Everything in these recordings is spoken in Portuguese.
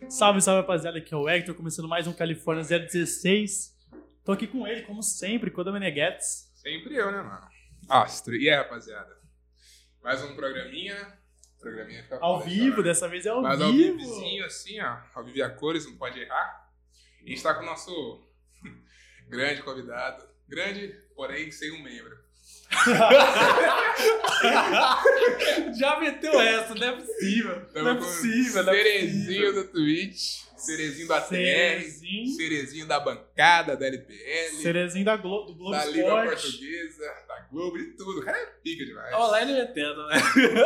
Salve, salve, rapaziada. Aqui é o Hector, começando mais um Califórnia 016. Tô aqui com ele, como sempre, Koda Meneghets. Sempre eu, né, mano? Astro. E aí, rapaziada? Mais um programinha. Programinha fica Ao vivo, dessa vez é ao Mas vivo. Ao vivozinho, assim, ó. Ao vivo e a cores, não pode errar. E a gente tá com o nosso grande convidado. Grande, porém, sem um membro. Já meteu essa, não é possível. Tamo Não é com possível, não é Cerezinho possível. do Twitch, Cerezinho da TR, Cerezinho. Cerezinho da bancada, da LPL, Cerezinho do Globo da Liga Esporte. Portuguesa, da Globo e tudo. O cara é pica demais. Olha lá ele metendo, né?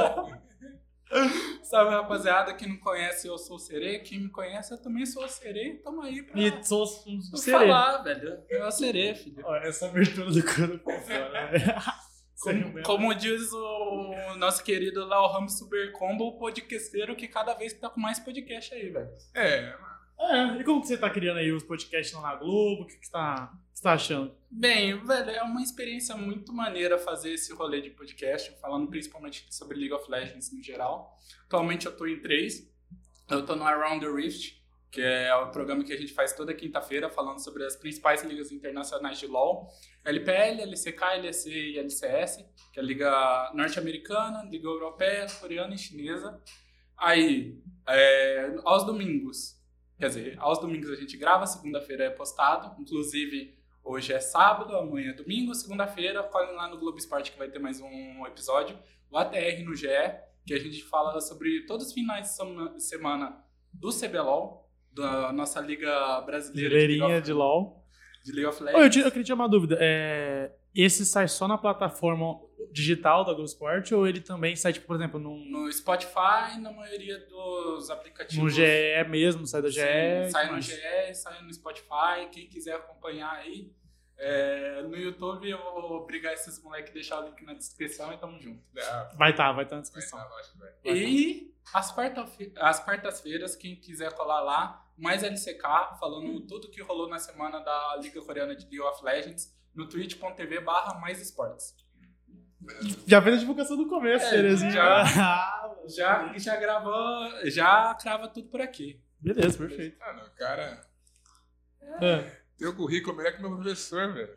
Salve, rapaziada. Quem não conhece, eu sou o Serê. Quem me conhece, eu também sou o Serê. Tamo aí pra E sou falar, velho. Eu sou o Serê, filho. Olha, essa abertura do Koda foi fora, velho. Como diz o nosso querido Léo Ramos Super Combo, o podcasteiro que cada vez tá com mais podcast aí, velho. Mano. E como que você tá criando aí os podcasts lá na Globo? O que você tá achando? Bem, velho, é uma experiência muito maneira fazer esse rolê de podcast, falando principalmente sobre League of Legends no geral. Atualmente eu tô em 3. Eu tô no Around the Rift, que é o programa que a gente faz toda quinta-feira, falando sobre as principais ligas internacionais de LoL. LPL, LCK, LEC e LCS, que é a liga norte-americana, liga europeia, coreana e chinesa. Aí, aos domingos a gente grava, segunda-feira é postado, inclusive hoje é sábado, amanhã é domingo, segunda-feira, colhem lá no Globo Esporte que vai ter mais um episódio, o ATR no GE, que a gente fala sobre todos os finais de semana do CBLOL, da nossa liga brasileira De LOL. de League of Ô, Legends. eu queria tirar uma dúvida. Esse sai só na plataforma digital da Globo Esporte ou ele também sai, tipo, por exemplo, No Spotify, na maioria dos aplicativos. no GE mesmo, sai da GE? Sim, sai no mas- GE, sai no Spotify. Quem quiser acompanhar aí. No YouTube eu vou obrigar esses moleques a deixar o link na descrição e tamo junto. Vai estar na descrição. Lógico, velho. E às quartas-feiras, quem quiser colar lá, mais LCK, falando tudo que rolou na semana da Liga Coreana de League of Legends, no twitch.tv/maisesportes. Já fez a divulgação do começo, Cerezinho. Já gravou, já crava tudo por aqui. Beleza, perfeito. Mano, o cara É. tem o currículo melhor que meu professor, velho.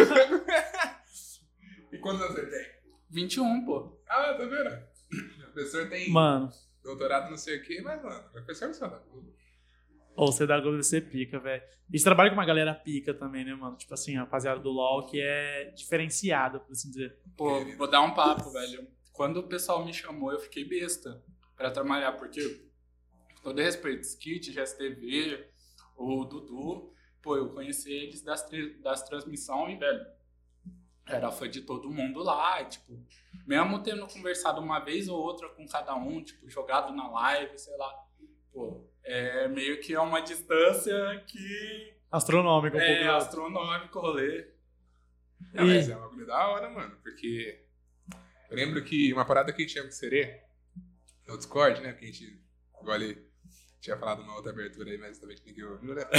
E quantos anos ele tem? 21, pô. Ah, tá vendo? O professor tem Mano, doutorado não sei o quê, mas, mano, o professor não sabe da Globo. ou você da Globo deve ser pica, velho. E você trabalha com uma galera pica também, né, mano? Tipo assim, a rapaziada do LoL que é diferenciada, por assim dizer. Pô, vou dar um papo, velho. Quando o pessoal me chamou, eu fiquei besta pra trabalhar, porque, com todo respeito, Skit, GSTV, o Dudu, pô, eu conheci eles das transmissões e, velho, era fã de todo mundo lá, tipo, mesmo tendo conversado uma vez ou outra com cada um, tipo, jogado na live, sei lá, pô, meio que é uma distância que Astronômico, um pouco. astronômico o rolê. Não, mas é um bagulho da hora, mano, porque eu lembro que uma parada que a gente tinha com o Serê, no Discord, né, que a gente, igual ele tinha falado numa outra abertura aí, mas também ninguém ouviu, né?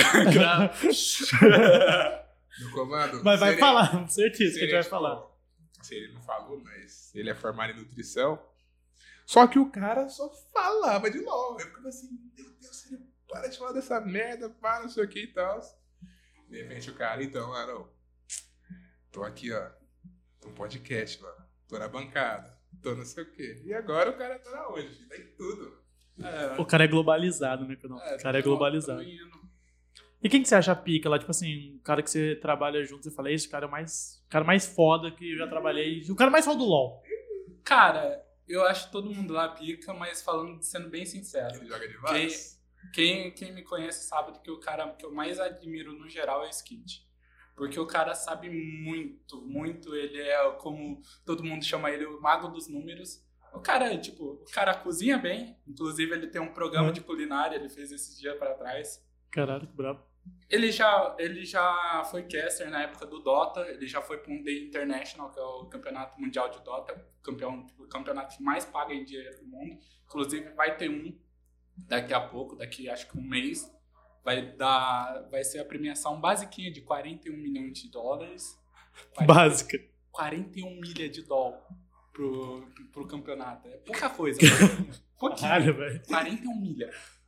No comando. Mas vai Serê- falar, com certeza que a gente vai Serê, falar. tipo, assim, ele não falou, mas ele é formado em nutrição. Só que o cara só falava de LOL. Eu ficava assim, meu Deus, Serê, para de falar dessa merda, para, não sei o que e tal. De repente o cara, então, mano, tô aqui, ó, no podcast, mano. Tô na bancada, tô não sei o quê. E agora o cara tá na onde? Tá em tudo. O cara é globalizado, né, Pedro? O cara é globalizado. E quem que você acha pica lá? Tipo assim, um cara que você trabalha junto, você fala, esse cara é o cara mais foda que eu já trabalhei. O cara mais foda do LoL. Cara, eu acho todo mundo lá pica, mas sendo bem sincero, Ele joga de vários. quem me conhece sabe que o cara que eu mais admiro no geral é o Skit. Porque o cara sabe muito, muito. Ele é, como todo mundo chama ele, o mago dos números. O cara, o cara cozinha bem. Inclusive, ele tem um programa de culinária, ele fez esses dias pra trás. Caralho, que brabo. Ele já foi caster na época do Dota, ele já foi para um The International, que é o campeonato mundial de Dota, o campeonato que mais paga em dinheiro do mundo. Inclusive, vai ter um daqui a pouco, daqui acho que um mês. Vai ser a premiação basiquinha de 41 milhões de dólares. Básica. 41 milha de dólar pro campeonato. É pouca coisa. Pouquinho. Caralho, velho. 41 milha.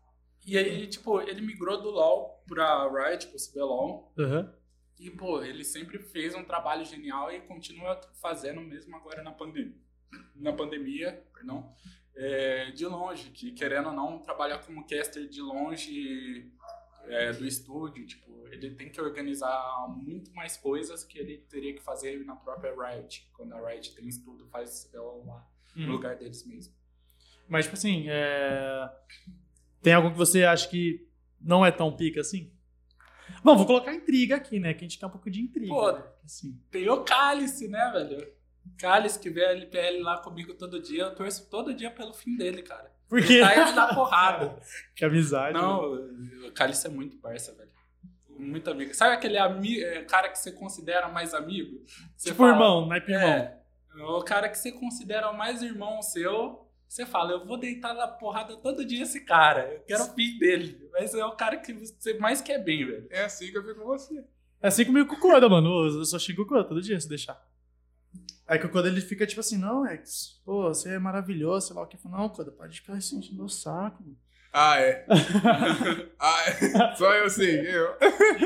E aí, tipo, ele migrou do LoL pra Riot, pro CBLOL. E, pô, ele sempre fez um trabalho genial e continua fazendo mesmo agora na pandemia, perdão, de longe, que querendo ou não, trabalhar como caster de longe do estúdio, tipo, ele tem que organizar muito mais coisas que ele teria que fazer na própria Riot, quando a Riot tem estúdio, faz CBLOL lá, no lugar deles mesmo. Mas, tipo assim, tem algum que você acha que não é tão pica assim? Bom, vou colocar intriga aqui, né? Que a gente quer um pouco de intriga. Pô, né? Assim. Tem o Cálice, né, velho? Cálice que vê a LPL lá comigo todo dia. Eu torço todo dia pelo fim dele, cara. Por quê? Ele tá indo na porrada. Que amizade. Não, o Cálice é muito parça, velho. Muito amigo. Sabe aquele cara que você considera mais amigo? Você tipo fala, irmão, não é irmão. O cara que você considera mais irmão seu... Você fala, eu vou deitar na porrada todo dia esse cara. Eu quero o fim dele. Mas é o cara que você mais quer bem, velho. É assim que eu fico com você. É assim comigo com o Koda, mano. Eu só xingo o Koda todo dia, se deixar. Aí que o Koda ele fica tipo assim, não, X, pô, você é maravilhoso, sei lá o que. Não, Koda, pode ficar assim, enchendo o saco, mano. Ah, é. Só eu sei, eu.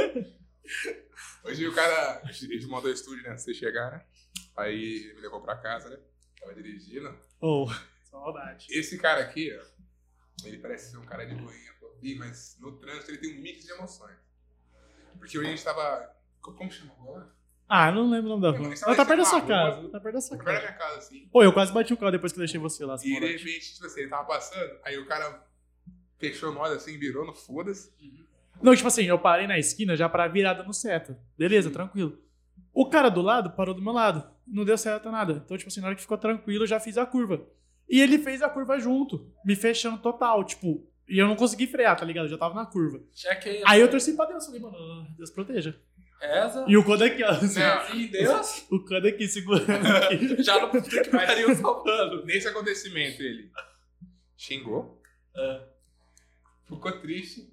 Hoje o cara, ele mandou o estúdio, né? Você chegar, né? Aí ele me levou pra casa, né? Tava dirigindo. Saudade. Esse cara aqui, ó, ele parece ser um cara de boinha, mas no trânsito ele tem um mix de emoções. Porque hoje a gente tava... Como chama agora? Ah, não lembro o nome da rua. Ela tá perto da sua casa. Tá perto da sua casa. Perto da casa. minha casa, assim. Pô, eu quase bati o carro depois que eu deixei você lá. E de repente, tipo assim, ele tava passando, aí o cara fechou nós assim, virou no foda-se. Não, tipo assim, eu parei na esquina já pra virada no seta. Beleza, tranquilo. O cara do lado parou do meu lado. Não deu seta nada. Então, tipo assim, na hora que ficou tranquilo, eu já fiz a curva. E ele fez a curva junto, me fechando total, tipo... E eu não consegui frear, tá ligado? Eu já tava na curva. Chequei. Aí eu torci pra Deus, falei, mano, Deus proteja. Essa? E o Koda aqui, ó. Sim, Deus. O Koda aqui, segurando aqui. Já não ficaria salvando. Nesse acontecimento, ele xingou, ficou triste,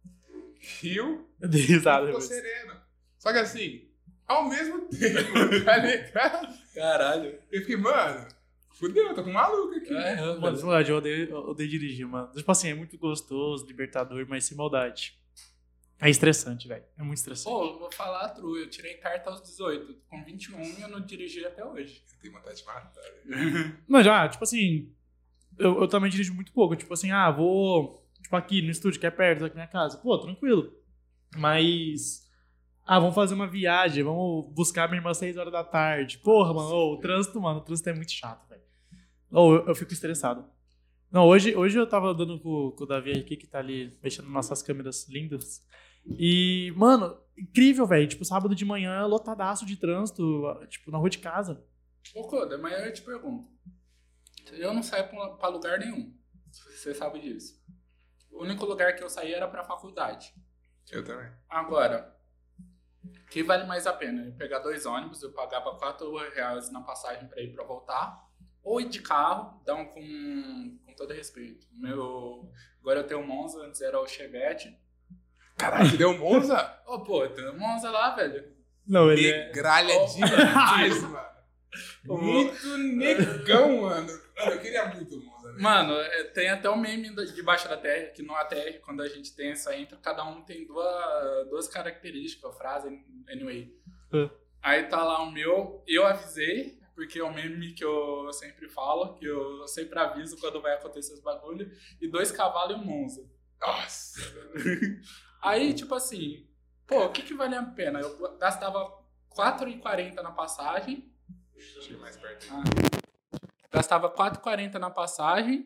riu, ficou sereno. Só que assim, ao mesmo tempo, tá ligado? Caralho. Eu fiquei, mano... Fudeu, eu tô com um maluco aqui. Mano, de verdade, eu odeio dirigir, mano. Tipo assim, é muito gostoso, libertador, mas sem maldade. É estressante, velho. É muito estressante. Pô, vou falar a true. Eu tirei carta aos 18. Com 21 eu não dirigi até hoje. Eu tenho vontade de matar, velho. Não, já, tipo assim... Eu também dirijo muito pouco. Tipo assim, vou... Tipo aqui no estúdio, que é perto da minha casa. Pô, tranquilo. Mas... vamos fazer uma viagem. Vamos buscar minha irmã às 6 horas da tarde. Porra, mano. O trânsito é muito chato, velho. Eu fico estressado. Não, hoje eu tava andando com o Davi aqui, que tá ali mexendo nas nossas câmeras lindas. E, mano, incrível, velho. Tipo, sábado de manhã, lotadaço de trânsito, tipo, na rua de casa. Ô, Koda, mas eu te pergunto. Eu não saio pra lugar nenhum. Você sabe disso. O único lugar que eu saí era pra faculdade. Eu também. Agora, o que vale mais a pena? Eu pegar 2 ônibus, eu pagava R$4 na passagem pra ir pra voltar. Ou ir de carro, com todo respeito. Agora eu tenho um Monza, antes era o Chevette. Caralho, você deu um Monza? Pô, tem um Monza lá, velho. Não, ele Negralha demais, mano. Muito negão, mano. Eu queria muito o Monza, velho. Mano, tem até um meme debaixo da terra, que no ATR, quando a gente tem essa intro, cada um tem duas características, frase, anyway. Aí tá lá o meu, eu avisei, porque é um meme que eu sempre falo, que eu sempre aviso quando vai acontecer os bagulhos, e 2 cavalos e um Monza. Nossa! Aí, tipo assim, pô, o que vale a pena? Eu gastava R$4,40 na passagem. Chega mais perto. Gastava R$4,40 na passagem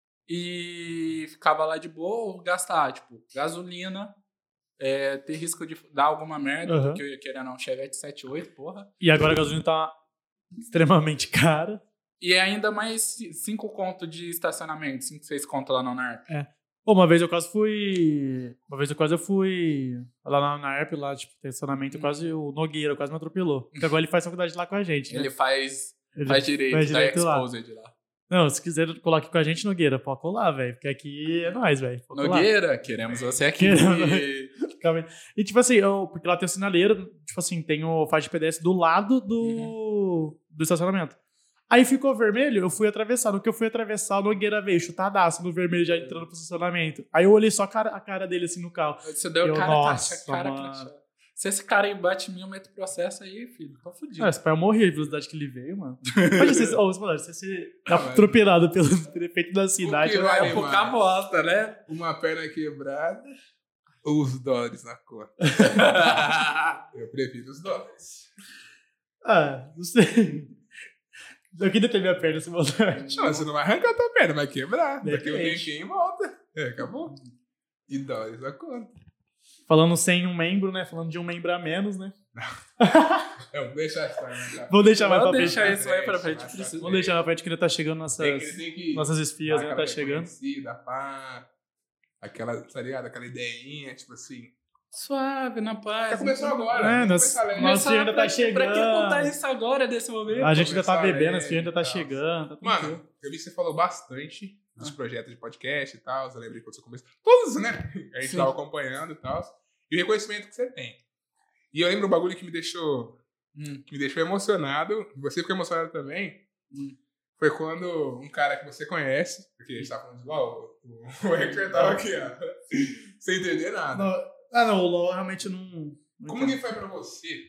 e ficava lá de boa, ou gastar, tipo, gasolina, ter risco de dar alguma merda, porque eu ia querer um Chevette 78, porra. E agora a gasolina tá extremamente cara. E ainda mais 5 conto de estacionamento, 5, 6 conto lá na UNARP. Pô, uma vez eu quase fui lá na UNARP, lá, tipo, estacionamento, quase o Nogueira quase me atropelou. Porque agora ele faz faculdade lá com a gente, né? Ele faz direito da Exposed lá. Não, se quiser colar aqui com a gente, Nogueira, pode colar, velho. Porque aqui é nóis, velho. Nogueira, queremos você aqui. E tipo assim, porque lá tem o sinaleiro, tipo assim, tem o faixa de pedestre do lado do estacionamento. Aí ficou vermelho, eu fui atravessar. No que eu fui atravessar, o Nogueira veio chutadaço no vermelho, já entrando pro estacionamento. Aí eu olhei só a cara dele assim no carro. Você deu nossa, cara crachá. Se esse cara aí bate em mim, eu meto processo aí, filho. Tô fudido. Esse pai eu morri a velocidade que ele veio, mano. Imagina você ser atropelado pelo prefeito da cidade. É pouca bosta, né? Uma perna quebrada, os dólares na conta. Eu prefiro os dólares. Não sei. Eu queria ter minha perna se voltar. Não, você não vai arrancar a tua perna, vai quebrar. Daqui um Depende. tempinho volta. Acabou. E dólares na conta. Falando sem um membro, né? Falando de um membro a menos, né? Vamos deixar isso aí, né? Vamos deixar mais pra frente. Deixar isso aí pra frente. Vamos deixar mais pra frente que ainda tá chegando nossas espias, né? Tá chegando. Pá, aquela, tá ligado? Aquela ideinha, tipo assim. Suave, na paz. Já começou agora. Nosso dia ainda tá chegando. Pra que contar isso agora, desse momento? A gente ainda tá bebendo, esse dia ainda tá chegando. Tá mano, eu vi que você falou bastante dos projetos de podcast e tal. Eu lembrei quando você começou. Todos, né? A gente tava acompanhando e tal. E o reconhecimento que você tem. E eu lembro um bagulho que me deixou emocionado. Você ficou emocionado também. Foi quando um cara que você conhece, porque a gente tava falando igual, o Hector tava aqui, ó, sem entender nada. Não, o LOL realmente não. Como que foi pra você?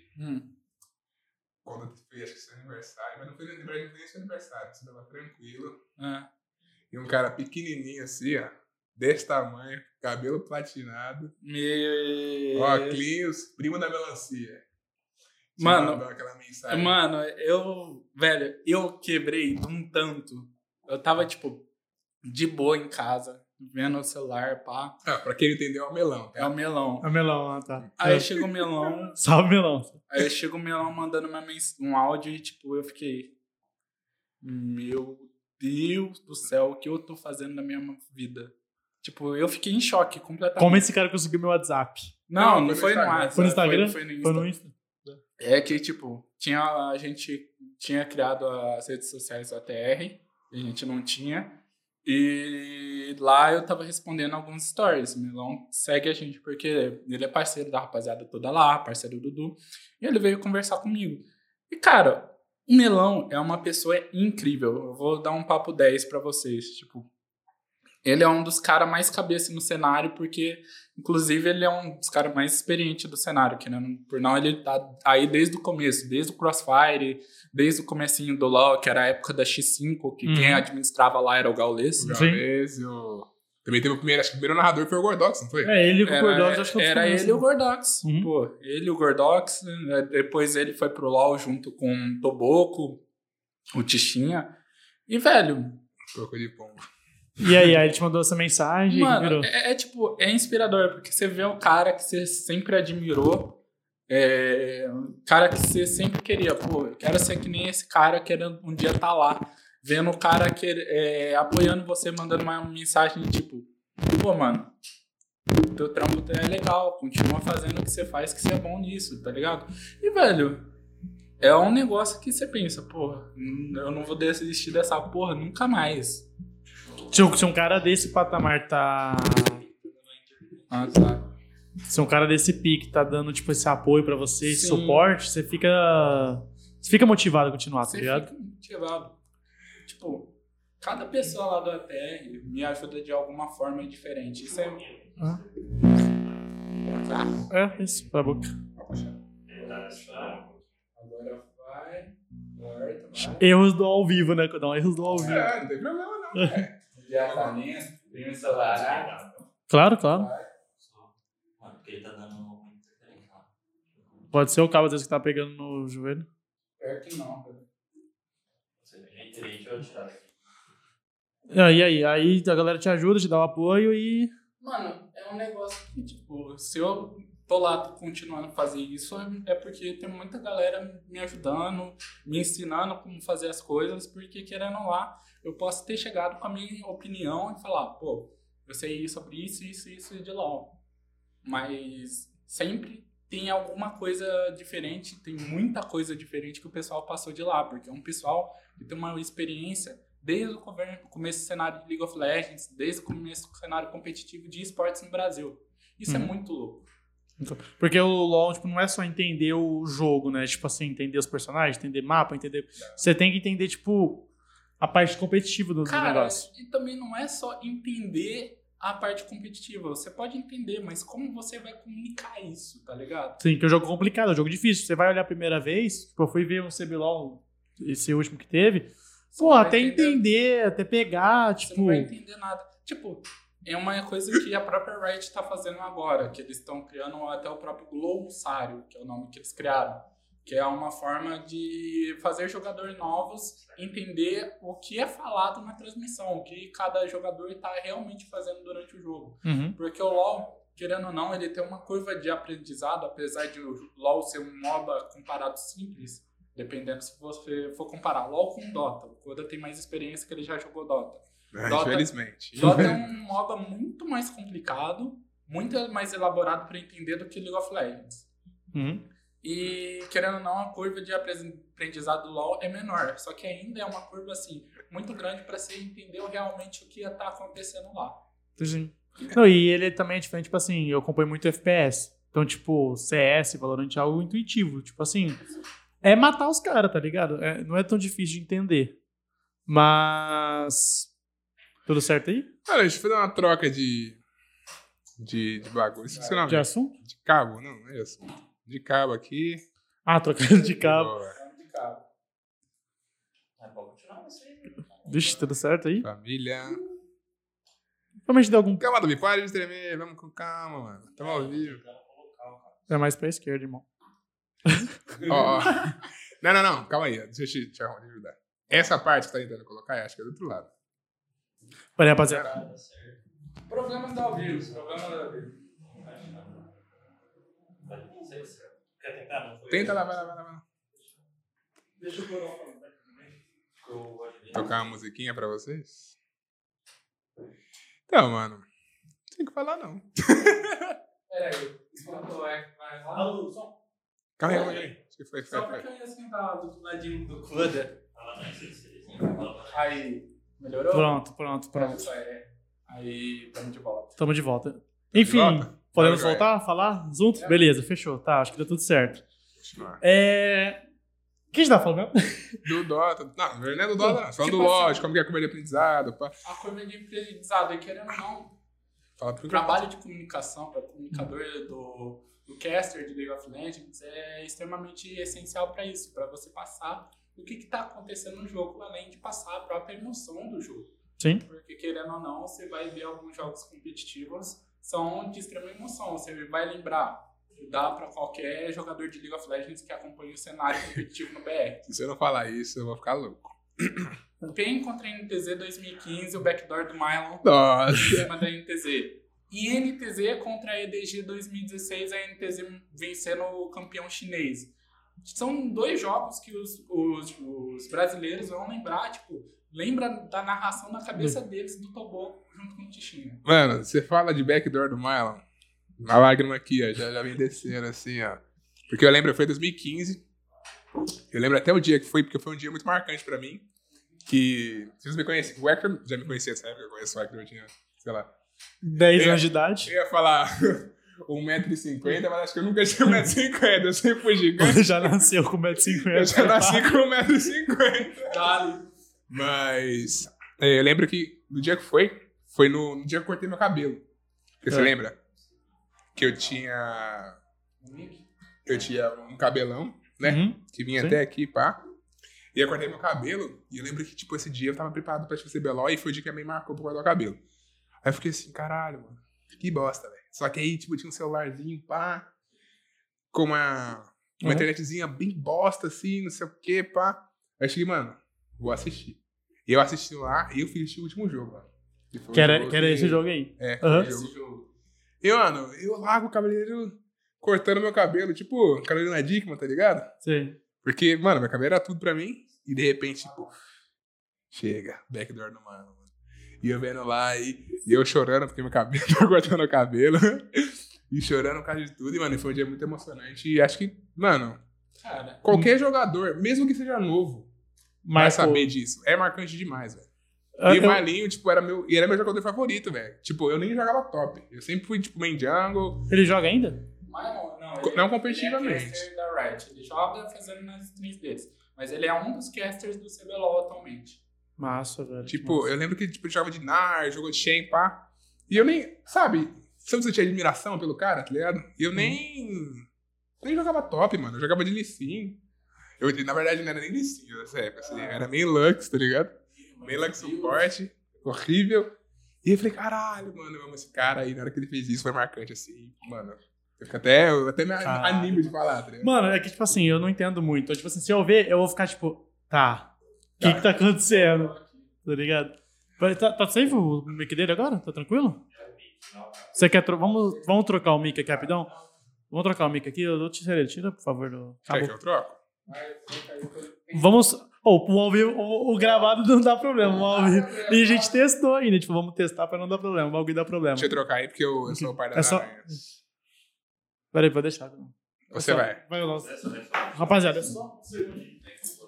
Quando foi, acho que seu aniversário, mas não foi nem seu aniversário, você tava tranquilo. E um cara pequenininho assim, ó, desse tamanho, cabelo platinado, óculos, primo da melancia. Mano, aquela mensagem. Mano, eu quebrei de um tanto. Eu tava, tipo, de boa em casa, vendo o celular, pá. Pra quem não entendeu, é o melão. Tá? É o melão. É o melão, tá. Aí chega o melão. Salve, melão. Aí chega o melão mandando um áudio e, tipo, eu fiquei... Meu Deus do céu, o que eu tô fazendo na minha vida? Tipo, eu fiquei em choque completamente. Como esse cara conseguiu meu WhatsApp? Não foi no WhatsApp. Foi no Instagram? Foi no Insta. Foi no Insta. É que, tipo, a gente tinha criado as redes sociais do ATR, a gente não tinha. E lá eu tava respondendo alguns stories. O Melão segue a gente porque ele é parceiro da rapaziada toda lá, parceiro do Dudu. E ele veio conversar comigo. E, cara, o Melão é uma pessoa incrível. Eu vou dar um papo 10 pra vocês. Tipo, ele é um dos caras mais cabeça no cenário, porque, inclusive, ele é um dos caras mais experientes do cenário, que, né, por não ele tá aí desde o começo, desde o Crossfire, desde o comecinho do LoL, que era a época da X5, que quem administrava lá era o Gaules. O Gaules, também teve acho que o primeiro narrador foi o Gordox, não foi? Ele e o Gordox, acho que era ele e o Gordox. Pô, ele e o Gordox, né, depois ele foi pro LoL junto com o Toboco, o Tichinha, e, velho... Toco de pombo. E aí ele te mandou essa mensagem? Mano, tipo, é inspirador, porque você vê o cara que você sempre admirou, cara que você sempre queria, pô, eu quero ser que nem esse cara, querendo um dia estar lá, vendo o cara apoiando você, mandando uma mensagem tipo, pô, mano, teu trampo é legal, continua fazendo o que você faz, que você é bom nisso, tá ligado? E, velho, é um negócio que você pensa, pô, eu não vou desistir dessa porra nunca mais. Se um cara desse patamar tá... tá. Se um cara desse pique tá dando, tipo, esse apoio pra você, esse suporte, você fica motivado a continuar, tá ligado? Você fica motivado. Tipo, cada pessoa lá do ATR me ajuda de alguma forma diferente. Isso é... Isso, pra boca. Agora vai. Erros do ao vivo, né? Não, erros do ao vivo. Não tem problema não, velho. Diretamente, tem o celular. Claro. Mano, porque ele tá dando muita interferência lá. Pode ser o cabo desse que tá pegando no joelho. Pior que não, velho. Deixa eu tirar aqui. E aí a galera te ajuda, te dá o apoio e... Mano, é um negócio que, tipo, se eu tô lá continuando a fazer isso, é porque tem muita galera me ajudando, me ensinando como fazer as coisas, porque, querendo lá, eu posso ter chegado com a minha opinião e falar, pô, eu sei sobre isso e de LoL. Mas sempre tem alguma coisa diferente, tem muita coisa diferente que o pessoal passou de lá, porque é um pessoal que tem uma experiência desde o começo do cenário de League of Legends, desde o começo do cenário competitivo de esportes no Brasil. Isso é muito louco. Porque o LoL, tipo, não é só entender o jogo, né? Tipo assim, entender os personagens, entender mapa, entender... Você tem que entender, tipo, a parte competitiva do negócio. E também não é só entender a parte competitiva. Você pode entender, mas como você vai comunicar isso, tá ligado? Sim, que é um jogo complicado, é um jogo difícil. Você vai olhar a primeira vez, tipo, eu fui ver um CBLOL, esse último que teve, pô, até entender, até pegar, tipo... Você não vai entender nada. Tipo, é uma coisa que a própria Riot tá fazendo agora, que eles estão criando até o próprio Glossário, que é o nome que eles criaram, que é uma forma de fazer jogadores novos entender o que é falado na transmissão, o que cada jogador está realmente fazendo durante o jogo. Porque o LoL, querendo ou não, ele tem uma curva de aprendizado, apesar de o LoL ser um MOBA comparado simples, dependendo se você for comparar LoL com Dota. O Koda tem mais experiência que ele já jogou Dota. Infelizmente. Dota é um MOBA muito mais complicado, muito mais elaborado para entender do que League of Legends. E, querendo ou não, a curva de aprendizado do LoL é menor. Só que ainda é uma curva, assim, muito grande para você entender realmente o que está acontecendo lá. Sim. Não, e ele também é diferente, tipo assim, eu acompanho muito FPS. Então, tipo, CS, Valorant é algo intuitivo. Tipo assim, é matar os caras, tá ligado? Não é tão difícil de entender. Mas... Tudo certo aí? Cara, deixa eu fazer uma troca de bagulho. Esqueci o nome. De assunto? De cabo? Não é assunto. De cabo aqui. Trocando de cabo. Pode continuar você aí. Vixe, tudo certo aí? Família. Provavelmente deu algum... Calma, Davi, para de tremer. Vamos com calma, mano. Tamo ao vivo. É mais pra esquerda, irmão. Ó. Não. Calma aí. Deixa eu te ajudar. Essa parte que tá tentando colocar, eu acho que é do outro lado. Peraí, rapaziada. Problemas da ao vivo. Não sei se quer tentar, não foi? Tenta lá, vai lá. Deixa eu pôr o também. Tocar uma musiquinha pra vocês? Então, mano. Não tem o que falar, não. Peraí. Enquanto vai lá. Calma aí. Acho que foi. Só porque eu ia sentar do ladinho do Koda. Aí, melhorou? Pronto. Aí, tamo de volta. Tamo de volta. Enfim, podemos voltar a falar junto? Beleza, fechou. Tá, acho que deu tudo certo. Continuar. O que a gente tá falando mesmo? Do Dota. Não é do Dota, não. Falando do LoL, como que é a curva de aprendizado. Pá. A curva de aprendizado, e querendo ou não, Fala o trabalho de comunicação para o comunicador do caster de League of Legends é extremamente essencial para isso, para você passar o que está acontecendo no jogo, além de passar a própria emoção do jogo. Sim. Porque, querendo ou não, você vai ver alguns jogos competitivos são de extrema emoção. Você vai lembrar, dá para qualquer jogador de League of Legends que acompanha o cenário competitivo no BR. Se você não falar isso, eu vou ficar louco. PEN contra a NTZ 2015, o backdoor do Mylon Nossa. em cima da NTZ. E NTZ contra a EDG 2016, a NTZ vencendo o campeão chinês. São dois jogos que os brasileiros vão lembrar, tipo, lembra da narração na cabeça deles do Tobo junto com o Tichinha. Mano, você fala de backdoor do Mylon, a lágrima aqui, ó, já vem descendo assim, ó. Porque eu lembro, foi 2015, eu lembro até o dia que foi, porque foi um dia muito marcante pra mim, que vocês me conhecem, o Hector já me conhecia nessa época, eu conheço o Hector, eu tinha, sei lá, 10 anos de idade. Eu ia falar 1,50 m, mas acho que eu nunca tinha 1,50 m, eu sempre fui gigante. Já nasceu com 1,50 m. Eu já nasci com 1,50 m. Mas eu lembro que no dia que foi no dia que eu cortei meu cabelo. Você lembra? Que eu tinha um cabelão, né? Que vinha até aqui, pá. E eu cortei meu cabelo. E eu lembro que, tipo, esse dia eu tava preparado pra fazer CBLOL e foi o dia que a mãe marcou pra cortar o cabelo. Aí eu fiquei assim, caralho, mano. Que bosta, velho. Só que aí, tipo, tinha um celularzinho, pá. Com uma internetzinha bem bosta, assim, não sei o quê, pá. Aí eu cheguei, mano, vou assistir. E eu assisti lá e eu fiz o último jogo, mano. Que era esse jogo aí. Esse jogo. E, mano, eu largo o cabeleireiro cortando meu cabelo, tipo, Carolina Dickman, tá ligado? Sim. Porque, mano, meu cabelo era tudo pra mim. E de repente, tipo, chega, backdoor no mano. E eu vendo lá e eu chorando porque meu cabelo tá cortando o cabelo. E chorando por causa de tudo. E, mano, foi um dia muito emocionante. E acho que, mano, qualquer jogador, mesmo que seja novo, vai saber disso. É marcante demais, velho. E o Malinho, tipo, era meu jogador favorito, velho. Tipo, eu nem jogava top. Eu sempre fui, tipo, main jungle. Ele joga ainda? Mas Não competitivamente. Ele é caster da Riot. Ele joga fazendo nas streams deles. Mas ele é um dos casters do CBLOL atualmente. Massa, velho. Tipo, eu lembro que tipo, ele jogava de Nar, jogou de Shen, pá. E eu nem, sabe você tinha admiração pelo cara, tá ligado? E eu nem jogava top, mano. Eu jogava de Lee Sin. Na verdade, não era nem Lee Sin nessa época, assim. Era meio Lux, tá ligado? Meio Lux suporte. Horrível. E eu falei, caralho, mano, eu amo esse cara. E na hora que ele fez isso, foi marcante, assim. Mano, eu até me animo de falar, tá ligado? Mano, é que, tipo assim, eu não entendo muito. Então, tipo assim, se eu ver, eu vou ficar, tipo, tá. O que tá acontecendo? Tá ligado? Tá safe o mic dele agora? Tá tranquilo? Você quer vamos trocar o mic aqui rapidão? Vamos trocar o mic aqui? Eu te tira, por favor. Quer que eu troco? Vamos... o ao vivo, o gravado não dá problema. O ao vivo. E a gente testou ainda. Tipo, vamos testar pra não dar problema. O bagulho dá problema. Deixa eu trocar aí, porque eu sou o pai das aranhas. Peraí, vou deixar. Você vai. Vai, Nossa. Rapaziada, é só um segundinho.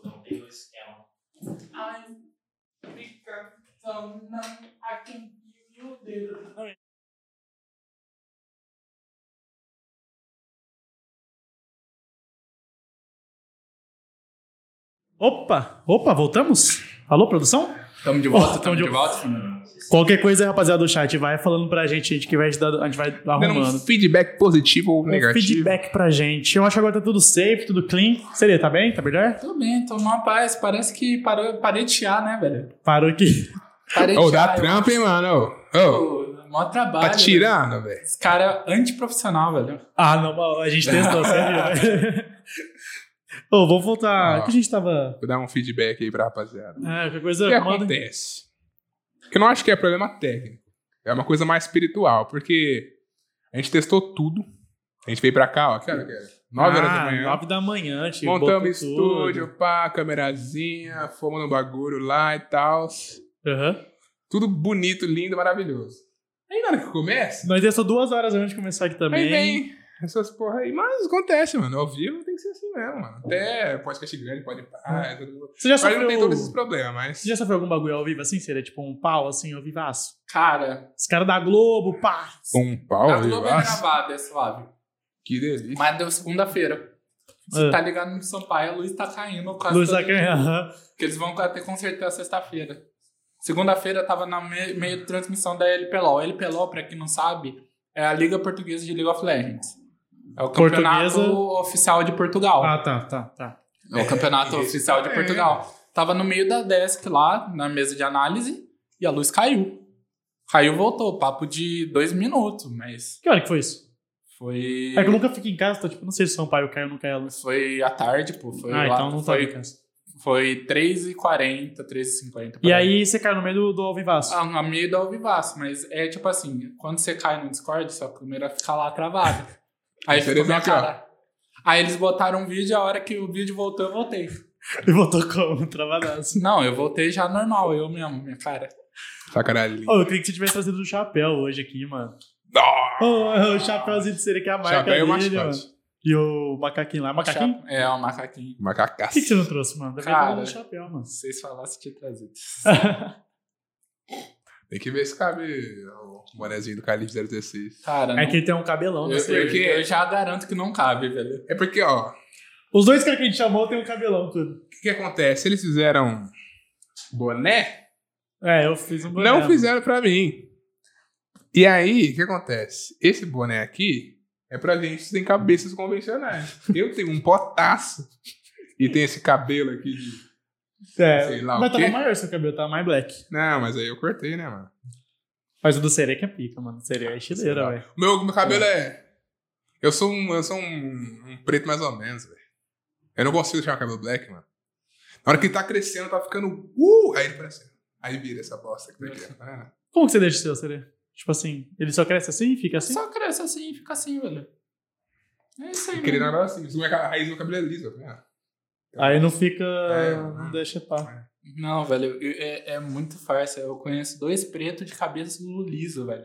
Opa, voltamos? Alô, produção? Tamo de volta, tamo de volta. Qualquer coisa, rapaziada do chat, vai falando pra gente, a gente vai arrumando. Dando um feedback positivo ou negativo. Feedback pra gente. Eu acho que agora tá tudo safe, tudo clean. Seria, tá bem? Tá melhor? Tô bem, tô numa paz. Parece que parei de chiar, né, velho? Parou aqui. Parei de chiar. Dá trampo, hein, mano? Mó trabalho. Tá tirando, velho. Esse cara é antiprofissional, velho. Ah, não, a gente testou, sério. Vamos voltar. O que a gente tava... Vou dar um feedback aí pra rapaziada. Qualquer coisa... O que acontece? Eu não acho que é problema técnico. É uma coisa mais espiritual, porque a gente testou tudo. A gente veio pra cá, ó. Que hora que é? 9 horas da manhã. 9 da manhã, tio. Montamos estúdio, pá, câmerazinha, fomos no bagulho lá e tal. Tudo bonito, lindo, maravilhoso. Aí na hora que começa... Nós testou 2 horas antes de começar aqui também. Aí vem essas porra aí. Mas acontece, mano. Ao vivo tem que ser assim mesmo, mano. Até podcast grande, pode parar. Você já sofreu... não tem todos esses problemas, mas... Você já sofreu algum bagulho ao vivo assim? Seria tipo um pau assim, ao vivaço? Cara... Os caras da Globo, pá! Um pau ao vivaço? Da Globo é gravado, é suave. Que delícia. Mas deu segunda-feira. Você tá ligado no Sampaio, a luz tá caindo. Luz tá caindo. Que eles vão ter consertar sexta-feira. Segunda-feira tava na meio de transmissão da LPLOL. A LPLOL, pra quem não sabe, é a Liga Portuguesa de League of Legends. É o campeonato oficial de Portugal. Ah, tá. É o campeonato oficial de Portugal. Tava no meio da desk lá, na mesa de análise, e a luz caiu. Caiu, voltou. Papo de 2 minutos, mas... Que hora que foi isso? Foi... É que eu nunca fico em casa, então tipo, não sei se São Paulo caiu ou não caiu a luz. Foi à tarde, pô. Foi lá, então não tava em casa. Foi 3h40, 3h50. E aí você caiu no meio do Alvivaço? No meio do Alvivaço, mas é tipo assim, quando você cai no Discord, sua câmera fica lá travada. Aí ficou minha cara. Aí eles botaram um vídeo, a hora que o vídeo voltou, eu voltei. E voltou como? Travadaço? Não, eu voltei já normal, eu mesmo, minha cara. Sacanagem. Eu queria que você tivesse trazido o chapéu hoje aqui, mano. O chapéuzinho de ser que é a marca chapéu dele, mano. E o macaquinho lá. Macaquinho? É, o macaquinho. Macacaço. Por que você não trouxe, mano? Deve ter o chapéu, mano. Se vocês falassem, tinha trazido. Tem que ver se cabe o bonezinho do Calife 016. Cara, é que ele tem um cabelão, né? Eu já garanto que não cabe, velho. É porque, ó... Os dois caras que a gente chamou tem um cabelão, tudo. O que acontece? Eles fizeram boné... Eu fiz um boné. Não fizeram pra mim. E aí, o que acontece? Esse boné aqui é pra gente que tem cabeças convencionais. Eu tenho um potaço e tem esse cabelo aqui de... sei lá mas o quê. tava maior seu cabelo, tava mais black. Não, mas aí eu cortei, né, mano? Mas o do Sereia é pica, mano. O Sereia é estileira, velho. Meu cabelo é... Eu sou um preto mais ou menos, velho. Eu não consigo deixar o cabelo black, mano. Na hora que ele tá crescendo, tá ficando... Aí ele parece... Aí vira essa bosta que tá aqui. Como que você deixa o seu, Sereia? Tipo assim, ele só cresce assim e fica assim? Só cresce assim e fica assim, velho. É isso aí, querendo agora assim. A raiz do cabelo é lisa, tá? Aí não fica... não deixa pá. Não, velho, é muito farsa. Eu conheço 2 pretos de cabeça liso, velho.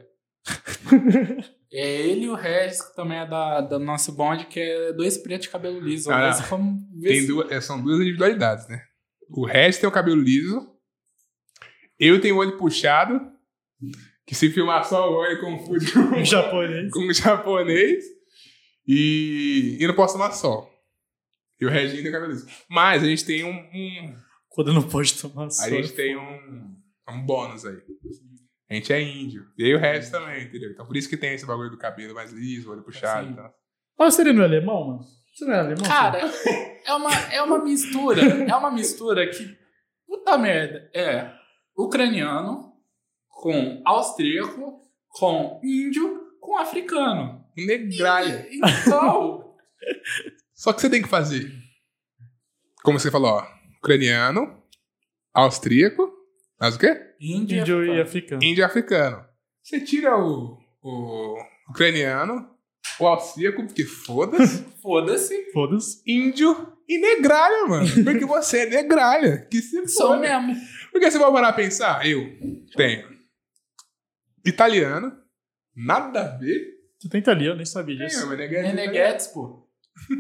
É ele e o Regis, que também é da nosso bonde, que é 2 pretos de cabelo liso. São 2 individualidades, né? O Regis tem o cabelo liso. Eu tenho o olho puxado. Que se filmar só o olho confunde com um japonês. Com um japonês. E não posso tomar sol. E o Reginho tem cabelo liso. Mas a gente tem Quando não pode tomar sol. A gente tem um bônus aí. A gente é índio. E aí o Regis também, entendeu? Então por isso que tem esse bagulho do cabelo mais liso, olho puxado e tal. Mas você não é alemão, mano? Você não é alemão? Cara, é uma mistura. É uma mistura que, puta merda, é ucraniano com austríaco, com índio, com africano. Negralha. Então... Só que você tem que fazer, como você falou, ó, ucraniano, austríaco, mas o quê? Índio e africano. Índio e africano. Você tira o ucraniano, o austríaco, porque foda-se. Foda-se. Índio e negralha, mano. Porque você é negralha. Que se Sou foda. mesmo. Porque você vai parar a pensar, eu tenho italiano, nada a ver. Você tem italiano, nem sabia disso. Meneghets, pô.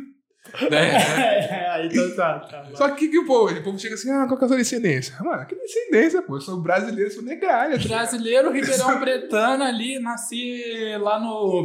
Aí então tá. Só que o povo chega assim, qual que é a sua descendência? Mano, que descendência, pô? Eu sou brasileiro, sou negralha. Brasileiro, Ribeirão Pretano ali, nasci lá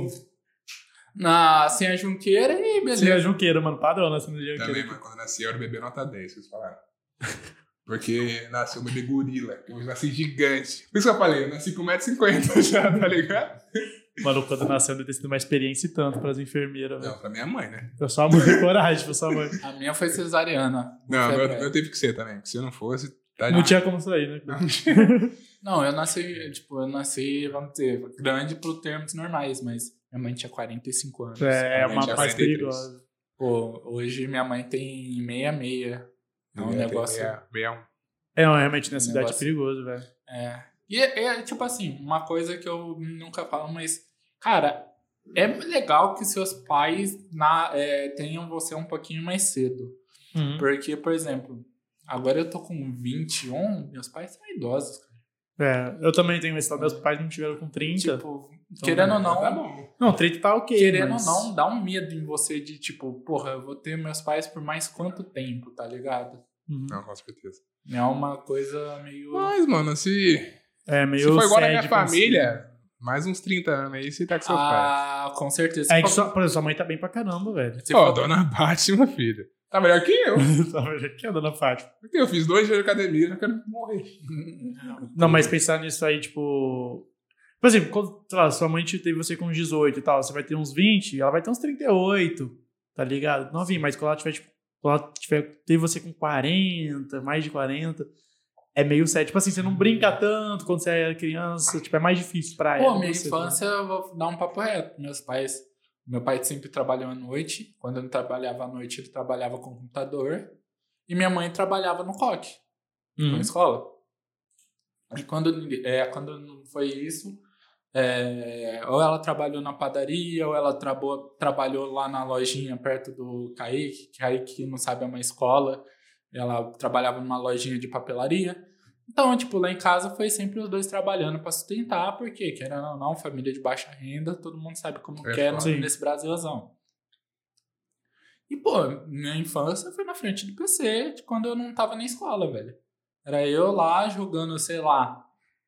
na Sinha Junqueira e beleza. Sinha Junqueira, mano, padrão na Sinha Junqueira. Também, mano, quando eu nasci eu era bebê nota 10, que eles falaram. Porque nasceu um bebê gorila, eu nasci gigante. Por isso que eu falei, eu nasci com 1,50m já, tá ligado? Mano, quando nasceu, deve ter sido uma experiência e tanto pras enfermeiras. Não, pra minha mãe, né? Foi só mãe, coragem, foi só mãe. A minha foi cesariana. Não, eu teve que ser também, porque se eu não fosse... Não tinha como sair, né? Não, eu nasci, vamos dizer, grande pro termos normais, mas minha mãe tinha 45 anos. É uma mais perigosa. Pô, hoje minha mãe tem 66. É um negócio... 61. É, realmente, nessa cidade é perigoso, velho. É. E é tipo assim, uma coisa que eu nunca falo, mas, cara, é legal que seus pais tenham você um pouquinho mais cedo. Uhum. Porque, por exemplo, agora eu tô com 21, meus pais são idosos, cara. Eu também tenho esse lado. Meus pais me tiveram com 30. Tipo, então, querendo ou não... Tá bom. Não, 30 tá ok, Querendo mas... ou não, dá um medo em você de, tipo, porra, eu vou ter meus pais por mais quanto tempo, tá ligado? Uhum. Não, com certeza. É uma coisa meio... Mas, mano, se meio for igual na minha sad, família, mais uns 30 anos aí, você tá com seus pais. Ah, com certeza. É que por exemplo, sua mãe tá bem pra caramba, velho. Dona Fátima, filha. Tá melhor que eu. Que é a dona Fátima. Porque eu fiz 2 dias de academia e já quero morrer. Não, mas pensar nisso aí, tipo... Por exemplo, quando, sei lá, sua mãe teve você com uns 18 e tal, você vai ter uns 20, ela vai ter uns 38, tá ligado? Novinho, mas quando ela tiver, tipo, teve você com 40, mais de 40, é meio sério. Tipo assim, você não brinca tanto quando você é criança, tipo, é mais difícil pra ela. Pô, minha infância, eu vou dar um papo reto. Meu pai sempre trabalhou à noite. Quando eu não trabalhava à noite, ele trabalhava com computador. E minha mãe trabalhava no COC, na escola. E quando não foi isso, ou ela trabalhou na padaria, ou ela trabalhou lá na lojinha perto do Kaique. Kaique, não sabe, é uma escola. Ela trabalhava numa lojinha de papelaria. Então, tipo, lá em casa foi sempre os dois trabalhando pra sustentar, porque, querendo ou não, família de baixa renda, todo mundo sabe como que é nesse Brasilzão. E, pô, minha infância foi na frente do PC, quando eu não tava na escola, velho. Era eu lá jogando, sei lá...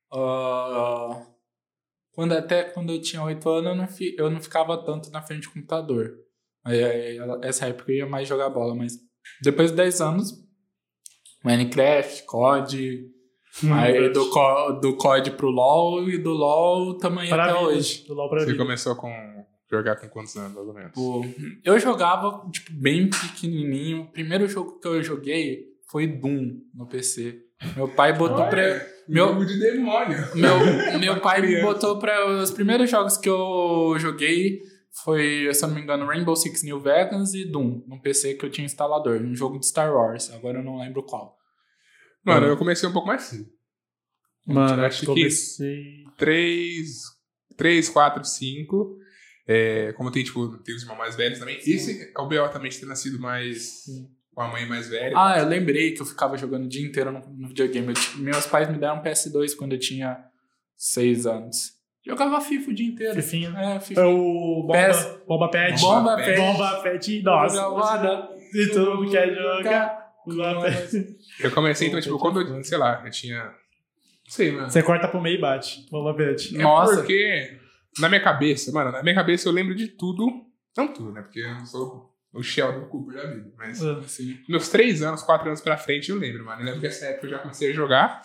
Quando eu tinha 8 anos, eu não ficava tanto na frente do computador. Essa época eu ia mais jogar bola, mas depois de 10 anos, Minecraft, COD, aí do COD pro LoL e do LoL também até hoje. Do LoL pra Você começou a jogar com quantos anos, mais ou menos? Pô, eu jogava, tipo, bem pequenininho. O primeiro jogo que eu joguei foi Doom no PC. Meu pai botou Jogo de demônio. Meu pai me botou pra... Os primeiros jogos que eu joguei foi, se eu não me engano, Rainbow Six New Vegas e Doom, no PC que eu tinha instalador. Um jogo de Star Wars, agora eu não lembro qual. Mano, eu comecei um pouco mais cedo. Mano, acho que comecei... 3, 4, 5. Como tem os irmãos mais velhos também. Esse é o B.O. também de ter nascido mais... Com a mãe mais velha. Ah, eu lembrei que eu ficava jogando o dia inteiro no videogame. Meus pais me deram um PS2 quando eu tinha 6 anos. Jogava FIFA o dia inteiro. Fifinha. FIFA. É o Bomba Pet. Bomba Pet. Nossa. E todo mundo quer jogar. Eu comecei, então, tipo, quando eu, sei lá, eu tinha... Não sei, mano. Você corta pro meio e bate. Bomba Pet. Nossa. Porque, na minha cabeça eu lembro de tudo Não tudo, né? Porque eu não sou o Sheldon Cooper da vida. Mas Sim. meus 3 anos, 4 anos pra frente, eu lembro, mano. Eu lembro que nessa época eu já comecei a jogar.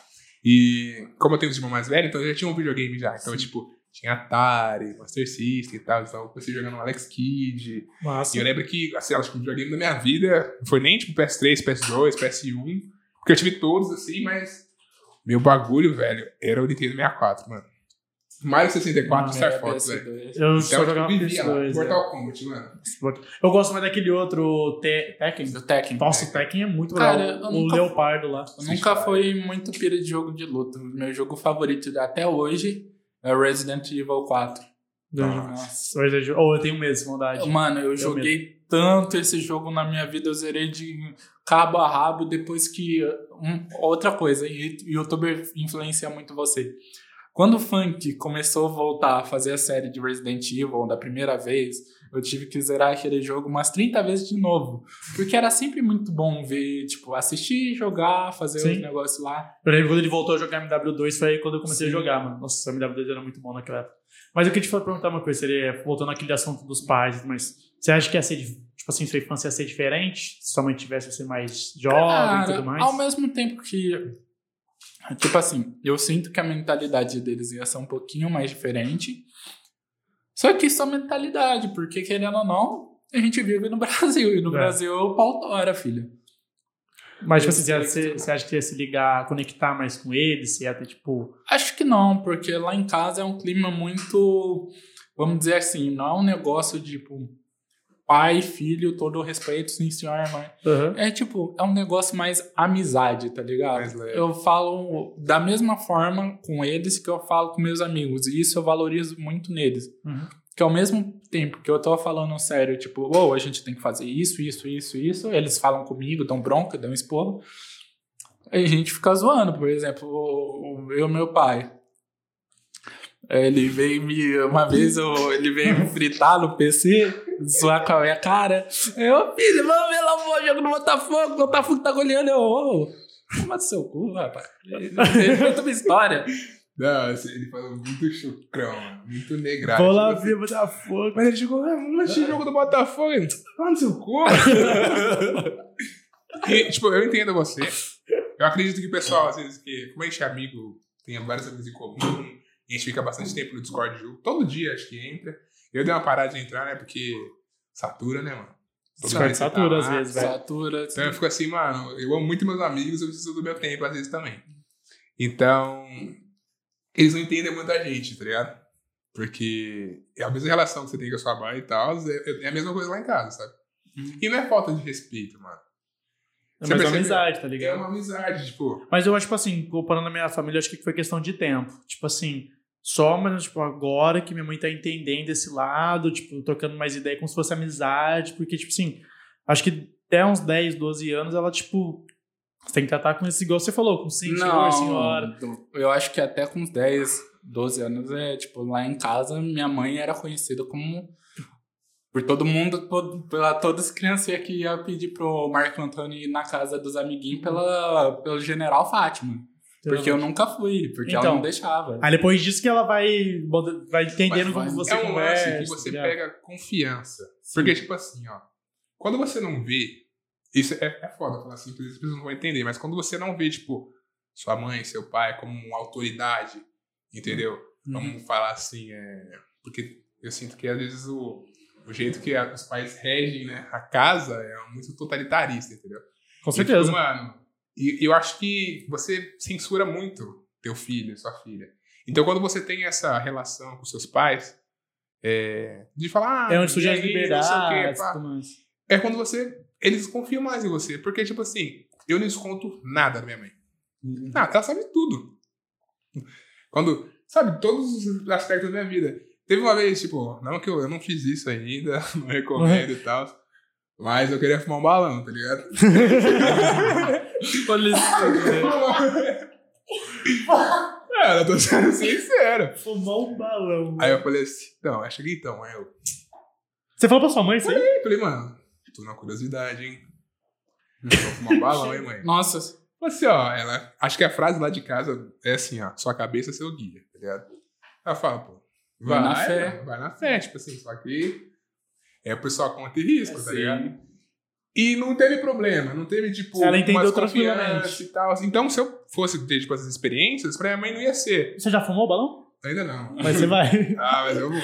E como eu tenho os irmãos mais velhos, então eu já tinha um videogame já. Então, tipo, tinha Atari, Master System e tal. Então eu comecei jogando no Alex Kidd. Massa. E eu lembro que, assim, acho que o videogame da minha vida não foi nem tipo PS3, PS2, PS1. Porque eu tive todos, assim, mas meu bagulho, velho, era o Nintendo 64, mano. Mario 64 e Star Fox, velho. Eu só Então, jogava eu vivia lá. PS2. Mortal Kombat, mano. Eu gosto mais daquele outro Tekken. Do Tekken. Nossa, o Tekken é muito Cara, legal. eu O nunca- Leopardo lá. Eu nunca fui muito pira de jogo de luta. Meu jogo favorito até hoje é Resident Evil 4. Nossa. Ou eu tenho mesmo, vontade. Mano, eu joguei tanto esse jogo na minha vida, eu zerei de cabo a rabo depois que... outra coisa, youtuber influencia muito você. Quando o Funk começou a voltar a fazer a série de Resident Evil da primeira vez, eu tive que zerar aquele jogo umas 30 vezes de novo. Porque era sempre muito bom ver, tipo, assistir, jogar, fazer os negócios lá. Eu lembro quando ele voltou a jogar MW2, foi aí quando eu comecei Sim. a jogar, mano. Nossa, o MW2 era muito bom naquela época. Mas eu queria te perguntar uma coisa, seria, voltando àquele assunto dos pais, mas você acha que ia ser, tipo assim, sua infância ia ser diferente? Se sua mãe tivesse a ser mais jovem e tudo mais? Ao mesmo tempo que... Tipo assim, eu sinto que a mentalidade deles ia ser um pouquinho mais diferente. Só que isso é mentalidade, porque querendo ou não, a gente vive no Brasil. E no Brasil o pau tora, filho. Mas, tipo assim, você acha que ia se ligar, conectar mais com eles? Se ia ter, tipo... Acho que não, porque lá em casa é um clima muito... Vamos dizer assim, não é um negócio de, tipo... Pai, filho, todo respeito, sim senhor, mãe. Uhum. É tipo, é um negócio mais amizade, tá ligado? Mais leve. Eu falo da mesma forma com eles que eu falo com meus amigos. E isso eu valorizo muito neles. Uhum. Que ao mesmo tempo que eu tô falando sério, tipo, a gente tem que fazer isso, eles falam comigo, dão bronca, dão esporro. Aí a gente fica zoando, por exemplo, eu e meu pai. Ele veio ele veio me fritar no PC, zoar com a minha cara. Eu, filho, vamos ver lá o jogo do Botafogo tá goleando. Toma seu cu, rapaz. Ele conta uma história. Não, ele falou muito chucrão, mano. Muito negrado. Vou lá ver o Botafogo. Mas ele chegou, vamos assistir o jogo do Botafogo. Toma no seu cu. E, tipo, eu entendo você. Eu acredito que o pessoal, às vezes, como a gente é amigo, tem vários amigos em comum, a gente fica bastante tempo no Discord junto. Todo dia, acho que entra. Eu dei uma parada de entrar, né? Porque satura, né, mano? Discord satura, às vezes, velho. Satura. Então eu fico assim, mano, eu amo muito meus amigos, eu preciso do meu tempo, às vezes, também. Então, eles não entendem muito a gente, tá ligado? Porque é a mesma relação que você tem com a sua mãe e tal, é a mesma coisa lá em casa, sabe? E não é falta de respeito, mano. É mais uma amizade, tá É ligado? uma amizade, tipo... Mas eu acho, tipo assim, comparando a minha família, eu acho que foi questão de tempo. Tipo assim, só, mas, tipo, agora que minha mãe tá entendendo esse lado, tipo, trocando mais ideia como se fosse amizade, porque, tipo assim, acho que até uns 10, 12 anos, ela, tipo, você tem que tratar com esse, igual você falou, com senhor, senhora. Eu acho que até com uns 10, 12 anos, tipo, lá em casa, minha mãe era conhecida como... Por todo mundo, todas as crianças que ia pedir pro Marco Antônio ir na casa dos amiguinhos pelo General Fátima. Porque eu nunca fui, porque ela não deixava. Aí depois disso que ela vai entendendo como você é um conversa. lance que você pega confiança. Sim. Porque, tipo assim, ó, quando você não vê, isso é foda falar assim, as pessoas não vão entender, mas quando você não vê, tipo, sua mãe, seu pai como uma autoridade, entendeu? Vamos falar assim, porque eu sinto que às vezes o jeito que os pais regem, né, a casa é muito totalitarista, entendeu? Com certeza. Tipo, mano, e eu acho que você censura muito teu filho, sua filha. Então, quando você tem essa relação com seus pais, de falar... É onde surge as liberdades. É quando eles confiam mais em você. Porque, tipo assim, eu não escondo nada da minha mãe. Nada, ela sabe tudo. Sabe, todos os aspectos da minha vida. Teve uma vez, tipo, não que eu não fiz isso ainda, não recomendo e tal, mas eu queria fumar um balão, tá ligado? Olha isso. Eu tô sendo sincero. Fumar um balão. Aí eu falei assim, não, eu cheguei então, aí eu... Você falou pra sua mãe isso aí? Falei, mano, tô na curiosidade, hein? Vou fumar um balão, hein, mãe? Nossa. Assim, ó, acho que a frase lá de casa é assim, ó, sua cabeça é seu guia, tá ligado? Ela fala, pô, vai na fé, tipo assim, só que É por sua conta e risco, tá Sim. ligado? E não teve problema, não teve, tipo, Ela entendeu umas tranquilamente. confiança e tal. Então, se eu fosse ter, tipo, essas experiências, pra minha mãe não ia ser. Você já fumou o balão? Ainda não. Mas você vai. Ah, mas eu vou.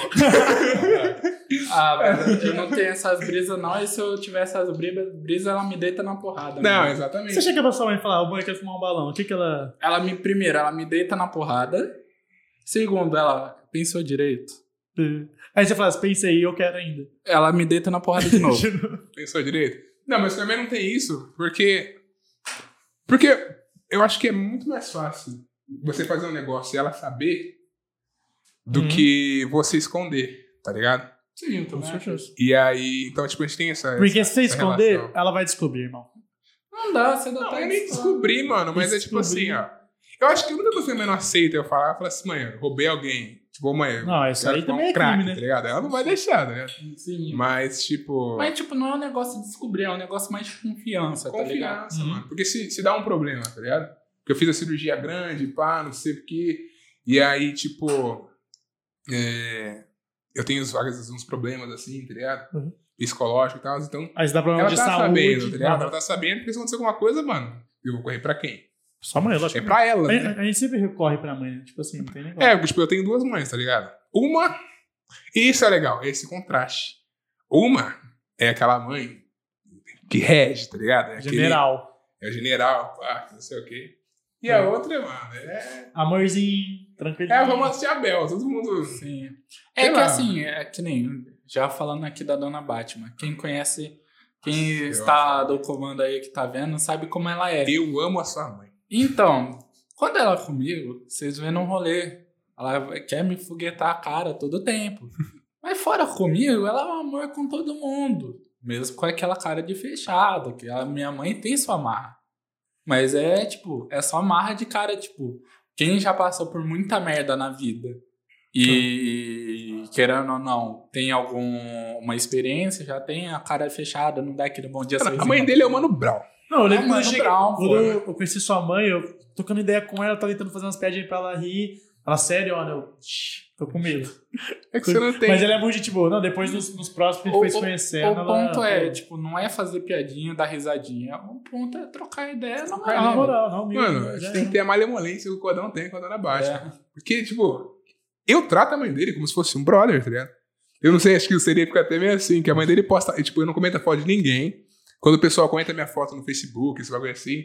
Mas eu não tenho essas brisas, não. E se eu tiver essas brisas, ela me deita na porrada. Não, né? exatamente. Você chega pra sua mãe e fala, mãe, eu quero fumar um balão. O que ela... Primeiro, ela me deita na porrada. Segundo, ela pensou direito. Aí você fala, pensei, eu quero ainda. Ela me deita na porrada de novo. Pensou direito? Não, mas também não tem isso, porque eu acho que é muito mais fácil você fazer um negócio e ela saber do que você esconder, tá ligado? Sim, eu também acho isso. E aí, então, tipo, a gente tem essa. Porque essa, se você essa esconder, relação. ela vai descobrir, irmão. Não dá, você Não, eu nem descobri, mano, mas é tipo assim, ó. Eu acho que a única coisa que a mãe não aceita eu falar assim, mãe, eu roubei alguém. Tipo, mãe, Não, isso quero aí fumar também é crack, crime, né? tá ligado? Ela não vai deixar, tá ligado? Sim. Mas, tipo. Mas, tipo, não é um negócio de descobrir, é um negócio mais de confiança, tá ligado? Confiança, mano. Porque se dá um problema, tá ligado? Porque eu fiz a cirurgia grande, pá, não sei o quê. E aí, tipo. Eu tenho uns problemas assim, tá ligado? Psicológico e tal. Então. Aí você dá problema Ela de tá saúde. sabendo, tá ligado? Não. Ela tá sabendo que se acontecer alguma coisa, mano, eu vou correr pra quem? Só mãe, lógico. É pra ela, né? A gente sempre recorre pra mãe, né? Tipo assim, não tem negócio. Porque, tipo, eu tenho duas mães, tá ligado? Uma. E isso é legal, esse contraste. Uma é aquela mãe que rege, tá ligado? É General. É o general, pá, não sei o quê. E a outra, mano, Amorzinho, tranquilo. é o romance de Abel, todo mundo. Sim. Sei É que lá. assim, é que nem, já falando aqui da Dona Batman, quem conhece, quem Eu está acho. do comando aí que tá vendo, sabe como ela é. Eu amo a sua mãe. Então, quando ela é comigo, vocês vêem num rolê, ela quer me foguetar a cara todo tempo. Mas fora comigo, ela é um amor com todo mundo. Mesmo com aquela cara de fechada, que a minha mãe tem sua marra. Mas é, tipo, é só marra de cara, tipo, quem já passou por muita merda na vida e, querendo ou não, tem alguma experiência, já tem a cara fechada, não dá aquele bom dia. Cara, a mãe dele é o Mano Brown. Não, eu lembro Ah, quando eu Mano cheguei. Brown, Quando pô. eu conheci sua mãe, eu trocando ideia com ela, tá tentando fazer umas piadinhas pra ela rir. Ela, sério, olha, eu tô com medo. É que você não tem. Mas ela é muito gente boa. Não, depois nos próximos que a gente foi se conhecendo. O ponto ela, é, tipo, não é fazer piadinha, dar risadinha. O ponto é trocar ideia na moral. na moral, não, meu. Mano, a gente tem que ter a malemolência que o Codão tem quando ela baixa. É. Porque, tipo, eu trato a mãe dele como se fosse um brother, tá ligado? Eu não sei, acho que o seria ficar até meio assim, que a mãe dele posta. Tipo, eu não comento a foto de ninguém. Quando o pessoal comenta minha foto no Facebook, esse bagulho assim,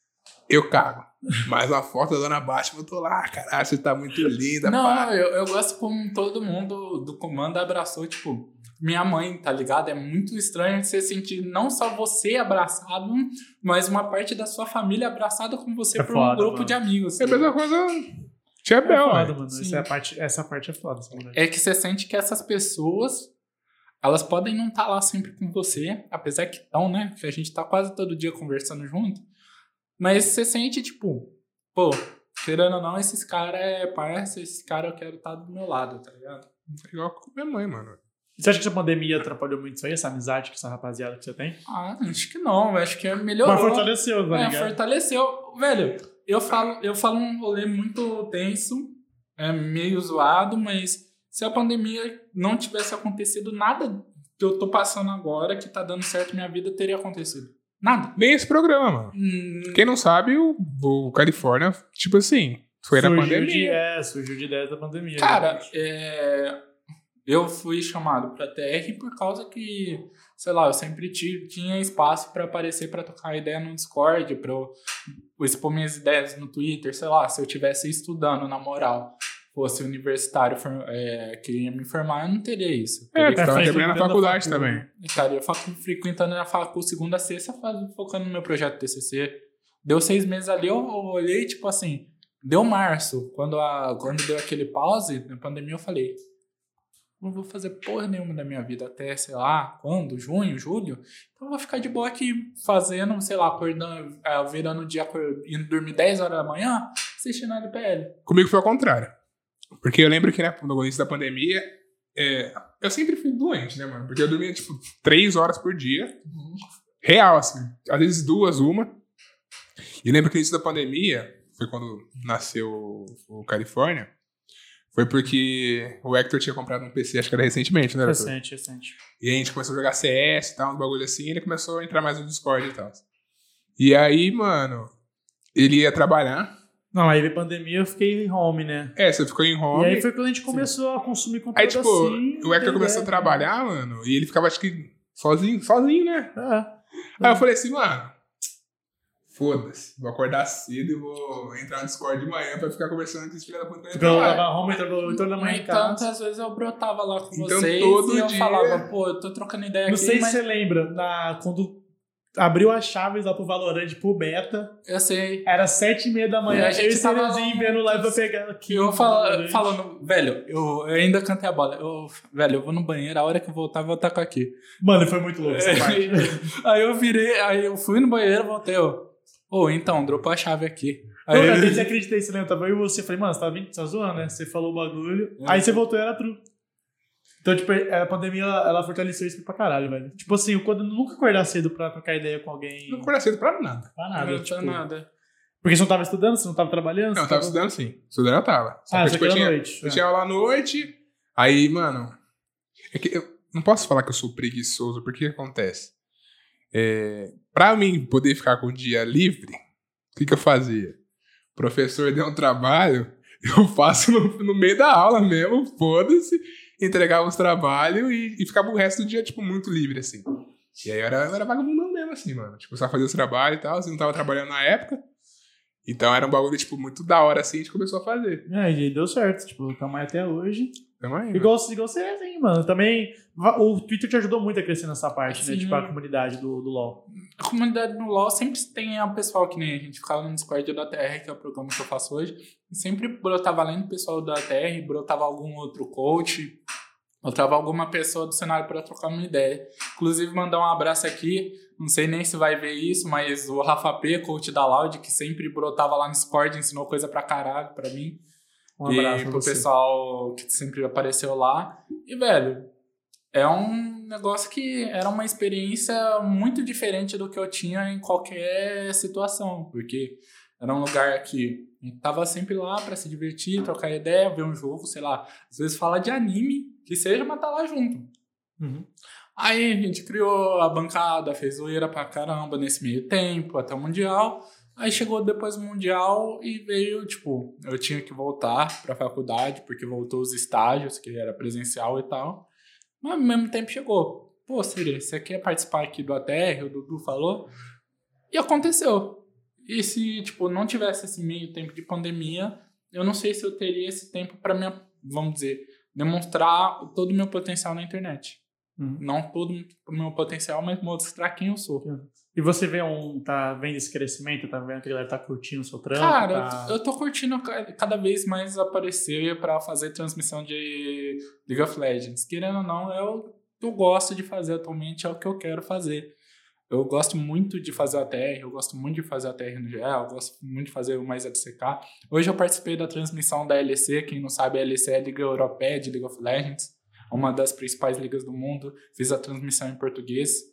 eu cago. Mas na foto da Dona Batman, eu tô lá, caralho, você tá muito linda, Não, pá. eu gosto como todo mundo do comando abraçou, tipo, minha mãe, tá ligado? É muito estranho você sentir não só você abraçado, mas uma parte da sua família abraçada com você É por foda, um grupo mano. de amigos. É a mesma coisa. Tia É Bel, foda, velho. mano. Sim. Essa parte é foda. Essa mulher. É que você sente que essas pessoas, elas podem não estar lá sempre com você, apesar que estão, né? Que a gente tá quase todo dia conversando junto. Mas você sente, tipo, pô, querendo ou não, esses caras é parça, esses caras eu quero estar do meu lado, tá ligado? É igual com minha mãe, mano. Você acha que essa pandemia atrapalhou muito isso aí, essa amizade com essa rapaziada que você tem? Ah, acho que não, acho que melhorou. Mas fortaleceu, tá ligado? Fortaleceu. Velho, eu falo um rolê muito tenso, meio zoado, mas se a pandemia não tivesse acontecido, nada que eu tô passando agora, que tá dando certo na minha vida, teria acontecido. Nada. Nem esse programa, mano. Quem não sabe, o Califórnia, tipo assim, foi na pandemia. Surgiu de ideia da pandemia. Cara, exatamente. eu fui chamado pra TR por causa que, sei lá, eu sempre tinha espaço pra aparecer, pra tocar ideia no Discord, pra eu expor minhas ideias no Twitter, sei lá, se eu estivesse estudando, na moral, fosse universitário que ia me formar, eu não teria isso. Eu teria Você tava Tá terminando a frequentando faculdade a facu, também. Estaria frequentando a facu segunda a sexta, focando no meu projeto TCC. Deu 6 meses ali, eu olhei, tipo assim, deu março, quando deu aquele pause na pandemia, eu falei, não vou fazer porra nenhuma da minha vida até, sei lá, quando? Junho, julho? Então eu vou ficar de boa aqui fazendo, sei lá, acordando, virando o dia, indo dormir 10 horas da manhã, assistindo a LPL. Comigo foi ao contrário. Porque eu lembro que, né, no início da pandemia, eu sempre fui doente, né, mano? Porque eu dormia, tipo, 3 horas por dia. Real, assim. Às vezes 2, 1. E lembro que no início da pandemia, foi quando nasceu o Califórnia, Foi porque o Hector tinha comprado um PC, acho que era recentemente, né? Recente. E a gente começou a jogar CS e tal, um bagulho assim, e ele começou a entrar mais no Discord e tal. E aí, mano, ele ia trabalhar. Não, aí veio pandemia, eu fiquei home, né? Você ficou em home. E aí foi quando a gente começou a consumir conteúdo aí, tipo, assim. o Hector começou a trabalhar, mano, e ele ficava, acho que, sozinho, né? Aí eu falei assim, mano, foda-se, vou acordar cedo e vou entrar no Discord de manhã pra ficar conversando com esse filho da puta. Porque eu tava home, entrava 8 da manhã em casa. Tantas vezes eu brotava lá com Então, vocês todo e eu dia... falava, pô, eu tô trocando ideia Não aqui, sei mas... se você lembra, quando abriu as chaves lá pro Valorant, pro beta, Eu sei. era 7h30 da manhã, A gente eu e o tava Cerezinho vendo live pra pegar aqui. Eu falando, velho, eu ainda cantei a bola. Velho, eu vou no banheiro, a hora que eu voltar, vou estar com aqui. Mano, foi muito louco essa parte. Aí eu fui no banheiro, voltei, então, dropou a chave aqui. Eu Aí nem desacreditei, você lembra? Tava eu e você, falei, mano, você tá zoando, né? Você falou o bagulho, aí você voltou e era true. Então, tipo, a pandemia, ela fortaleceu isso pra caralho, velho. Tipo assim, quando eu nunca acordar cedo pra trocar ideia com alguém... Não acordar cedo pra nada. Pra nada, não tipo... tinha nada. Porque você não tava estudando, você não tava trabalhando? Não, eu tava estudando sim. Estudando eu tava. Você quer à noite. Eu tinha aula à noite, aí, mano... É que eu não posso falar que eu sou preguiçoso, porque o que acontece? Pra mim poder ficar com o dia livre, o que eu fazia? O professor deu um trabalho, eu faço no meio da aula mesmo, foda-se, entregava os trabalhos e ficava o resto do dia, tipo, muito livre, assim. E aí eu era vagabundão mesmo, assim, mano. Tipo, só fazia os trabalhos e tal, assim, não tava trabalhando na época. Então era um bagulho, tipo, muito da hora, assim, a gente começou a fazer. E aí deu certo, tipo, tamo aí até hoje. Tamo aí, Igual você, assim, mano. Também, o Twitter te ajudou muito a crescer nessa parte, né? Tipo, a comunidade do LoL. A comunidade no LoL sempre tem o pessoal que nem a gente ficava no Discord da TR, que é o programa que eu faço hoje, e sempre brotava além do pessoal da TR, brotava algum outro coach, brotava alguma pessoa do cenário pra trocar uma ideia. Inclusive, mandar um abraço aqui, não sei nem se vai ver isso, mas o Rafa P, coach da Loud, que sempre brotava lá no Discord, ensinou coisa pra caralho pra mim. Um abraço e pro pessoal que sempre apareceu lá. E, velho, é um negócio que era uma experiência muito diferente do que eu tinha em qualquer situação. Porque era um lugar que a gente tava sempre lá pra se divertir, trocar ideia, ver um jogo, sei lá. Às vezes falar de anime, que seja, mas tá lá junto. Uhum. Aí a gente criou a bancada, fez zoeira pra caramba nesse meio tempo, até o Mundial. Aí chegou depois do Mundial e veio, tipo, eu tinha que voltar pra faculdade, porque voltou os estágios, que era presencial e tal. Mas ao mesmo tempo chegou. Pô, Siri, você quer participar aqui do ATR? O Dudu falou. E aconteceu. E se, tipo, não tivesse esse meio tempo de pandemia, eu não sei se eu teria esse tempo pra, vamos dizer, demonstrar todo o meu potencial na internet. Não todo o meu potencial, mas mostrar quem eu sou. E você tá vendo esse crescimento? Tá vendo que a galera tá curtindo o seu trampo? Cara, eu tô curtindo cada vez mais aparecer pra fazer transmissão de League of Legends. Querendo ou não, eu gosto de fazer atualmente, é o que eu quero fazer. Eu gosto muito de fazer a TR, eu gosto muito de fazer a TR no geral, eu gosto muito de fazer o mais ADCK. Hoje eu participei da transmissão da LEC, quem não sabe, a LEC é a Liga Europeia de League of Legends, uma das principais ligas do mundo. Fiz a transmissão em português,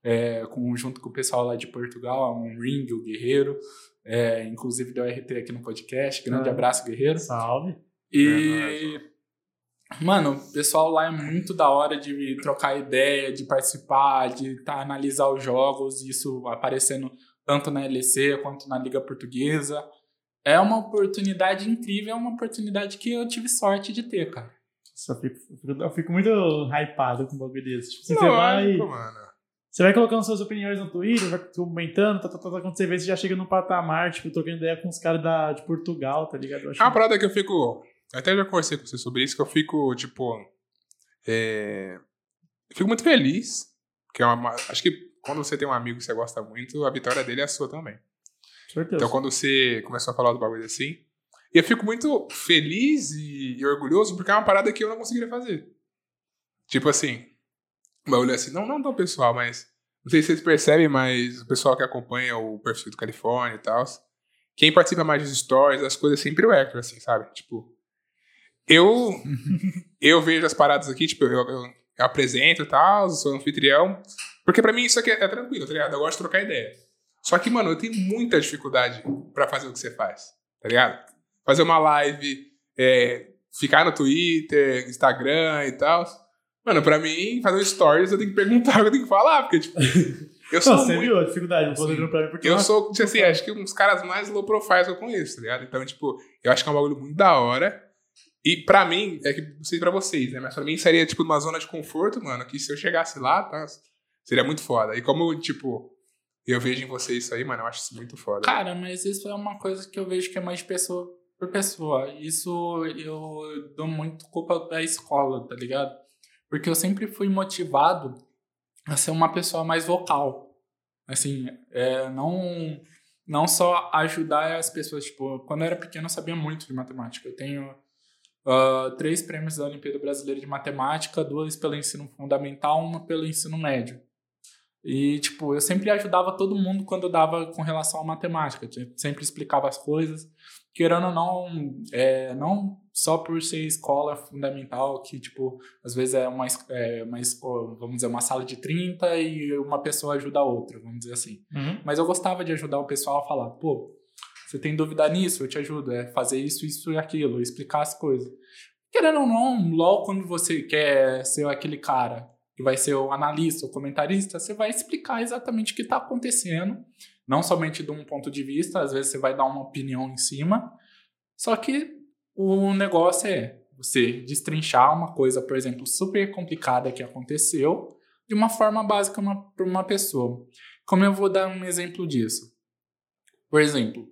junto com o pessoal lá de Portugal, um Ring, o Guerreiro, inclusive deu RT aqui no podcast. Grande abraço, Guerreiro. Salve. E, mano, o pessoal lá é muito da hora de trocar ideia, de participar, de analisar os jogos, isso aparecendo tanto na LEC quanto na Liga Portuguesa. É uma oportunidade incrível, é uma oportunidade que eu tive sorte de ter, cara. Eu fico muito hypado com um bagulho desse. Tipo, você vai colocando suas opiniões no Twitter, vai comentando, quando você vê, você já chega num patamar, tipo, trocando ideia com os caras de Portugal, tá ligado? Eu acho uma parada que eu fico... Até já conversei com você sobre isso, que eu fico, tipo... fico muito feliz, porque acho que quando você tem um amigo que você gosta muito, a vitória dele é a sua também. Certeza. Então, quando você começou a falar do bagulho assim, eu fico muito feliz e orgulhoso, porque é uma parada que eu não conseguiria fazer. Tipo assim, o bagulho assim, não tão pessoal, mas... Não sei se vocês percebem, mas o pessoal que acompanha o perfil do Califórnia e tal, quem participa mais dos stories, das coisas, sempre o Hector, assim, sabe? Tipo, eu vejo as paradas aqui, tipo, eu apresento e tal, sou anfitrião, porque pra mim isso aqui é tranquilo, tá ligado? Eu gosto de trocar ideia. Só que, mano, eu tenho muita dificuldade pra fazer o que você faz, tá ligado? Fazer uma live, ficar no Twitter, Instagram e tal. Mano, pra mim, fazer stories, eu tenho que perguntar o que eu tenho que falar, porque, tipo... Eu sou você viu a dificuldade, pra mim, porque eu sou, assim, acho que um dos caras mais low profile que eu conheço, tá ligado? Então, tipo, eu acho que é um bagulho muito da hora. E pra mim, é que não sei pra vocês, né? Mas pra mim seria, tipo, uma zona de conforto, mano, que se eu chegasse lá, tá, seria muito foda. E como, tipo, eu vejo em vocês isso aí, mano, eu acho isso muito foda. Cara, mas isso é uma coisa que eu vejo que é mais de pessoa por pessoa. Isso eu dou muito culpa da escola, tá ligado? Porque eu sempre fui motivado a ser uma pessoa mais vocal. Assim, não só ajudar as pessoas. Tipo, quando eu era pequeno eu sabia muito de matemática. Eu tenho 3 prêmios da Olimpíada Brasileira de Matemática, 2 pelo ensino fundamental, 1 pelo ensino médio. E, tipo, eu sempre ajudava todo mundo quando eu dava com relação à matemática. Eu sempre explicava as coisas. Querendo ou não só por ser escola fundamental, que, tipo, às vezes é uma vamos dizer, uma sala de 30 e uma pessoa ajuda a outra, vamos dizer assim. Uhum. Mas eu gostava de ajudar o pessoal a falar, pô, você tem dúvida nisso? Eu te ajudo. Fazer isso, isso e aquilo, explicar as coisas. Querendo ou não, logo quando você quer ser aquele cara que vai ser o analista, o comentarista, você vai explicar exatamente o que está acontecendo, não somente de um ponto de vista, às vezes você vai dar uma opinião em cima, só que o negócio é você destrinchar uma coisa, por exemplo, super complicada que aconteceu, de uma forma básica para uma pessoa. Como eu vou dar um exemplo disso? Por exemplo,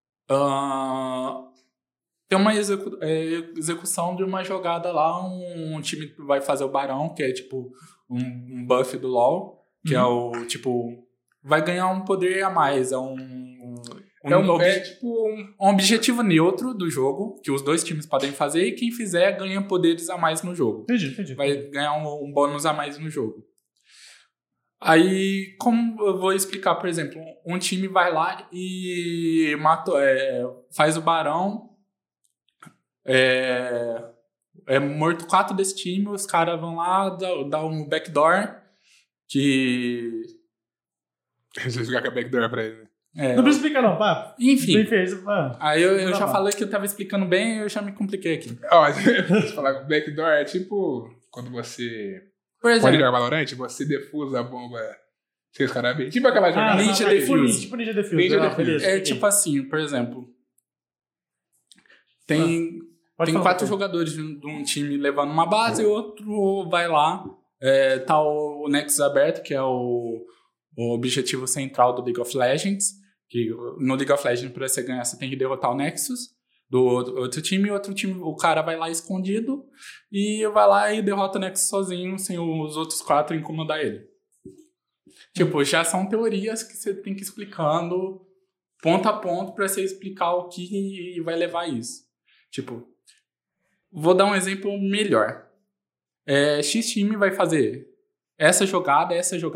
tem uma execução de uma jogada lá, um time vai fazer o Barão, que é tipo um buff do LoL, que é o tipo, vai ganhar um poder a mais, um objetivo neutro do jogo, que os 2 times podem fazer, e quem fizer ganha poderes a mais no jogo. Entendi. Vai ganhar um bônus a mais no jogo. Aí, como eu vou explicar, por exemplo, um time vai lá e faz o Barão, morto 4 desse time, os caras vão lá, dá um backdoor, que... Você jogar com a backdoor pra ele. Não precisa explicar não, pá. Enfim. Aí eu já falei que eu tava explicando bem, eu já me compliquei aqui. Ó, você falar com backdoor é tipo quando você... Por exemplo, pode jogar Valorant, você defusa a bomba sem os caras bem. Tipo aquela jogada... Ninja Defuse. Tipo Ninja Defuse. Tipo assim, por exemplo, tem 4 jogadores de um time levando uma base e outro vai lá, tá o Nexus aberto, que é o objetivo central do League of Legends, que no League of Legends, para você ganhar, você tem que derrotar o Nexus do outro time, e outro time, o cara vai lá escondido e vai lá e derrota o Nexus sozinho, sem os outros 4 incomodar ele. Tipo, já são teorias que você tem que ir explicando ponto a ponto para você explicar o que vai levar a isso. Tipo, vou dar um exemplo melhor. X time vai fazer essa jogada,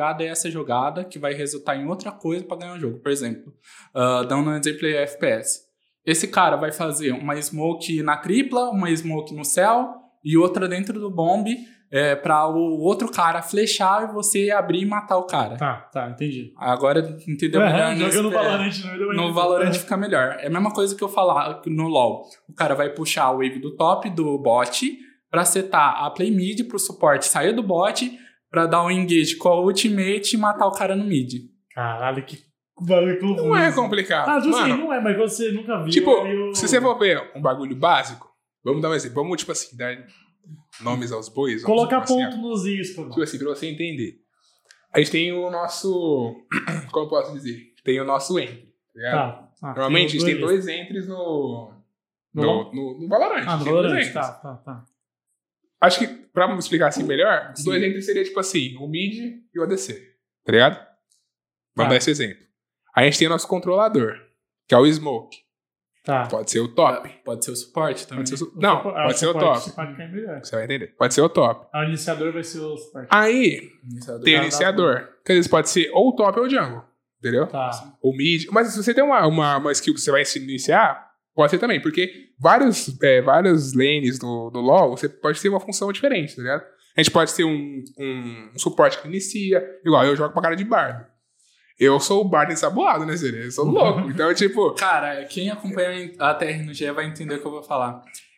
que vai resultar em outra coisa para ganhar o jogo. Por exemplo, dando um exemplo de FPS. Esse cara vai fazer uma smoke na tripla, uma smoke no céu e outra dentro do bomb para o outro cara flechar e você abrir e matar o cara. Tá, entendi. Agora entendeu melhor. Jogando Valorant no Valorant fica melhor. É a mesma coisa que eu falar no LoL. O cara vai puxar a wave do top do bot para setar a play mid pro suporte sair do bot para dar um engage com a ultimate e matar o cara no mid. Caralho, que bagulho confuso. Não é complicado. Mano, não é, mas você nunca viu. Tipo, se você for ver um bagulho básico, vamos dar um exemplo. Vamos, tipo assim, dar nomes aos bois. Colocar ponto nos is, pô. Tipo assim, pra você entender. A gente tem o nosso... Como eu posso dizer? Tem o nosso entry, tá ligado? Normalmente a gente tem 2 entries no Valorant. No Valorant, tá. Acho que, pra me explicar assim melhor, os 2 entries seria tipo assim, o mid e o ADC, tá ligado? Vamos dar esse exemplo. Aí a gente tem o nosso controlador, que é o smoke. Tá. Pode ser o top. Pode ser o suporte também. Pode ser o top. Você vai entender. Pode ser o top. O iniciador vai ser o suporte. Aí, tem o iniciador. Que às vezes pode ser ou o top ou o jungle. Entendeu? Tá. Ou mid. Mas se você tem uma skill que você vai iniciar, pode ser também. Porque vários lanes do LoL, você pode ter uma função diferente, tá ligado? A gente pode ter um suporte que inicia. Igual, eu jogo pra cara de bardo. Eu sou o bardo ensaboado, né, Zé? Eu sou louco. Então, tipo... Cara, quem acompanha a TR no G vai entender o que eu vou falar.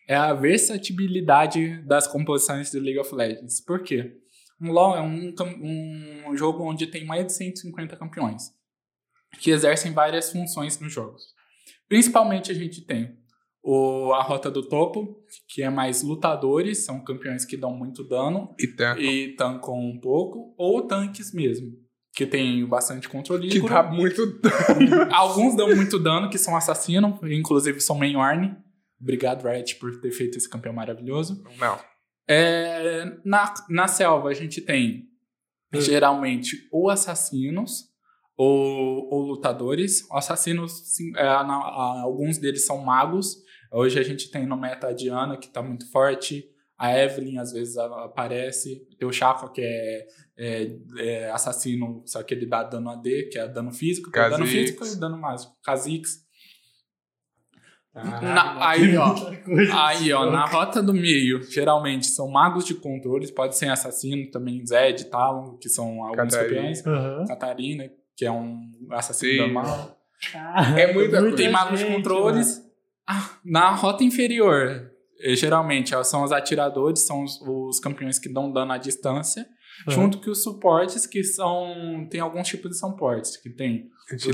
é a versatilidade das composições do League of Legends. Por quê? Um LoL é um jogo onde tem mais de 150 campeões que exercem várias funções nos jogos. Principalmente a gente tem a Rota do Topo, que é mais lutadores, são campeões que dão muito dano e tancam um pouco, ou tanques mesmo, que tem bastante controle. Que dá muito dano. Alguns dão muito dano, que são assassinos, inclusive são main Ornn. Obrigado, Riot, por ter feito esse campeão maravilhoso. Não. Na selva a gente tem geralmente ou assassinos ou lutadores. Assassinos, sim, alguns deles são magos. Hoje a gente tem no meta a Diana, que tá muito forte. A Evelynn às vezes aparece. Tem o Chaco, que é assassino, só que ele dá dano AD, que é dano físico. Tem dano físico e dano mágico. Kha'Zix. Aí, ó, na rota do meio, geralmente são magos de controle, pode ser assassino também, Zed, Talon, que são alguns campeões. Catarina, que é um assassino normal. Tem magos de controles. Na rota inferior, geralmente são os atiradores, são os campeões que dão dano à distância, junto com os suportes, que tem alguns tipos de suportes, que tem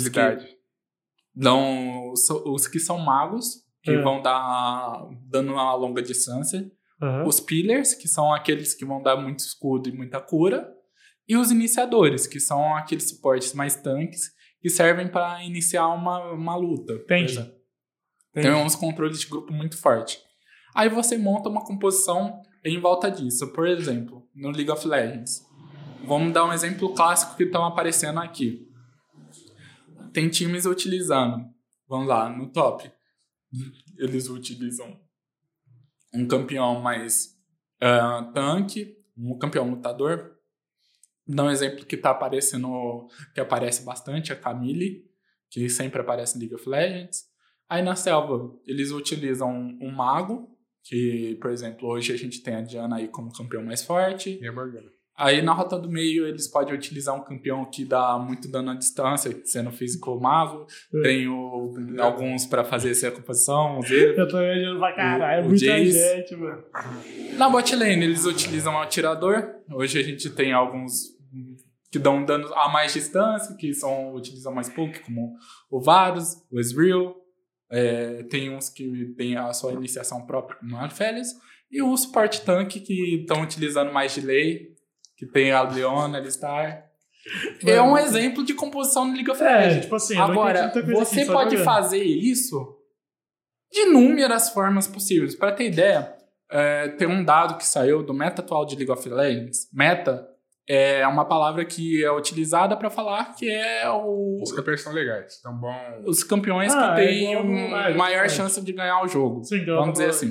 os que são magos, que vão dar dano a longa distância. Os pillars, que são aqueles que vão dar muito escudo e muita cura. E os iniciadores, que são aqueles suportes mais tanques, que servem para iniciar uma luta. Entendi. Tem uns controles de grupo muito forte. Aí você monta uma composição em volta disso. Por exemplo, no League of Legends. Vamos dar um exemplo clássico que estão aparecendo aqui. Tem times utilizando, vamos lá, no top, eles utilizam um campeão mais tanque, um campeão lutador. Dá um exemplo que tá aparecendo, que aparece bastante, a Camille, que sempre aparece em League of Legends. Aí na selva, eles utilizam um mago, que, por exemplo, hoje a gente tem a Diana aí como campeão mais forte. E a Morgana. Aí na rota do meio eles podem utilizar um campeão que dá muito dano à distância, sendo físico mago. Tem alguns pra fazer essa composição. Eu tô imaginando pra caralho, muita gente, mano. Na bot lane eles utilizam um atirador. Hoje a gente tem alguns que dão dano a mais distância, que utilizam mais pouco, como o Varus, o Ezreal. Tem uns que tem a sua iniciação própria, como o Alphelios. E o suporte tanque, que estão utilizando mais delay, que tem a Leona, Alistar. É um exemplo de composição no League of Legends. Tipo assim, agora, você pode fazer isso de inúmeras formas possíveis. Para ter ideia, tem um dado que saiu do meta atual de League of Legends. Meta é uma palavra que é utilizada para falar que é os campeões são legais, tão bom. Os campeões que têm maior chance de ganhar o jogo. Sim, vamos dizer assim.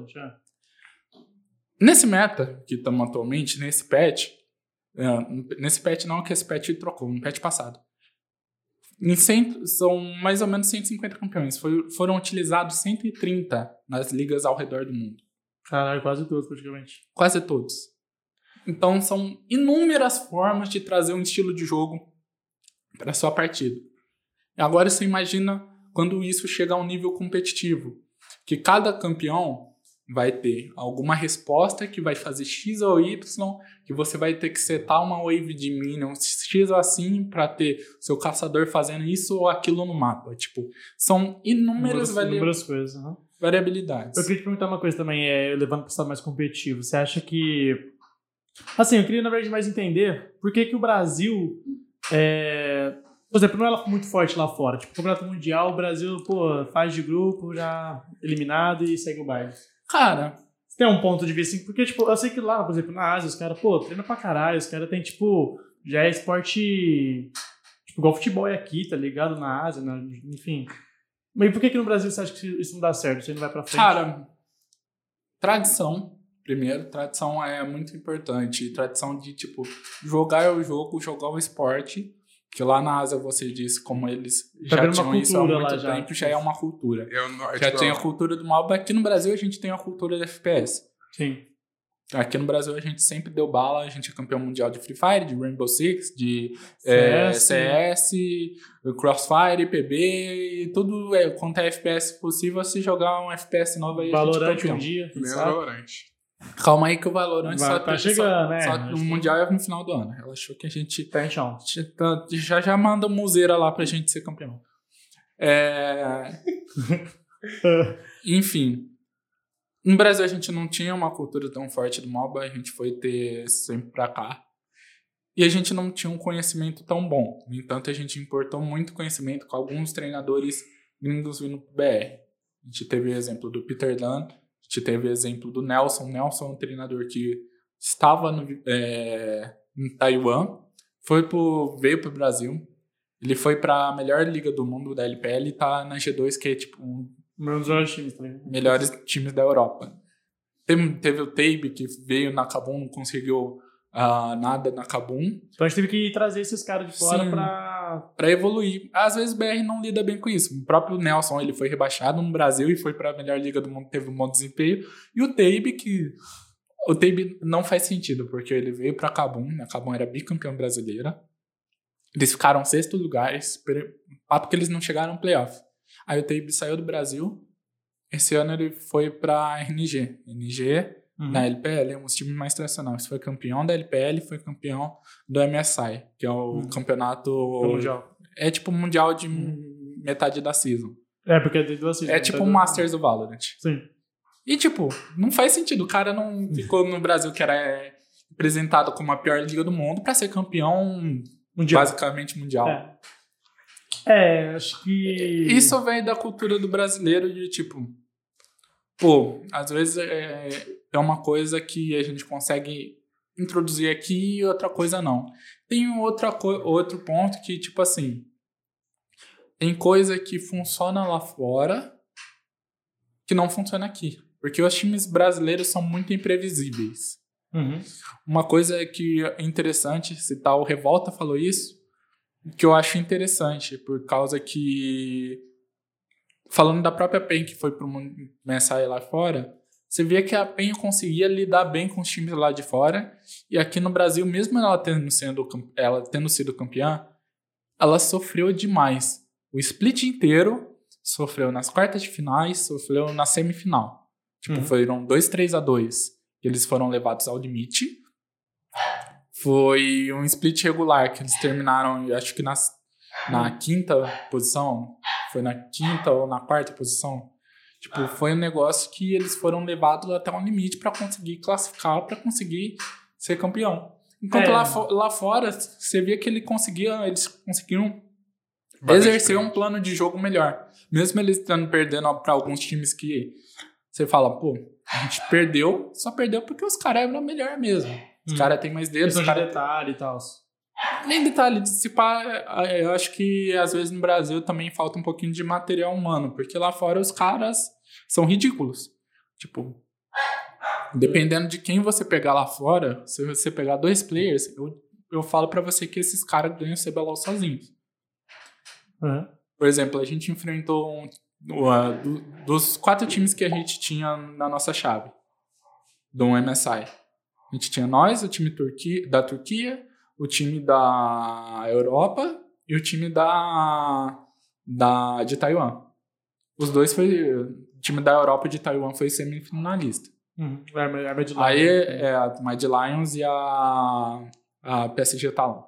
Nesse meta que estamos atualmente, nesse patch não, que esse patch trocou, no patch passado. São mais ou menos 150 campeões. Foram utilizados 130 nas ligas ao redor do mundo. Caralho, quase todos, praticamente. Quase todos. Então, são inúmeras formas de trazer um estilo de jogo para sua partida. E agora você imagina quando isso chega a um nível competitivo, que cada campeão vai ter alguma resposta que vai fazer X ou Y, que você vai ter que setar uma wave de minions X ou assim para ter seu caçador fazendo isso ou aquilo no mapa. Tipo, são inúmeras coisas, variabilidades. Eu queria te perguntar uma coisa também, levando para o estado mais competitivo. Você acha que... Assim, eu queria, na verdade, mais entender por que o Brasil... Por exemplo, não é muito forte lá fora. Tipo, Campeonato Mundial, o Brasil, faz de grupo, já eliminado e segue o baile. Cara... Você tem um ponto de vista assim, porque, tipo, eu sei que lá, por exemplo, na Ásia, os caras, treinam pra caralho, os caras têm, tipo, já é esporte, tipo, igual futebol é aqui, tá ligado? Na Ásia, enfim. Mas por que no Brasil você acha que isso não dá certo? Você não vai pra frente? Cara, tradição. Primeiro, tradição é muito importante. Tradição de, tipo, jogar o jogo, jogar o esporte. Que lá na Ásia, você disse, como eles já tinham isso há muito tempo, já é uma cultura. Já tem a cultura do MOBA. Aqui no Brasil, a gente tem a cultura do FPS. Sim. Aqui no Brasil a gente sempre deu bala, a gente é campeão mundial de Free Fire, de Rainbow Six, de CS, Crossfire, PB, e tudo quanto é FPS possível. Se jogar um FPS novo aí, Valorant a gente é campeão. um dia. Menos Valorant. Calma aí que o Valorant Tá chegando, né? Só o Mundial é no final do ano. Ela achou que a gente Tem chão. já manda museira lá pra gente ser campeão. Enfim. No Brasil a gente não tinha uma cultura tão forte do MOBA, a gente foi ter sempre pra cá. E a gente não tinha um conhecimento tão bom. No entanto, a gente importou muito conhecimento com alguns treinadores gringos vindo pro BR. A gente teve o exemplo do Peter Dunn, a gente teve o exemplo do Nelson. Nelson é um treinador que estava em Taiwan, veio pro Brasil. Ele foi pra melhor liga do mundo da LPL e tá na G2, que é tipo Melhores times também. melhores times da Europa. Teve o Tabe, que veio na Kabum, não conseguiu nada na Kabum. Então a gente teve que trazer esses caras de fora Sim. pra Evoluir. Às vezes o BR não lida bem com isso. O próprio Nelson, ele foi rebaixado no Brasil e foi pra melhor liga do mundo, teve um bom desempenho. E o Tabe, o Tabe não faz sentido, porque ele veio pra Kabum, a Kabum era bicampeã brasileira. Eles ficaram em 6º lugar, porque eles não chegaram no playoff. Aí o Tabe saiu do Brasil. Esse ano ele foi pra RNG. RNG, na LPL, é um dos times mais tradicionais. Foi campeão da LPL, foi campeão do MSI, que é o campeonato... mundial. É tipo mundial de metade da season. Porque tem duas seasons. É tipo o Masters do Valorant. Sim. E tipo, não faz sentido. O cara não ficou no Brasil, que era representado como a pior liga do mundo, pra ser campeão Mundial. basicamente mundial. Acho que... Isso vem da cultura do brasileiro de tipo... às vezes é uma coisa que a gente consegue introduzir aqui e outra coisa não. Tem outro ponto que, tipo assim... Tem coisa que funciona lá fora que não funciona aqui. Porque os times brasileiros são muito imprevisíveis. Uma coisa que é interessante citar, o Revolta falou isso, que eu acho interessante, por causa que, falando da própria PEN, que foi pro MSI lá fora, você via que a PEN conseguia lidar bem com os times lá de fora, e aqui no Brasil, mesmo ela tendo sido campeã, ela sofreu demais. O split inteiro sofreu nas quartas de finais, sofreu na semifinal. Tipo, foram 2-3-2, que eles foram levados ao limite. Foi um split regular, que eles terminaram, acho que na 5ª posição. Foi na 5ª ou na 4ª posição. Tipo, foi um negócio que eles foram levados até um limite para conseguir classificar, para conseguir ser campeão. Enquanto lá fora, você via que eles conseguiam exercer um plano de jogo melhor. Mesmo eles estando perdendo para alguns times que você fala, a gente perdeu, só perdeu porque os caras eram melhor mesmo. Os caras têm mais dedos. Questão de detalhe e tal. Nem detalhe, eu acho que às vezes no Brasil também falta um pouquinho de material humano, porque lá fora os caras são ridículos. Tipo, dependendo de quem você pegar lá fora, se você pegar 2 players, eu falo pra você que esses caras ganham o CBLOL sozinhos. Por exemplo, a gente enfrentou dos 4 times que a gente tinha na nossa chave do MSI. A gente tinha nós, o time da Turquia, o time da Europa e o time de Taiwan. Os dois o time da Europa e de Taiwan foi semifinalista. A Mad Lions. Aí a Mad Lions e a PSG Talon.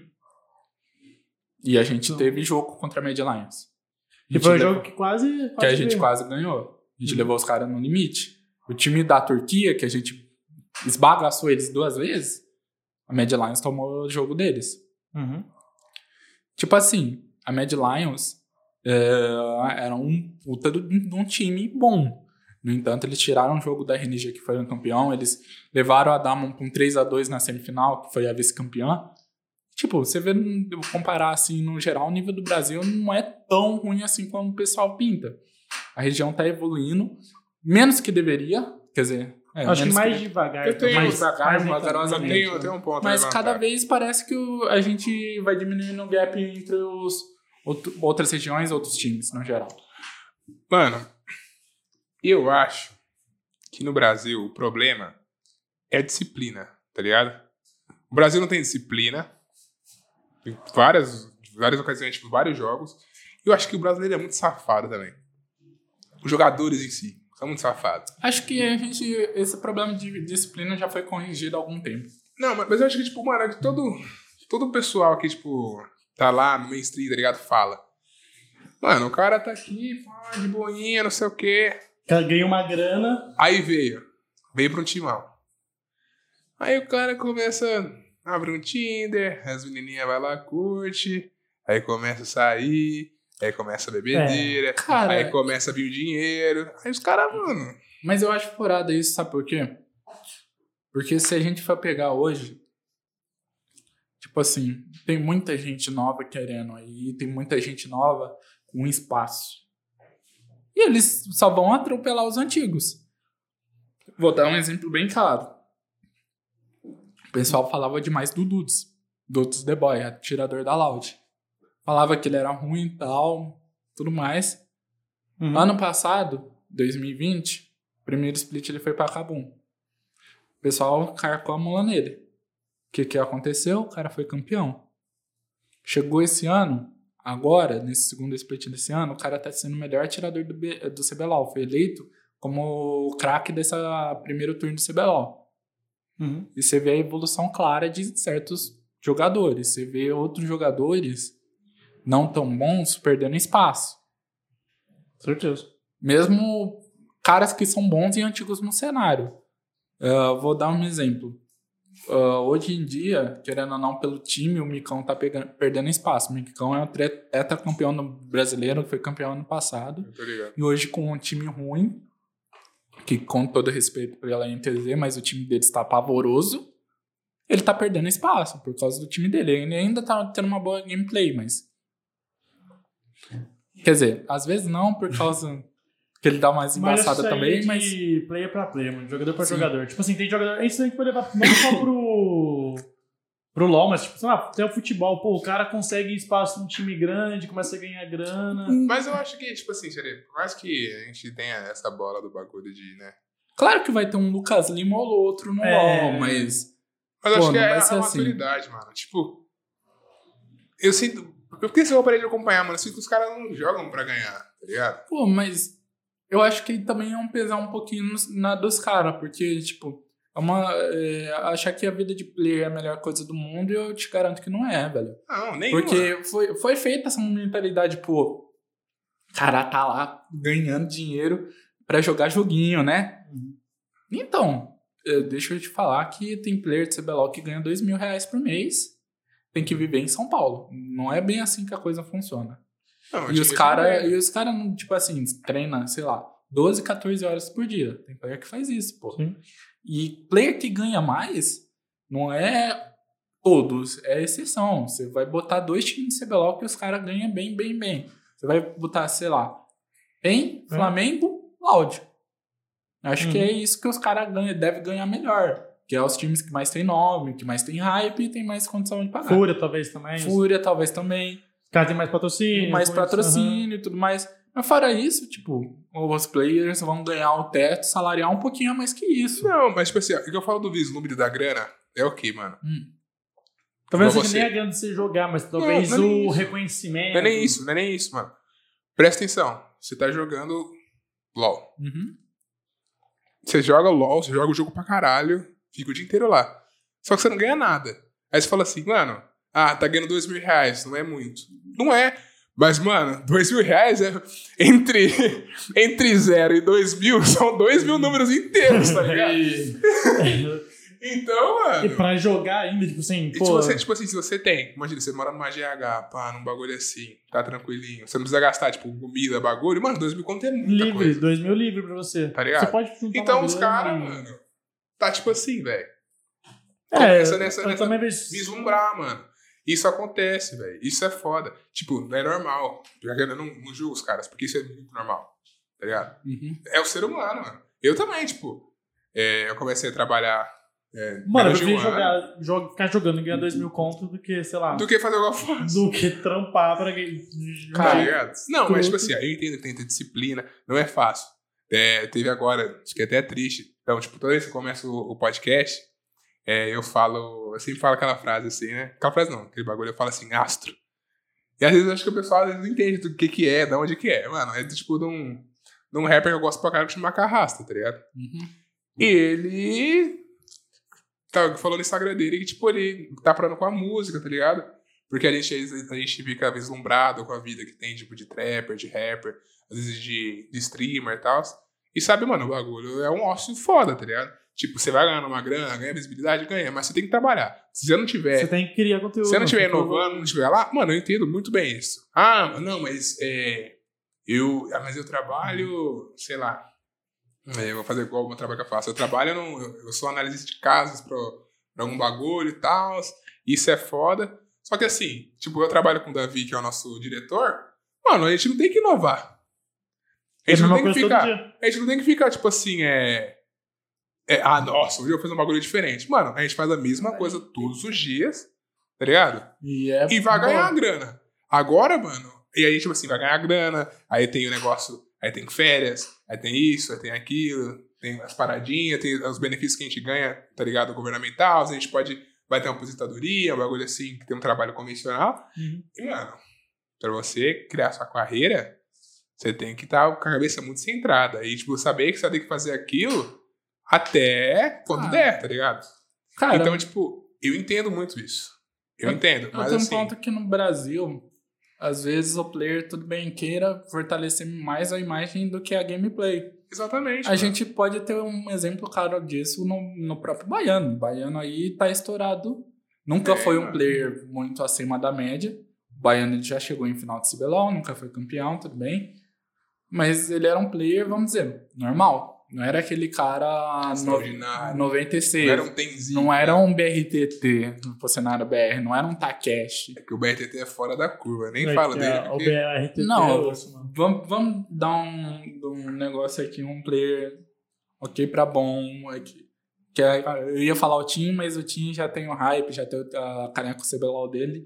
E a gente teve jogo contra a Mad Lions. E foi um jogo que a gente quase ganhou. A gente levou os caras no limite. O time da Turquia, que a gente esbagaçou eles 2 vezes, a Mad Lions tomou o jogo deles. Tipo assim, a Mad Lions era um time bom. No entanto, eles tiraram o jogo da RNG, que foi o campeão. Eles levaram a Damon com 3-2 na semifinal, que foi a vice-campeã. Tipo, você vê, comparar assim, no geral, o nível do Brasil não é tão ruim assim como o pessoal pinta. A região tá evoluindo, menos que deveria, quer dizer... acho que mais devagar. Eu tenho mais vagarosamente. Eu tenho um ponto. Mas cada vez parece que a gente vai diminuindo o gap entre outras regiões e outros times, no geral. Mano, eu acho que no Brasil o problema é disciplina, tá ligado? O Brasil não tem disciplina. Tem várias ocasiões, tipo, vários jogos. E eu acho que o brasileiro é muito safado também. Os jogadores em si são muito safados. Acho que esse problema de disciplina já foi corrigido há algum tempo. Não, mas eu acho que, tipo, mano, é que todo o pessoal aqui, tipo, tá lá no mainstream, tá ligado? Fala. Mano, o cara tá aqui, pá, de boinha, não sei o quê. Ganha uma grana. Aí veio pra um timão. Aí o cara começa a abrir um Tinder, as menininhas vai lá, curte, aí começa a sair, aí começa a bebedeira, Cara, aí começa a vir o dinheiro. Aí os caras, mano... Mas eu acho furada isso, sabe por quê? Porque se a gente for pegar hoje, tipo assim, tem muita gente nova querendo aí, tem muita gente nova com espaço. E eles só vão atropelar os antigos. Vou dar um exemplo bem claro. O pessoal falava demais do Dudes The Boy, atirador da Loud. Falava que ele era ruim e tal, tudo mais. Ano passado, 2020, primeiro split ele foi pra Kabum. O pessoal carcou a mula nele. O que aconteceu? O cara foi campeão. Chegou esse ano, agora, nesse segundo split desse ano, o cara tá sendo o melhor atirador do CBLOL. Foi eleito como o craque desse primeiro turno do CBLOL. E você vê a evolução clara de certos jogadores. Você vê outros jogadores não tão bons perdendo espaço. Certeza. Mesmo caras que são bons e antigos no cenário. Vou dar um exemplo. Hoje em dia, querendo ou não, pelo time, o Micão tá perdendo espaço. O Micão é um tetracampeão brasileiro, foi campeão ano passado. E hoje, com um time ruim, que com todo respeito pela NTZ, mas o time dele está pavoroso, ele tá perdendo espaço por causa do time dele. Ele ainda tá tendo uma boa gameplay, mas... Quer dizer, às vezes não, por causa que ele dá mais embaçada também, mas... de player pra player, mano. Jogador pra jogador. Tipo assim, tem jogador... Isso a gente pode levar não só pro LoL, mas tipo, sei lá, até o futebol. Pô, o cara consegue espaço num time grande, começa a ganhar grana. Mas eu acho que, tipo assim, por mais que a gente tenha essa bola do bagulho de, né? Claro que vai ter um Lucas Lima ou outro no LoL, mas... Mas eu acho que é a maturidade, assim. Mano. Tipo, eu sinto... Porque se eu parei de acompanhar, mano, eu sinto que os caras não jogam pra ganhar, tá ligado? Pô, mas eu acho que também é pesar um pouquinho na dos caras, porque, tipo, achar que a vida de player é a melhor coisa do mundo, eu te garanto que não é, velho. Não, nem. Porque foi feita essa mentalidade, pô, o cara tá lá ganhando dinheiro pra jogar joguinho, né? Então, deixa eu te falar que tem player de CBLOL que ganha R$2.000 por mês, tem que viver em São Paulo. Não é bem assim que a coisa funciona. Não, e os caras, tipo assim, treinam, sei lá, 12, 14 horas por dia. Tem player que faz isso, pô. Sim. E player que ganha mais, não é todos, é exceção. Você vai botar 2 times de CBLOL que os caras ganham bem, bem, bem. Você vai botar, sei lá, Flamengo, Loud. Acho que é isso que os caras devem ganhar melhor. Que é os times que mais tem nome, que mais tem hype e tem mais condição de pagar. Fúria, talvez, também. Os caras têm mais patrocínio. Mais patrocínio e tudo mais. Mas fora isso, tipo, os players vão ganhar o teto salarial um pouquinho a mais que isso. Não, mas tipo assim, o que eu falo do vislumbre da grana é o que, mano? Talvez não seja nem a grana de você jogar, mas talvez o reconhecimento. Não é nem isso, mano. Presta atenção. Você tá jogando LoL. Você joga LoL, você joga o jogo pra caralho, fica o dia inteiro lá. Só que você não ganha nada. Aí você fala assim, mano, tá ganhando R$2.000, não é muito. Não é. Mas, mano, R$2.000 entre 0 e 2.000 são 2.000 números inteiros, tá ligado? Então, mano... E pra jogar ainda, tipo assim, pô... Tipo assim, se você tem... Imagina, você mora numa GH, pá, num bagulho assim, tá tranquilinho. Você não precisa gastar, tipo, comida, bagulho. Mano, 2.000 conto é muita coisa. 2.000 livre pra você. Tá ligado? Você pode juntar então, os caras, mano, tá tipo assim, velho. Eu também vejo... Vislumbrar, mano. Isso acontece, velho. Isso é foda. Tipo, é normal. Eu não julgo os caras, porque isso é muito normal. Tá ligado? É o ser humano, mano. Eu também, tipo... eu comecei a trabalhar... mano, eu prefiro ficar jogando e ganhar 2.000 conto do que, sei lá... Do que fazer igual eu faço. Do que trampar pra... Tá ligado? Não, mas tipo assim, eu entendo que tem que ter disciplina. Não é fácil. Teve agora, acho que é até triste, Então, tipo, toda vez que eu começo o podcast, eu sempre falo aquela frase assim, né? Aquela frase não, aquele bagulho eu falo assim, astro. E às vezes eu acho que o pessoal às vezes não entende do que é, de onde que é. Mano, é tipo de um rapper que eu gosto pra caralho que chama Carrasta, tá ligado? Uhum. E ele falou no Instagram dele que, tipo, ele tá parando com a música, tá ligado? Porque a gente fica vislumbrado com a vida que tem, tipo, de trapper, de rapper, às vezes de streamer e tal. E sabe, mano, o bagulho é um ócio foda, tá ligado? Tipo, você vai ganhando uma grana, ganha visibilidade, ganha, mas você tem que trabalhar. Se você não tiver... Você tem que criar conteúdo. Se você não estiver inovando, não estiver lá, mano, eu entendo muito bem isso. Ah, não, mas eu trabalho, sei lá, eu vou fazer igual o meu trabalho que eu faço. Eu sou analista de casos pra algum bagulho e tal, isso é foda. Só que assim, tipo, eu trabalho com o Davi, que é o nosso diretor, mano, a gente não tem que inovar. A gente não tem que ficar, tipo assim, nossa, hoje eu vou fazer um bagulho diferente. Mano, a gente faz a mesma coisa todos os dias, tá ligado? E vai ganhar grana. Agora, mano, e aí, tipo assim, vai ganhar grana, aí tem o negócio, aí tem férias, aí tem isso, aí tem aquilo, tem as paradinhas, tem os benefícios que a gente ganha, tá ligado? Governamental, a gente vai ter uma aposentadoria, um bagulho assim, que tem um trabalho convencional. Uhum. E, mano, pra você criar sua carreira, você tem que estar com a cabeça muito centrada. E, tipo, saber que você vai ter que fazer aquilo até quando der, tá ligado? Cara, então, tipo, eu entendo muito isso. Eu entendo, mas tenho assim... um ponto que no Brasil, às vezes o player, tudo bem, queira fortalecer mais a imagem do que a gameplay. Exatamente. A gente pode ter um exemplo claro disso no próprio Baiano. O Baiano aí tá estourado. Nunca foi um player muito acima da média. O Baiano já chegou em final de CBLOL, nunca foi campeão, tudo bem. Mas ele era um player, vamos dizer, normal. Não era aquele cara 96. Não era um Tenzinho. Não era um BRTT no cenário BR. Não era um Takeshi. É que o BRTT é fora da curva. Nem fala dele. O BRTT não, vamos dar um negócio aqui. Um player ok pra bom. Aqui. Eu ia falar o Tim, mas o Tim já tem o hype. Já tem a caneca CBLOL dele.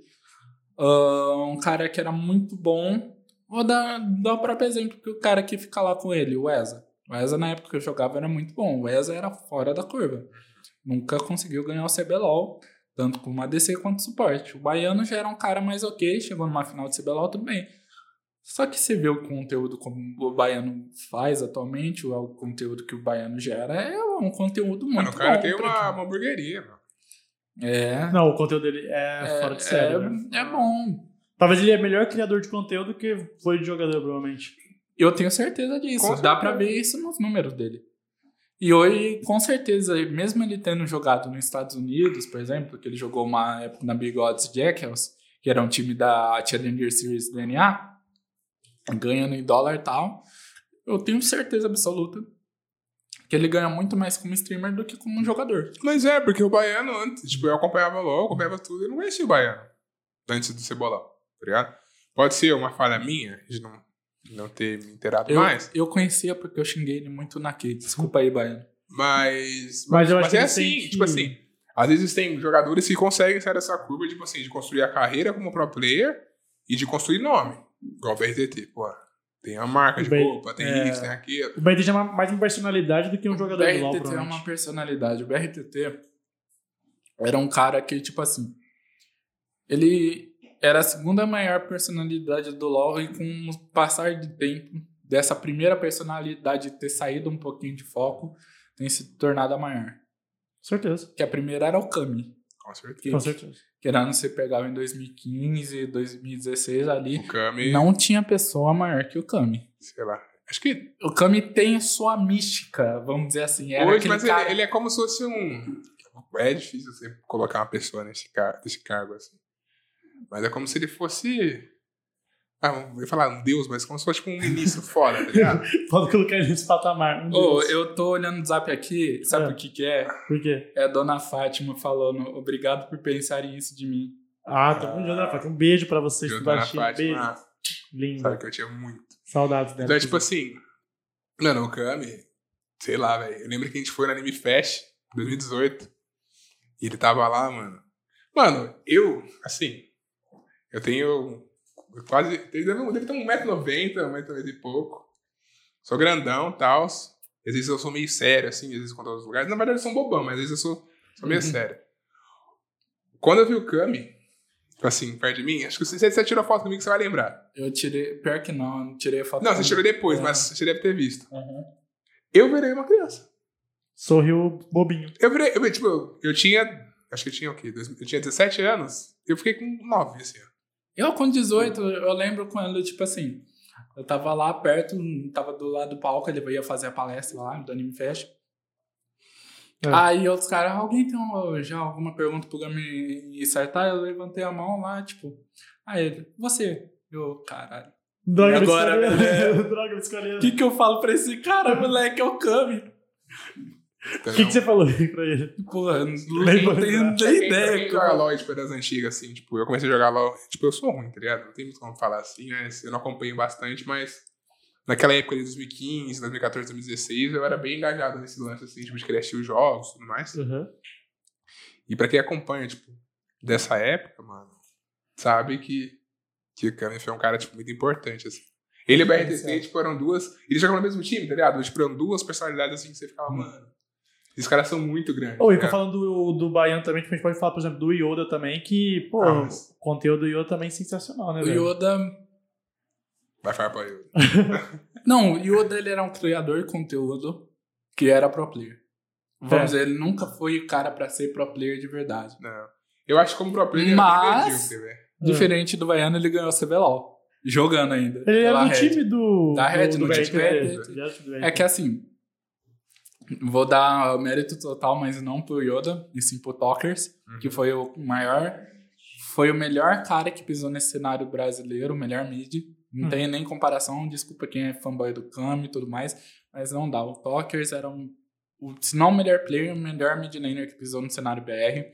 Um cara que era muito bom. Vou dar o próprio exemplo que o cara que fica lá com ele, o Eza. O Eza, na época que eu jogava, era muito bom. O Eza era fora da curva. Nunca conseguiu ganhar o CBLOL, tanto como ADC quanto suporte. O Baiano já era um cara mais ok, chegou numa final de CBLOL, tudo bem. Só que você vê o conteúdo como o Baiano faz atualmente, o conteúdo que o Baiano gera, é um conteúdo muito bom. O cara tem uma hamburgueria, mano. Não, o conteúdo dele é fora de série, né? É bom. Talvez ele é melhor criador de conteúdo que foi de jogador, provavelmente. Eu tenho certeza disso. Dá pra ver isso nos números dele. E hoje, com certeza, mesmo ele tendo jogado nos Estados Unidos, por exemplo, que ele jogou uma época na Big Odds Jackals, que era um time da Challenger Series do NA, ganhando em dólar e tal, eu tenho certeza absoluta que ele ganha muito mais como streamer do que como um jogador. Mas porque o Baiano antes, tipo, eu acompanhava LOL, acompanhava tudo, e não conhecia o Baiano antes do Cebolão, tá ligado? Pode ser uma falha minha de não ter me inteirado mais. Eu conhecia porque eu xinguei ele muito na Kate. Desculpa aí, Baiano. Mas eu acho que é assim, tipo assim, às vezes tem jogadores que conseguem sair dessa curva, tipo assim, de construir a carreira como pro player e de construir nome. Igual o BRTT, pô. Tem a marca de roupa, tem isso, tem aquilo. O BRTT é mais uma personalidade do que um jogador de LoL, provavelmente. O BRTT é uma personalidade. O BRTT era um cara que, tipo assim, ele era a segunda maior personalidade do LoL e com o passar de tempo dessa primeira personalidade ter saído um pouquinho de foco, tem se tornado a maior. Certeza. Que a primeira era o Kami. Com certeza. Com certeza. Que era você pegava em 2015, 2016 ali. O Kami... Não tinha pessoa maior que o Kami. Sei lá. Acho que... O Kami tem sua mística, vamos dizer assim. Era hoje, mas cara... ele é como se fosse um... É difícil você colocar uma pessoa nesse cargo assim. Mas é como se ele fosse... eu ia falar um deus, mas como se fosse tipo um ministro foda, tá ligado? Pode colocar ele nesse patamar. Eu tô olhando o zap aqui, sabe o que é? Por quê? É a dona Fátima falando, obrigado por pensarem isso de mim. Tô bom dia, dona Fátima. Um beijo pra vocês. Dona Fátima. Beijo. Lindo. Sabe que eu tinha muito. Saudades dela. Então, tipo assim... Mano, o Kami... Sei lá, velho. Eu lembro que a gente foi na Anime Fest, 2018. E ele tava lá, mano. Mano, assim... Eu tenho quase... Deve ter 1,90m, 1,90m e pouco. Sou grandão e tal. Às vezes eu sou meio sério, assim, às vezes quando eu tô nos lugares. Na verdade eu sou um bobão, mas às vezes eu sou meio sério. Quando eu vi o Kami, assim, perto de mim, acho que se você tirou foto comigo, você vai lembrar. Eu tirei... Pior que não tirei a foto. Não, você tirou depois, mas você deve ter visto. Uhum. Eu virei uma criança. Sorriu bobinho. Eu tinha... Acho que eu tinha o quê? Eu tinha 17 anos. Eu fiquei com 9, assim, ó. Eu com 18, eu lembro quando, tipo assim, eu tava lá perto, tava do lado do palco, ele ia fazer a palestra lá do Anime Fest. Aí outros caras, alguém tem já alguma pergunta pro Gami acertar? Eu levantei a mão lá, tipo, aí ele, você? Eu, caralho. Droga, agora, Droga, me escolhendo. O que eu falo pra esse cara, moleque? É o Kami. O que você falou pra ele? Porra, não tenho nem ideia. Quem joga LOL, tipo, das antigas, assim, tipo, eu comecei a jogar LOL, tipo, eu sou ruim, tá ligado? Não tem muito como falar assim, né? Eu não acompanho bastante, mas naquela época de 2015, 2014, 2016, eu era bem engajado nesse lance, assim, tipo, de querer assistir os jogos e tudo mais. Uhum. E pra quem acompanha, tipo, dessa época, mano, sabe que o Kami foi um cara, tipo, muito importante, assim. Ele e o BRTT, tipo, eram duas... Eles jogavam no mesmo time, tá ligado? Tipo, eram duas personalidades, assim, que você ficava, mano... Esses caras são muito grandes. E tô falando do Baiano também, que a gente pode falar, por exemplo, do Yoda também, que, pô, o conteúdo do Yoda também é sensacional, né, velho? O Yoda... Vai falar pra Yoda. Não, o Yoda, ele era um criador de conteúdo que era pro player. Vamos dizer, ele nunca foi o cara pra ser pro player de verdade. Não. Eu acho que como pro player, mas, ele era diferente do Baiano, ele ganhou o CBLOL. Jogando ainda. Ele era do time da Red, do no time Red. É que assim... Vou dar mérito total, mas não pro Yoda, e sim pro Talkers, que foi o maior... Foi o melhor cara que pisou nesse cenário brasileiro, o melhor mid. Não tem nem comparação, desculpa quem é fanboy do Kami e tudo mais, mas não dá. O Talkers era se não o melhor player, o melhor mid laner que pisou no cenário BR.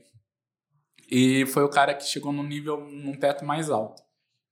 E foi o cara que chegou num teto mais alto.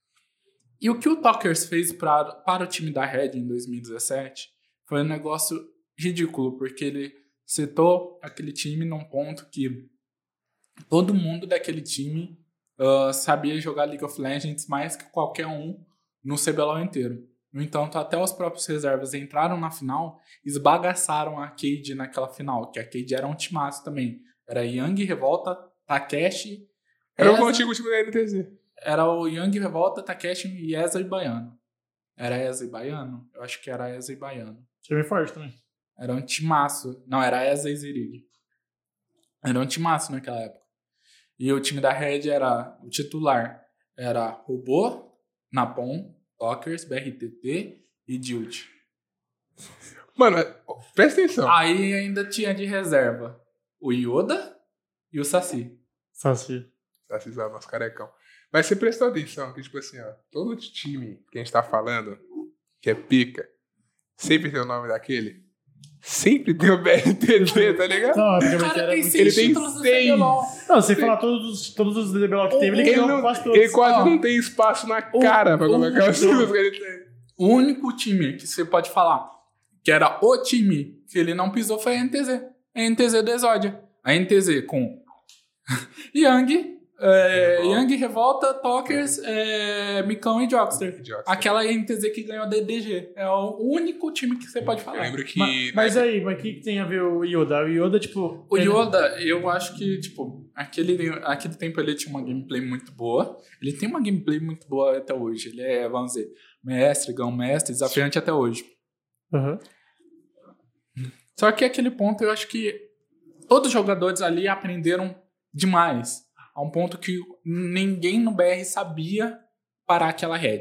E o que o Talkers fez para o time da Red em 2017 foi um negócio ridículo, porque ele setou aquele time num ponto que todo mundo daquele time sabia jogar League of Legends mais que qualquer um no CBLOL inteiro. No entanto, até os próprios reservas entraram na final e esbagaçaram a Cade naquela final, que a Cade era um timaço também. Era Young, Revolta, Takeshi... Era o antigo time da NTZ. Era o Young, Revolta, Takeshi, Yesa e Baiano. Era Yesa e Baiano? Eu acho que era Yesa e Baiano. Time forte também. Era um timaço. Não, era Yesa e Zirig. Era um timaço naquela época. E o time da Red era... O titular era Robô, Napom, Talkers, BRTT e Dilt. Mano, presta atenção. Aí ainda tinha de reserva o Yoda e o Saci. Saci, nosso carecão. Mas você prestou atenção que, tipo assim, ó, todo time que a gente tá falando, que é pica, sempre tem o nome daquele. Sempre tem o BRTT, tá ligado? Não, ele tem 6. Não, sem falar todos os DBLOL que teve, ele ganhou quase todos. Ele quase não tem espaço na cara pra colocar os times que ele tem. O único time que você pode falar que era o time que ele não pisou foi a NTZ. A NTZ do Exódia. A NTZ com Young, Revolta, Talkers, Micão e Jockster. Aquela NTZ que ganhou a DDG. É o único time que você pode falar. Eu lembro que... Mas o que tem a ver o Yoda? O Yoda, tipo... O Yoda, eu acho que, tipo, aquele tempo ele tinha uma gameplay muito boa. Ele tem uma gameplay muito boa até hoje. Ele é, vamos dizer, mestre, grão-mestre, desafiante até hoje. Uhum. Só que aquele ponto eu acho que todos os jogadores ali aprenderam demais. A um ponto que ninguém no BR sabia parar aquela Red.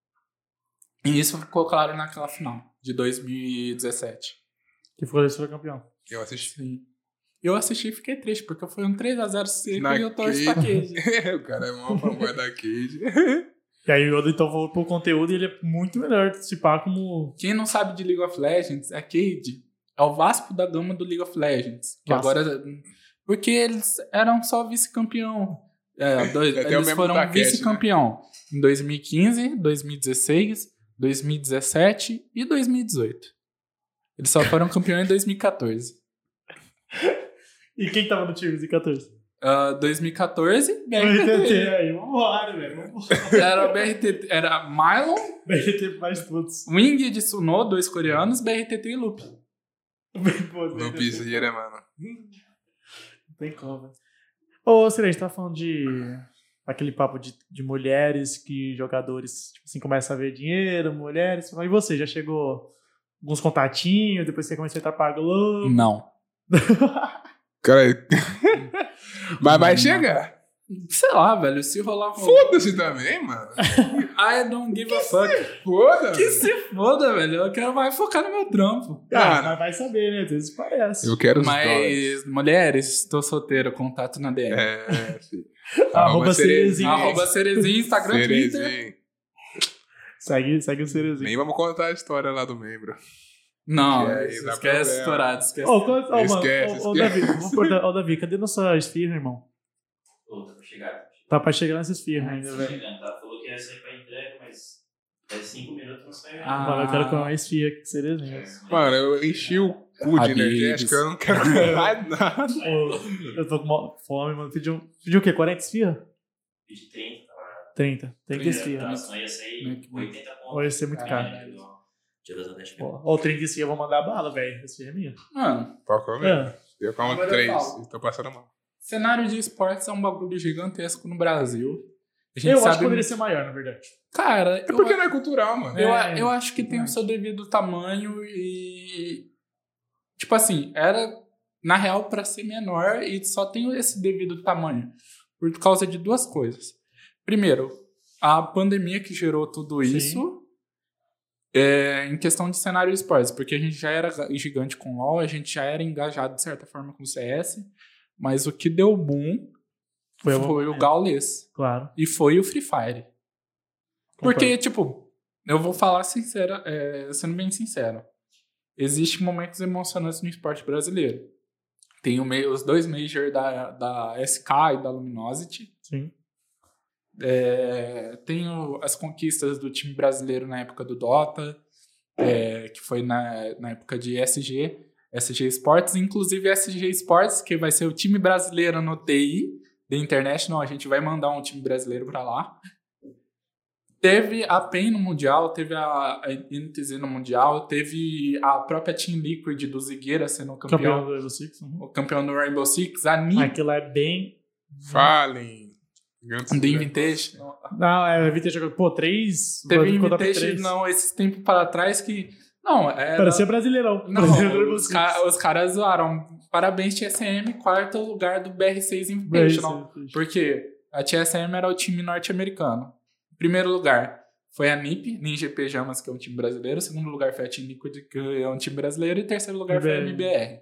E isso ficou claro naquela final de 2017. Que foi campeão. Eu assisti. Sim. Eu assisti e fiquei triste, porque foi um 3-0 seco e eu torço pra Cade. O cara é maior fanboy da Cade. E aí o Yoda então voltou pro conteúdo e ele é muito melhor de se pá como... Quem não sabe de League of Legends, a Cade é o Vasco da Gama do League of Legends. Que agora... Porque eles eram só vice-campeão. Eles foram vice-campeão em 2015, 2016, 2017 e 2018. Eles só foram campeões em 2014. E quem tava no time em 2014? 2014, BRTT. Aí, vambora, velho. Era o BRTT, era Mylon, BRTT mais todos. Wing de Suno, 2 coreanos, BRTT e Loop. Não pisa, né, mano? Não tem como. Ô, Sirene, a gente tá falando de aquele papo de mulheres que jogadores, tipo assim, começam a ver dinheiro, mulheres. E você, já chegou alguns contatinhos, depois você começou a entrar pra Globo? Não. Cara, mas vai chegar. Sei lá, velho, se rolar... Foda-se também, mano. I don't give a fuck. Foda. Que se foda, velho. Eu quero mais focar no meu trampo. Mas vai saber, né? Às vezes parece. Eu quero os dólares. Mas, mulheres, estou solteiro, contato na DM. Sim. Arroba Cerezinho. Arroba Cerezinho, Instagram, Twitter. Cerezinho. Segue o Cerezinho. Nem vamos contar a história lá do membro. Não, Que aí dá esquece problema. estourado, esquece. Ô, Davi, cadê nossa esfirra, irmão? Pô, tá pra chegar. Tá pra chegar nessa esfirra ainda, Tá velho. chegando, tá? Falou que ia sair pra entrega, mas faz 5 minutos não saiu. Mano, eu quero comer uma esfirra aqui com Cerezinho. Mano, eu enchi o cu de energético, eu não quero comer mais nada. Eu tô com uma fome, mano. Pediu o quê? 40 esfirra? Pedi 30, tá? 30 esfirra. Nossa, não ia sair 80 pontos. Ou ia ser muito caro. Dia das Atlético. Ou 30 esfirra, eu vou mandar bala, velho. Esfirra é minha. Mano, Pode comer. É. Eu como Agora eu 3 falo. e tô passando mal. cenário de esportes é um bagulho gigantesco no Brasil. A gente Eu sabe... acho que poderia ser maior, na verdade. Cara, É porque não é cultural, mano. eu acho que tem o seu devido tamanho e... Tipo assim, era, na real, pra ser menor e só tem esse devido tamanho. Por causa de duas coisas. Primeiro, a pandemia que gerou tudo isso... em questão de cenário de esportes, porque a gente já era gigante com LoL, a gente já era engajado de certa forma com o CS, mas o que deu boom foi o Gaules. Claro. E foi o Free Fire. Porque, tipo, eu vou falar sendo bem sincero, existem momentos emocionantes no esporte brasileiro. Tem os dois Majors da SK e da Luminosity. Sim. Tem as conquistas do time brasileiro na época do Dota, que foi na época de SG Sports, inclusive SG Sports, que vai ser o time brasileiro no TI, The International, a gente vai mandar um time brasileiro pra lá. Teve a PEN no Mundial, teve a NTZ no Mundial, teve a própria Team Liquid do Zigueira sendo Campeão do Rainbow Six. o campeão do Rainbow Six, a NiP Aquilo é bem... Falem. do Invitation. Não, é Invitation. Pô, 3... Teve Invitation, não, esses tempos para trás que... Não, era... Parecia brasileirão. Não, Brasileiro os caras zoaram. Parabéns, TSM, quarto lugar do BR6 Invitational. Porque a TSM era o time norte-americano. Primeiro lugar foi a NiP, Ninja Pijamas, que é um time brasileiro. Segundo lugar foi a Team Liquid, que é um time brasileiro. E terceiro lugar foi a MBR.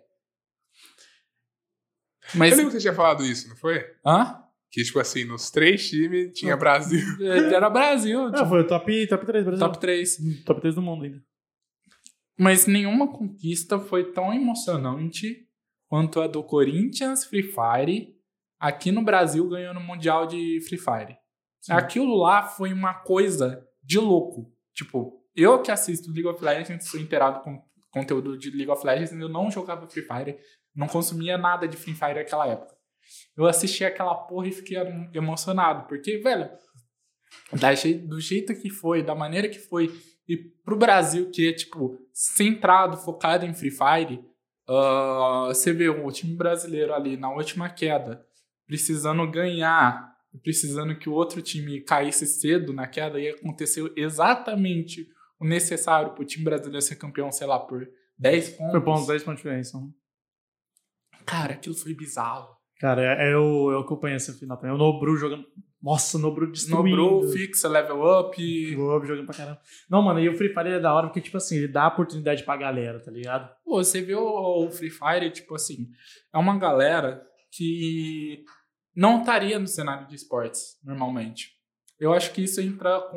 Mas... Eu lembro que você tinha falado isso, não foi? Hã? Que, tipo assim, nos 3 times tinha Brasil. Era Brasil. Ah, foi o top 3 Brasil. Top 3. Top 3 do mundo ainda. Mas nenhuma conquista foi tão emocionante quanto a do Corinthians Free Fire aqui no Brasil ganhando o Mundial de Free Fire. Sim. Aquilo lá foi uma coisa de louco. Tipo, eu que assisto League of Legends, sou inteirado com conteúdo de League of Legends, eu não jogava Free Fire, não consumia nada de Free Fire naquela época. Eu assisti aquela porra e fiquei emocionado, porque, velho, do jeito que foi, da maneira que foi, e pro Brasil, que é, tipo, centrado, focado em Free Fire, você vê o time brasileiro ali na última queda, precisando ganhar, precisando que o outro time caísse cedo na queda, e aconteceu exatamente o necessário pro time brasileiro ser campeão, sei lá, por 10 pontos. Foi bom, 10 pontos de diferença. Cara, aquilo foi bizarro. Cara, eu acompanhei essa final também. O Nobru jogando... Nossa, o Nobru destruindo. Nobru, Fixa, Level Up. Jogando pra caramba. Não, mano, e o Free Fire é da hora porque, tipo assim, ele dá oportunidade pra galera, tá ligado? Pô, você vê o Free Fire, tipo assim, é uma galera que não estaria no cenário de esportes, normalmente. Eu acho que isso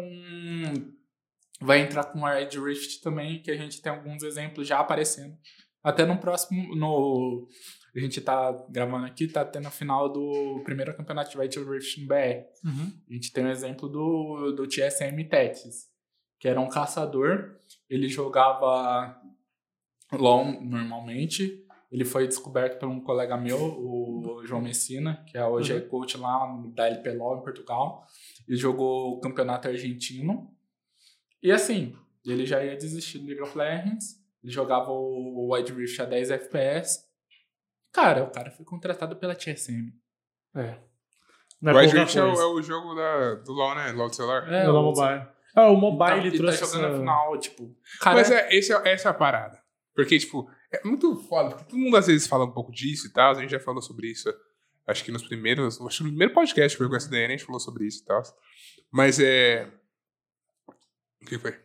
vai entrar com a Red Rift também, que a gente tem alguns exemplos já aparecendo. Até no próximo... A gente tá gravando aqui, tá tendo a final do primeiro campeonato de Red Rift no BR. Uhum. A gente tem um exemplo do TSM Tetris, que era um caçador. Ele jogava LoL normalmente. Ele foi descoberto por um colega meu, o João Messina, que hoje é coach lá da LP LoL em Portugal. Ele jogou o campeonato argentino. E assim, ele já ia desistir do League of Legends. Ele jogava o Wild Rift a 10 FPS. Cara, o cara foi contratado pela TSM. Não O é Wild pouca Rift é coisa. o jogo do LoL, né? LoL do celular. É o mobile. O mobile ele Ele trouxe tá jogando essa... a final, tipo... Cara, Mas essa é a parada. Porque, tipo, é muito foda. Porque todo mundo às vezes fala um pouco disso e tal. A gente já falou sobre isso. Acho que no primeiro podcast que eu com essa DN, a gente falou sobre isso e tal. Mas o que foi?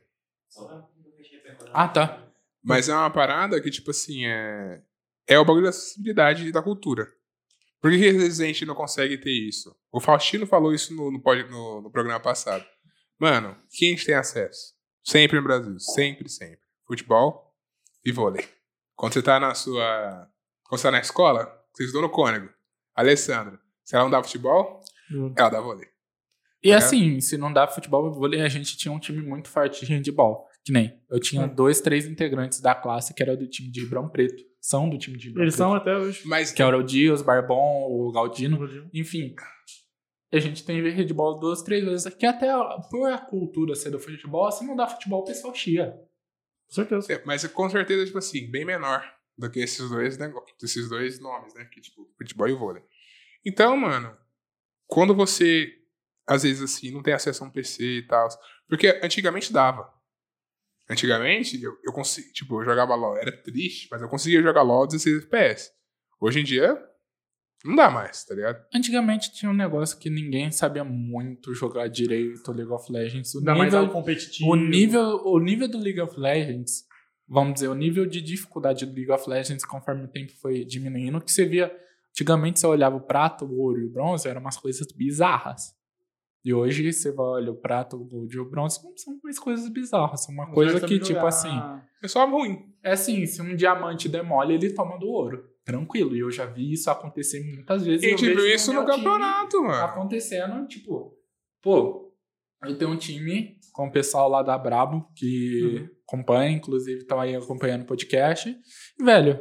tá. Mas é uma parada que, tipo assim, é o bagulho da acessibilidade da cultura. Por que às vezes a gente não consegue ter isso? O Faustino falou isso no programa passado. Mano, quem a gente tem acesso? Sempre no Brasil. Sempre. Futebol e vôlei. Quando você tá na escola, você estudou no Cônego. Alessandra, se ela não dá futebol, ela dá vôlei. E assim, se não dá futebol e vôlei, a gente tinha um time muito forte de handball. Que nem, eu tinha 2, 3 integrantes da classe que era do time de Ribeirão Preto. São do time de Ribeirão Eles Preto. são até hoje. Mas Que era o Dias, o Barbon, o Galdino. Enfim, a gente tem handball 2, 3 vezes. Que até por a cultura ser do futebol, se não dá futebol, o pessoal chia. Com certeza. Mas com certeza, tipo assim, bem menor do que esses dois nomes, né? Que, tipo, futebol e vôlei. Então, mano, quando você, às vezes, assim, não tem acesso a um PC e tal... Porque antigamente dava. Antigamente, eu conseguia... Tipo, eu jogava LoL. Era triste, mas eu conseguia jogar LoL 16 FPS. Hoje em dia, não dá mais, tá ligado? Antigamente tinha um negócio que ninguém sabia muito jogar direito League of Legends. Ainda mais algo competitivo. O nível do League of Legends, vamos dizer, o nível de dificuldade do League of Legends conforme o tempo foi diminuindo, que você via... Antigamente você olhava o prato, o ouro e o bronze, eram umas coisas bizarras. E hoje você olha o prato, o gold e o bronze, não são mais coisas bizarras. São uma coisa que, tipo assim... É só ruim. É assim, se um diamante demole, ele toma do ouro. Tranquilo. E eu já vi isso acontecer muitas vezes. E a gente viu isso no campeonato, mano. Acontecendo, tipo... Pô, eu tenho um time com o pessoal lá da Brabo, que acompanha, inclusive estão aí acompanhando o podcast. E, velho...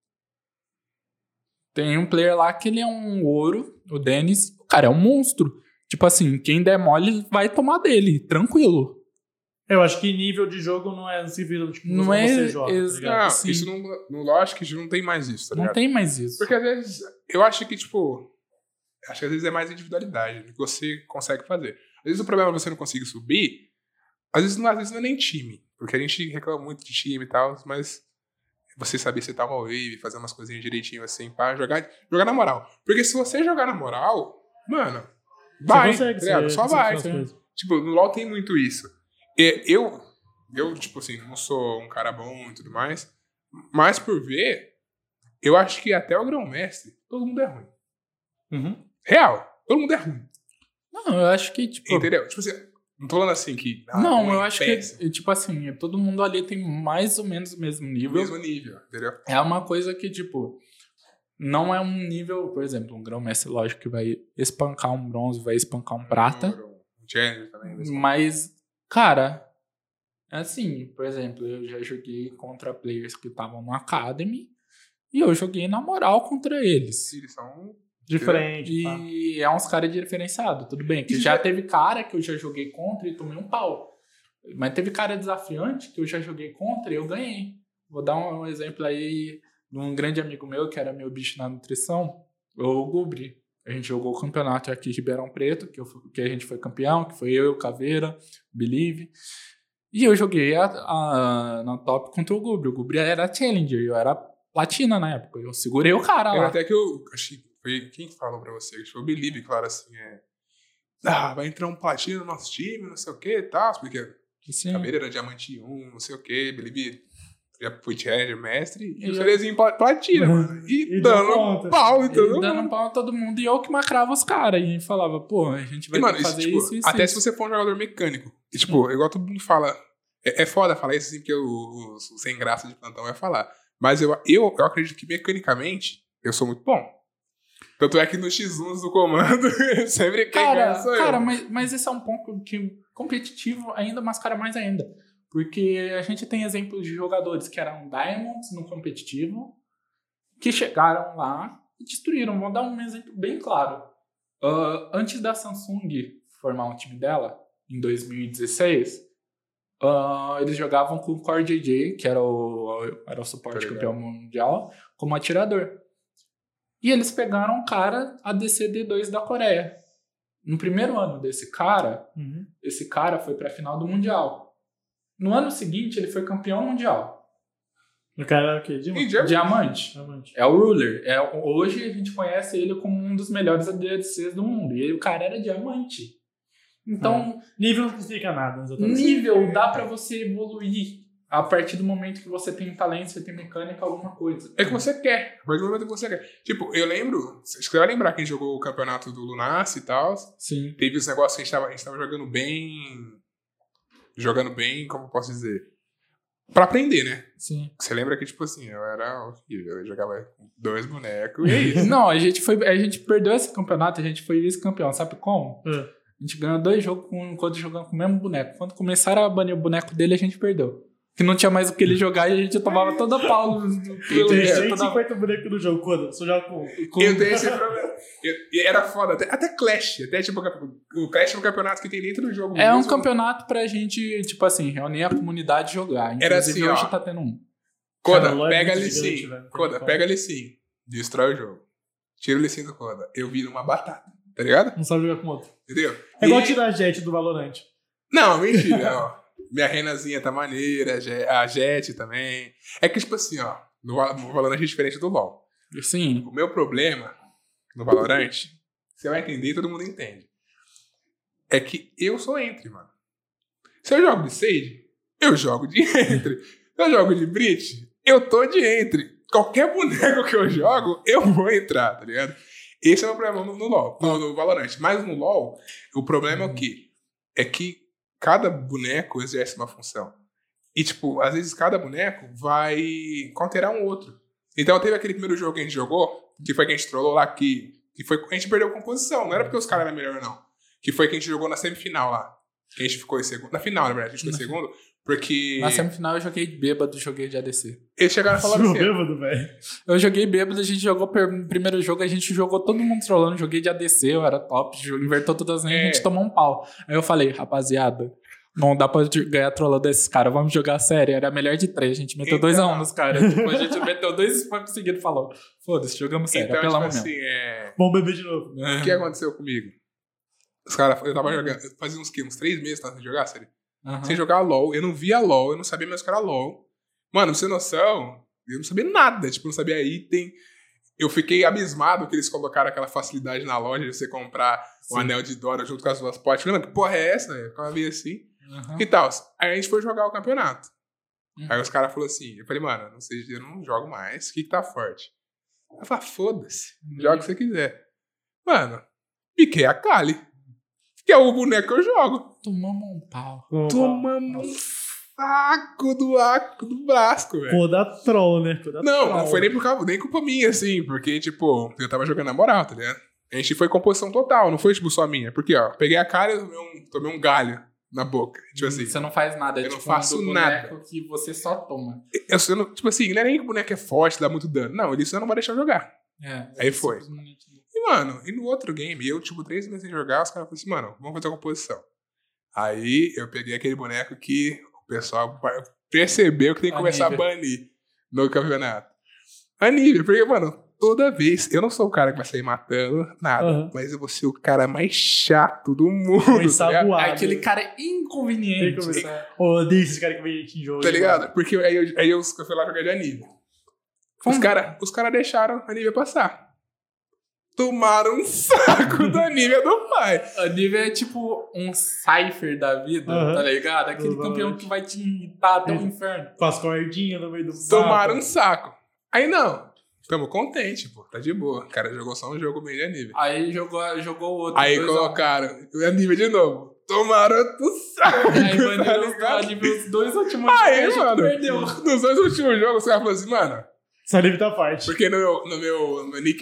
Tem um player lá que ele é um ouro, o Dennis. O cara é um monstro. Tipo assim, quem der mole vai tomar dele, tranquilo. Eu acho que nível de jogo não é nível tipo, não você joga, tá ligado? Não, Sim. isso não lógico que não tem mais isso, tá ligado? Não tem mais isso. Porque às vezes, eu acho que, tipo... Acho que às vezes é mais individualidade do que você consegue fazer. Às vezes o problema é você não conseguir subir. Às vezes não é nem time. Porque a gente reclama muito de time e tal, mas... Você saber setar uma wave, fazer umas coisinhas direitinho assim, pra jogar na moral. Porque se você jogar na moral, mano, vai, consegue, tá ligado? Só vai. Tipo, no LoL tem muito isso. E eu, tipo assim, não sou um cara bom e tudo mais, mas por ver, eu acho que até o grão-mestre, todo mundo é ruim. Real, todo mundo é ruim. Não, eu acho que, tipo... Entendeu? Tipo assim... Não tô falando assim que... não, eu acho que, tipo assim, todo mundo ali tem mais ou menos o mesmo nível. Mesmo nível, entendeu? É uma coisa que, tipo, não é um nível... Por exemplo, um grão-mestre, lógico que vai espancar um bronze, vai espancar um prata. Um challenger também. Mas, cara, é assim, por exemplo, eu já joguei contra players que estavam no Academy e eu joguei na moral contra eles. Eles são... Diferente. E é uns caras diferenciados, tudo bem. Que já teve cara que eu já joguei contra e tomei um pau. Mas teve cara desafiante que eu já joguei contra e eu ganhei. Vou dar um exemplo aí de um grande amigo meu, que era meu bicho na nutrição, o Gubri. A gente jogou o campeonato aqui em Ribeirão Preto, que a gente foi campeão, que foi eu, Caveira, Believe. E eu joguei na top contra o Gubri. O Gubri era Challenger, eu era Platina na época. Eu segurei o cara lá. Até que eu achei... Quem falou pra você? Acho que foi o Believe, claro, assim, vai entrar um platina no nosso time, não sei o que e tal, porque a Caveira era diamante 1, não sei o que, Believe já foi challenger, mestre, e o Cerezinho platina, mano. E dando pau, entendeu? E dando pau a todo mundo, e eu que macrava os caras, e falava, pô, a gente vai ter que fazer isso. Até se você for um jogador mecânico, e, tipo, igual todo mundo fala, é foda falar isso assim, porque o sem graça de plantão vai falar, mas eu acredito que mecanicamente eu sou muito bom. Tanto é que no X1 do comando, sempre quem ganha sou eu. Cara, mas esse é um ponto que competitivo ainda mascara mais ainda. Porque a gente tem exemplos de jogadores que eram Diamonds no competitivo, que chegaram lá e destruíram. Vou dar um exemplo bem claro. Antes da Samsung formar um time dela, em 2016, Eles jogavam com o Core JJ, que era o suporte campeão mundial, como atirador. E eles pegaram um cara ADC D2 da Coreia. No primeiro ano desse cara, esse cara foi pra final do Mundial. No ano seguinte, ele foi campeão mundial. O cara era o quê? Diamante. É o Ruler. Hoje a gente conhece ele como um dos melhores ADCs do mundo. E o cara era diamante. Então... nível não significa nada. Exatamente. Nível dá pra você evoluir. A partir do momento que você tem talento, você tem mecânica, alguma coisa. É que você quer. A partir do momento que você quer. Tipo, eu lembro... Acho que você vai lembrar quem jogou o campeonato do Lunace e tal. Sim. Teve os negócios que a gente tava jogando bem... Jogando bem, como eu posso dizer? Pra aprender, né? Sim. Você lembra que, tipo assim, eu era horrível. Eu jogava 2 bonecos e é isso. Não, a gente perdeu esse campeonato, a gente foi vice-campeão. Sabe como? A gente ganhou 2 jogos quando jogando com o mesmo boneco. Quando começaram a banir o boneco dele, a gente perdeu. Que não tinha mais o que ele jogar e a gente tomava toda a pau. Tem 150 bonecos no jogo. Quando? Você joga com... Eu tenho esse problema. Era foda. Até Clash. Até tipo o Clash é um campeonato que tem dentro do jogo. É mesmo. Um campeonato pra gente, tipo assim, reunir a comunidade e jogar. Inclusive, era assim, hoje ó. Tá tendo um. Coda, pega a Lee. Coda, pega a Lee. Destrói o jogo. Tira o Lee do Coda. Eu viro uma batata. Tá ligado? Não sabe jogar com outro. Entendeu? É igual tirar a Jet do Valorant. Não, mentira, ó. Minha Renazinha tá maneira, a Jet também. É que, tipo assim, ó, no Valorant é diferente do LoL. Sim. O meu problema no Valorant, você vai entender e todo mundo entende. É que eu sou entry, mano. Se eu jogo de Sage, eu jogo de entry. Se eu jogo de Brit, eu tô de entry. Qualquer boneco que eu jogo, eu vou entrar, tá ligado? Esse é o meu problema no LoL, no Valorant. Mas no LoL, o problema é o quê? É que cada boneco exerce uma função. E, tipo, às vezes cada boneco vai counterar um outro. Então, teve aquele primeiro jogo que a gente jogou, que foi que a gente trollou lá, que foi, a gente perdeu composição. Não era porque os caras eram melhores, não. Que foi que a gente jogou na semifinal lá. Que a gente ficou em segundo. Na final, na verdade, a gente ficou em segundo. Porque... Na semifinal eu joguei bêbado, joguei de ADC. Eles chegaram a falar assim... bêbado, velho. Eu joguei bêbado, a gente jogou no primeiro jogo, a gente jogou todo mundo trollando, joguei de ADC, eu era top, invertou todas as vezes, a gente tomou um pau. Aí eu falei, rapaziada, não dá pra ganhar trollando desses caras, vamos jogar sério. Era melhor de 3, a gente meteu 2-1 nos caras. Tipo, a gente meteu 2 spams seguidos e falou, foda-se, jogamos sério, então, apelamos tipo mesmo. assim, Vamos beber de novo. O que aconteceu comigo? Os caras, eu tava jogando, fazia uns 3 meses que eu tava sem jogar, sério. Sem jogar LoL, eu não via LoL, eu não sabia mais o que era LoL. Mano, pra você ter noção, eu não sabia nada, tipo, não sabia item. Eu fiquei abismado que eles colocaram aquela facilidade na loja de você comprar o anel de Dora junto com as duas potes. Falei, que porra é essa? Eu ficava meio assim. E tal. Aí a gente foi jogar o campeonato. Aí os caras falaram assim, eu falei, mano, não sei, eu não jogo mais, o que tá forte? Eu falei, foda-se, joga o que você quiser. Mano, piquei a Kali. Que é o boneco que eu jogo. Tomamos um pau. Tomamos um saco do Brasco, velho. Pô, dá troll, né? Não foi nem culpa minha, assim, porque, tipo, eu tava jogando na moral, tá ligado? A gente foi composição total, não foi, tipo, só minha. Porque, ó, peguei a cara e tomei um galho na boca. Tipo assim. Você não faz nada, eu não faço nada. Que você só toma. Eu não, tipo assim, não é nem que o boneco é forte, dá muito dano. Não, ele só não vai deixar eu jogar. Aí foi. E, mano, e no outro game, eu, tipo, 3 meses sem jogar, os caras falaram assim, mano, vamos fazer a composição. Aí eu peguei aquele boneco que o pessoal percebeu que tem que começar a banir no campeonato. Anível, porque, mano, toda vez, eu não sou o cara que vai sair matando nada, mas eu vou ser o cara mais chato do mundo, tá ligado? Aquele cara inconveniente. Eu odeio esse cara que vem em jogo. Tá ligado? Porque aí eu fui lá jogar de Anível. Os cara deixaram a Nívea passar. Tomaram um saco da Nívea do pai. A Nívea é tipo um Cypher da vida, tá ligado? Aquele campeão que vai te irritar até o inferno. Com as cordinhas no meio do saco. Tomaram um saco. Aí não. Tamo contente, pô. Tá de boa. O cara jogou só um jogo meio de Nívea. Aí jogou outro. Aí colocaram a Nívea de novo. Tomaram outro saco. Aí baniram a Nívea os 2 últimos jogos. Aí, mano, perdeu. Nos 2 últimos jogos, os caras falaram assim, mano... Essa Nívea tá forte. Porque no meu nick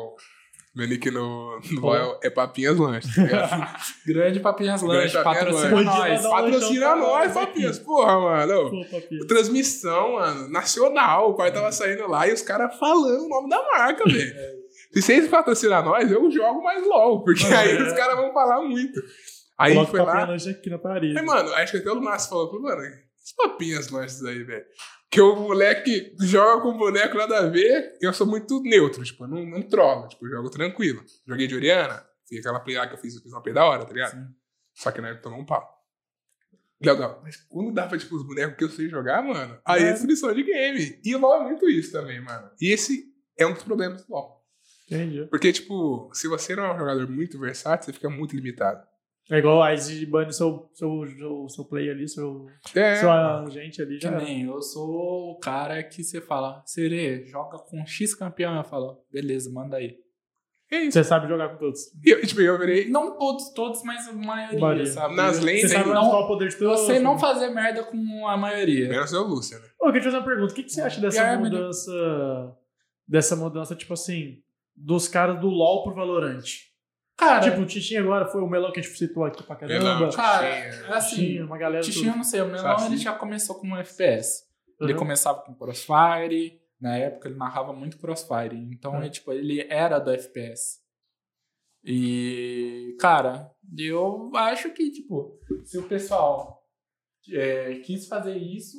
no LoL é Papinhas Lanches, tá ligado? Grande Papinhas Lanches, patrocina nós. Patrocina nós, Papinhas. Porra, mano. Transmissão, mano, nacional. O pai tava saindo lá e os caras falando o nome da marca, velho. Se vocês patrocinar nós, eu jogo mais LoL, porque aí os caras vão falar muito. Aí Coloca foi o papinha lá. lanche aqui na parede. Aí, mano, acho que até o Márcio falou, mano, que papinhas lanches aí, velho. Que o moleque joga com boneco nada a ver, eu sou muito neutro, tipo, não trolo, tipo, eu jogo tranquilo. Joguei de Oriana, fiz aquela play lá que eu fiz uma play da hora, tá ligado? Sim. Só que na época tomou um pau. Legal, mas quando dava, tipo, os bonecos que eu sei jogar, mano, aí é definição de game. E o LoL é muito isso também, mano. E esse é um dos problemas do LoL. Entendi. Porque, tipo, se você não é um jogador muito versátil, você fica muito limitado. É igual a Ice bane seu play ali, sua gente ali. Já. Que nem eu sou o cara que você fala, Serê, joga com X campeão. Eu falo, beleza, manda aí. É isso. Você sabe jogar com todos. Eu virei... Não todos, mas a maioria, sabe? Nas lanes... Você sabe qual o poder de todos? Você não fazer merda com a maioria. Menos o Lúcia, né? Eu queria te fazer uma pergunta. O que você acha dessa mudança, tipo assim, dos caras do LoL pro Valorant? Cara, tipo, o Tichinho agora foi o Melão que a gente citou aqui pra caramba. Melão, cara, é assim, uma galera Tichinho, eu não sei, o Melão ele já começou como um FPS. Ele começava com Crossfire, na época ele narrava muito Crossfire, então ele era do FPS. E, cara, eu acho que, tipo, se o pessoal quis fazer isso...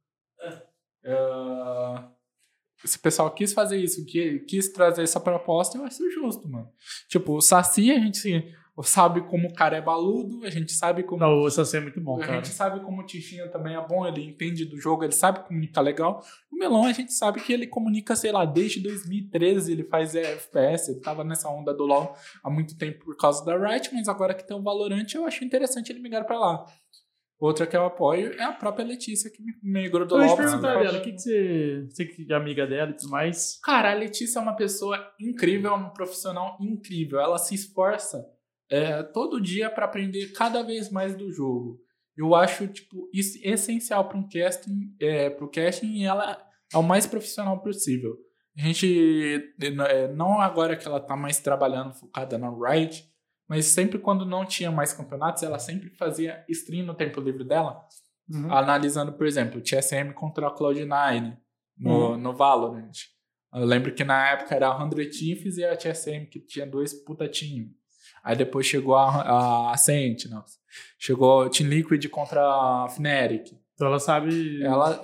Se o pessoal quis fazer isso, quis trazer essa proposta, eu acho justo, mano. Tipo, o Saci, a gente sabe como o cara é baludo, a gente sabe como... Não, o Saci é muito bom, cara. A gente sabe como o Tichinho também é bom, ele entende do jogo, ele sabe comunicar legal. O Melão, a gente sabe que ele comunica, sei lá, desde 2013 ele faz FPS, ele tava nessa onda do LoL há muito tempo por causa da Riot, mas agora que tem o Valorant, eu acho interessante ele migrar pra lá. Outra que eu apoio é a própria Letícia, que migrou do LoL. Eu ia te perguntar dela, o que você que é amiga dela e tudo mais? Cara, a Letícia é uma pessoa incrível, é uma profissional incrível. Ela se esforça todo dia para aprender cada vez mais do jogo. Eu acho, tipo, isso essencial para pro casting, e ela é o mais profissional possível. A gente, não agora que ela tá mais trabalhando, focada na Riot, mas sempre quando não tinha mais campeonatos, ela sempre fazia stream no tempo livre dela, analisando, por exemplo, o TSM contra a Cloud9 no Valorant. Eu lembro que na época era a 100 Thieves e a TSM, que tinha 2 puta time. Aí depois chegou a Sentinels. Chegou o Team Liquid contra a Fnatic. Então ela sabe... Ela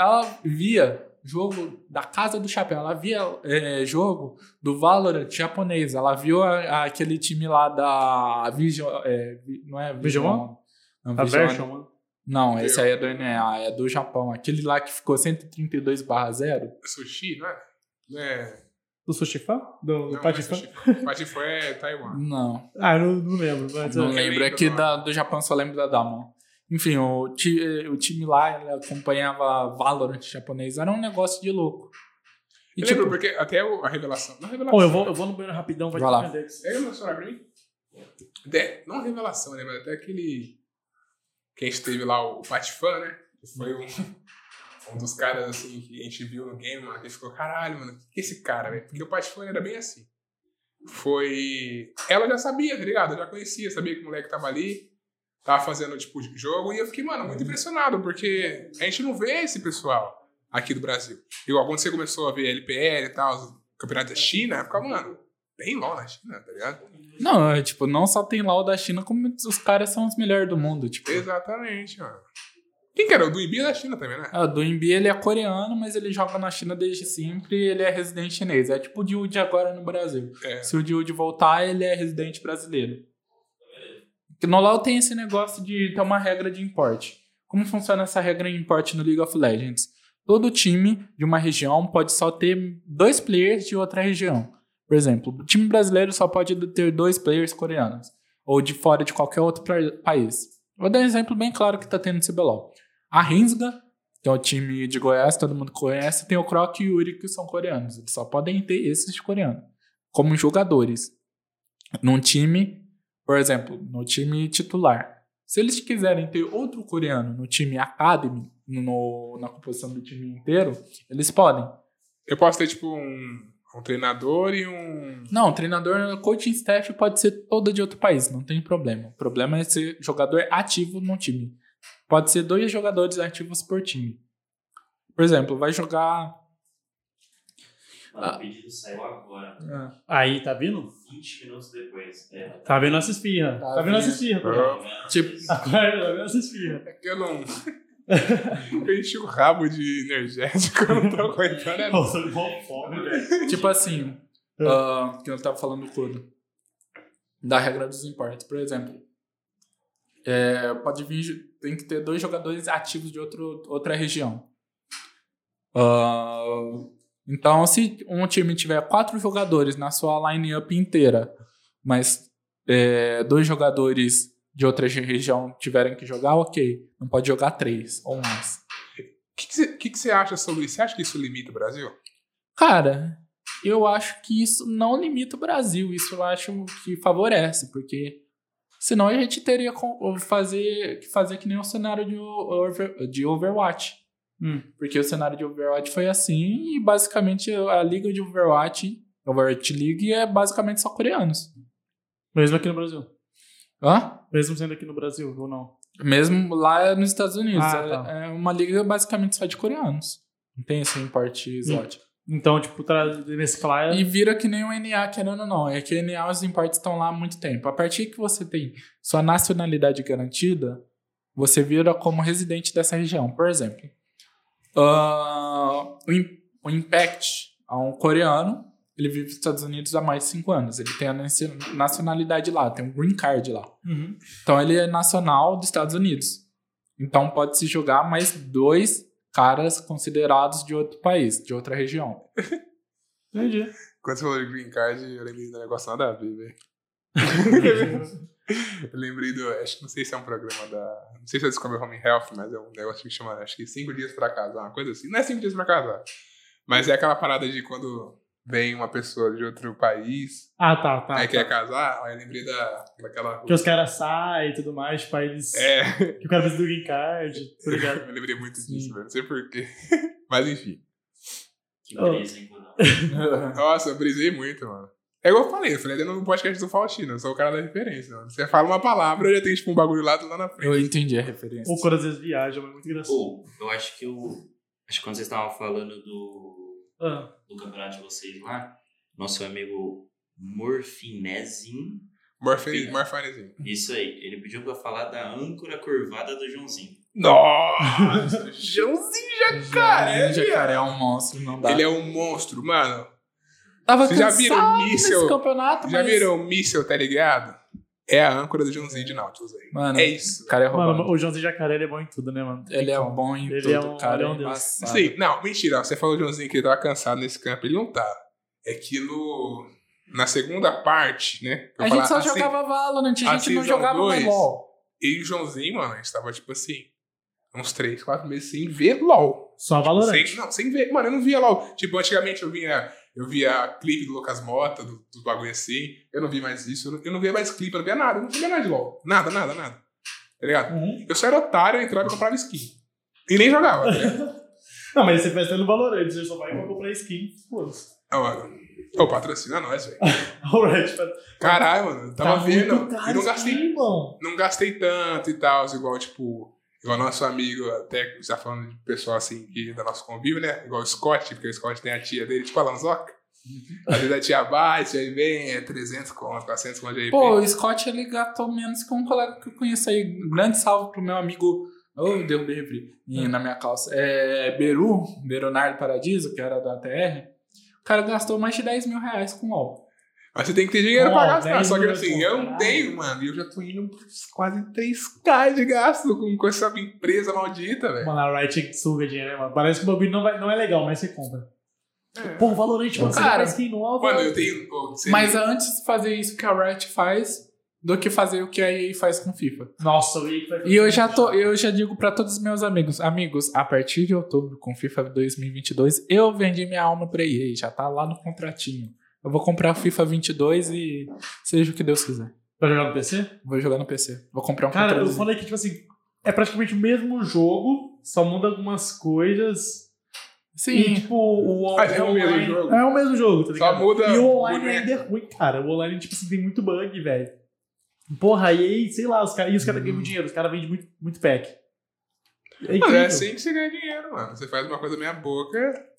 via jogo da Casa do Chapéu. Ela via jogo do Valorant japonês. Ela viu aquele time lá da Vision... não é Vision One? Não, Version One? Não, esse aí é do NEA, é do Japão. Aquele lá que ficou 132/0. Sushi, não é? Do Sushifan? Do Patifan? Patifan é Taiwan. Não. Eu não lembro. Mas não lembro. Aqui do Japão só lembro da Damon. Enfim, o time lá, ele acompanhava Valorant japonês. Era um negócio de louco. E lembro, porque até a revelação... Não a revelação. Eu vou no banheiro rapidão. Vai lá. É mencionar pra mim? Não a revelação, né? Mas até aquele... Que a gente teve lá, o Patifan, né? Que foi um dos caras, assim, que a gente viu no game, mano. Que a gente ficou, caralho, mano. O que é esse cara, velho? Porque o Patifan era bem assim. Ela já sabia, tá ligado? Eu já conhecia, sabia que o moleque tava ali. Tava fazendo, tipo, jogo. E eu fiquei, mano, muito impressionado. Porque a gente não vê esse pessoal aqui do Brasil. Igual quando você começou a ver LPL e tal, os campeonatos da China, ficava, mano, tem LOL na China, tá ligado? Não, tipo, não só tem LOL da China, como os caras são os melhores do mundo, tipo. Exatamente, mano. Quem que era? O do Imbi é da China também, né? O do Imbi, ele é coreano, mas ele joga na China desde sempre e ele é residente chinês. É tipo o Diud agora no Brasil. Se o Diud voltar, ele é residente brasileiro. No LoL tem esse negócio de ter uma regra de import. Como funciona essa regra de import no League of Legends? Todo time de uma região pode só ter 2 players de outra região. Por exemplo, o time brasileiro só pode ter 2 players coreanos. Ou de fora de qualquer outro país. Vou dar um exemplo bem claro que tá tendo no CBLOL. A Rinsga, que é o time de Goiás, todo mundo conhece, tem o Croc e o Yuri, que são coreanos. Eles só podem ter esses de coreano. Como jogadores. Num time, por exemplo, no time titular. Se eles quiserem ter outro coreano no time Academy, na composição do time inteiro, eles podem. Eu posso ter, tipo, um treinador e um... Não, treinador, coaching staff pode ser todo de outro país, não tem problema. O problema é ser jogador ativo no time. Pode ser 2 jogadores ativos por time. Por exemplo, vai jogar... Mano, o pedido saiu agora. Aí, tá vindo? 20 minutos depois. Tá vendo essa esfirra. Tá vendo essa esfirra, pô. Tipo, Tá vendo essa esfirra. É que eu não... eu enchi o rabo de energético, eu não tô aguentando. Pô, tô com fome, velho. tipo assim, que eu tava falando do Codo. Da regra dos imports, por exemplo. Pode vir, tem que ter 2 jogadores ativos de outra região. Então, se um time tiver 4 jogadores na sua line-up inteira, mas 2 jogadores de outra região tiverem que jogar, ok. Não pode jogar 3 ou mais. O que você acha sobre isso? Você acha que isso limita o Brasil? Cara, eu acho que isso não limita o Brasil. Isso eu acho que favorece, porque senão a gente teria que fazer que nem o cenário de Overwatch. Porque o cenário de Overwatch foi assim e basicamente a liga de Overwatch League é basicamente só coreanos. Mesmo aqui no Brasil. Hã? Mesmo sendo aqui no Brasil, ou não? Mesmo lá nos Estados Unidos. Tá. É uma liga basicamente só de coreanos. Não tem esse import slot. Então, tipo, mesclar... E vira que nem o NA, querendo ou não. É que o NA, os imports estão lá há muito tempo. A partir que você tem sua nacionalidade garantida, você vira como residente dessa região. Por exemplo, o Impact é um coreano, ele vive nos Estados Unidos há mais de 5 anos. Ele tem a nacionalidade lá, tem um green card lá. Então ele é nacional dos Estados Unidos. Então pode-se jogar mais 2 caras considerados de outro país, de outra região. Entendi. Quando você falou de green card, eu lembrei do negócio nada a ver, velho. Eu lembrei acho que não sei se é um programa não sei se é Discovery Home Health, mas é um negócio que chama, acho que 5 dias pra casar, uma coisa assim. Não é 5 dias pra casar, mas é aquela parada de quando vem uma pessoa de outro país, aí quer casar, aí eu lembrei daquela... Que os caras saem e tudo mais, tipo, aí eles... Que o cara precisa do green card, tá ligado? Eu lembrei muito disso, velho, não sei porquê. Mas enfim. Que brisa, hein, Godão? Nossa, eu brisei muito, mano. É igual eu falei no podcast do Faustino, eu sou o cara da referência, mano. Você fala uma palavra, eu já tenho tipo um bagulho lá na frente. Eu entendi a referência. Ou quando às vezes viaja, mas é muito engraçado. Eu acho que acho que quando vocês estavam falando do campeonato de vocês lá, nosso amigo Morfinezinho. Morfinezinho. Isso aí, ele pediu pra falar da âncora curvada do Joãozinho. Nossa! Joãozinho Jacaré é um monstro, não dá. Ele é um monstro, mano. Você já viram o míssel? Já viram o míssel, tá ligado? É a âncora do Joãozinho de Nautilus aí. Mano, é isso. O cara é roubado. Mano, o Joãozinho Jacaré, ele é bom em tudo, né, mano? Ele é bom em tudo, cara. É um Deus. Sim, não, mentira. Você falou, Joãozinho, que ele tava cansado nesse campo. Ele não tá. É que na segunda parte, né? A gente só jogava Valorant, a gente não jogava mais LOL. E o Joãozinho, mano, a gente tava, tipo assim, uns 3, 4 meses sem ver LOL. Só Valorant? Sem ver. Mano, eu não via LOL. Tipo, antigamente eu via clipe do Lucas Mota, dos bagulho assim. Eu não vi mais isso. Eu não via mais clipe, eu não via nada. Eu não via nada de LOL. Nada. Tá ligado? Eu só era otário, eu entrava e comprava skin. E nem jogava, tá ligado? Não, mas você faz no Valorant, você só vai pra comprar skin, foda-se. Patrocina nós, velho. Alright, caralho, mano. Eu tava vendo. E não gastei tanto e tal, igual nosso amigo, até que você tá falando de pessoal assim, que da nosso convívio, né? Igual o Scott, porque o Scott tem a tia dele, tipo a Lanzoca. Às vezes a tia bate, aí vem 300 conto, 400 conto de RP. Pô, o Scott, ele gastou menos que um colega que eu conheço aí. Um grande salve pro meu amigo, derrubei na minha calça. Berunardo Paradiso, que era da ATR. O cara gastou mais de 10 mil reais com LOL. Mas você tem que ter dinheiro pra gastar. Só que assim, eu não tenho, mano. E eu já tô indo por quase 3k de gasto com essa empresa maldita, velho. Mano, a Riot suga dinheiro, né, mano? Parece que o bagulho não é legal, mas você compra. Pô, o Valorant, mano, você faz skin nova. Mano, eu tenho... Mas antes de fazer isso que a Riot faz, do que fazer o que a EA faz com FIFA. Nossa, o EA faz... E eu já digo pra todos os meus amigos, a partir de outubro, com FIFA 2022, eu vendi minha alma pra EA, já tá lá no contratinho. Eu vou comprar o FIFA 22 e seja o que Deus quiser. Vai jogar no PC? Vou jogar no PC. Vou comprar um controle. Cara, eu controle. falei que, tipo assim, é praticamente o mesmo jogo, só muda algumas coisas. Sim. E, tipo, o é o mesmo jogo. É o mesmo jogo, tá ligado? Só muda. E o online ainda é ruim, cara. O online, tipo assim, tem muito bug, velho. Porra, e aí, sei lá, os caras ganham dinheiro, os caras vendem muito pack. É assim que você ganha dinheiro, mano. Você faz uma coisa meia boca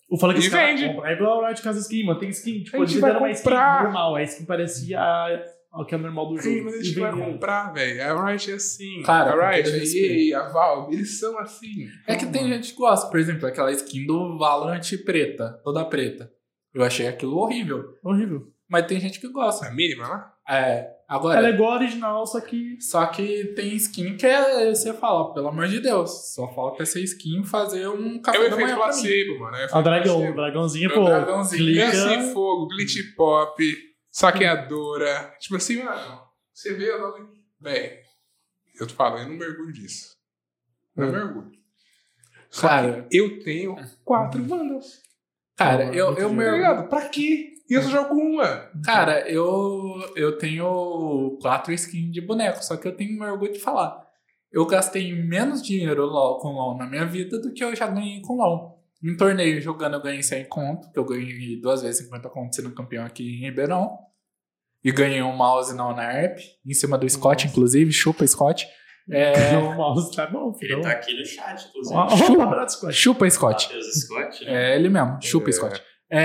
Eu falo que E esse cara vende. compra. É igual a Riot Casa Skin, mano. Tem skin, tipo, A gente eles vai deram uma skin comprar. normal. A skin parecia o que é normal do Sim, jogo. mas a E gente vai venderam. comprar, velho. A Riot é assim. Cara, a Riot, com todo a EA, a Valve, eles são assim. É que tem gente que gosta, por exemplo, aquela skin do Valorant preta, toda preta. Eu achei aquilo horrível. Horrível. Mas tem gente que gosta. A mínima, né? Agora. Ela é igual a original, só que... Só que tem skin que você fala, pelo amor de Deus, só falta essa skin fazer um É café o da efeito manhã pra mim. placebo, mano. É o A efeito dragão, placebo. o dragãozinho, O pô. dragãozinho. Clica... Esse fogo, glitch pop, saqueadora. Tipo assim, mano. Você vê o nome. Véi, eu tô falando, eu não mergulho disso. Não mergulho. Só Cara. que eu tenho 4 Vandals. Cara, eu Tá mergulho. ligado? Pra quê? E eu só jogo uma. Cara, eu tenho 4 skins de boneco, só que eu tenho orgulho de falar. Eu gastei menos dinheiro com LoL na minha vida do que eu já ganhei com LoL. Em torneio jogando eu ganhei 100 conto, que eu ganhei 2 vezes 50 conto sendo campeão aqui em Ribeirão. E ganhei um mouse na UNAERP, em cima do Scott, inclusive, chupa Scott. O mouse tá bom, filho. Ele tá aqui no chat, inclusive. Chupa, abraço, Scott. Chupa Scott. Matheus Scott, né? É ele mesmo, chupa Scott.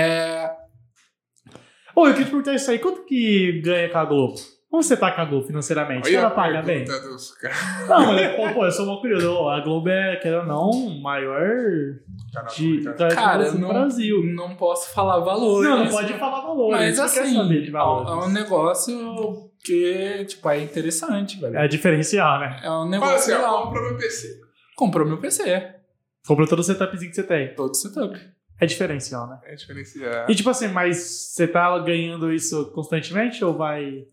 Ô, eu queria te perguntar isso aí. Quanto que ganha com a Globo? Como você tá com a Globo financeiramente? Olha Ela a paga bem? pergunta dos caras. Não, mas, pô, eu sou mal curioso. Ó, a Globo é, querendo ou não, o maior de Cara, no Brasil. não posso falar valores. Não pode falar valores. Mas Mas assim, saber de é valores. um negócio que, tipo, é interessante, velho. É diferencial, né? É um Fala negócio assim, ó, legal. compra meu PC. Comprou meu PC, Comprou todo o setupzinho que você tem. todo setup. É diferencial, né? É diferenciar. E tipo assim, mas você tá ganhando isso constantemente ou vai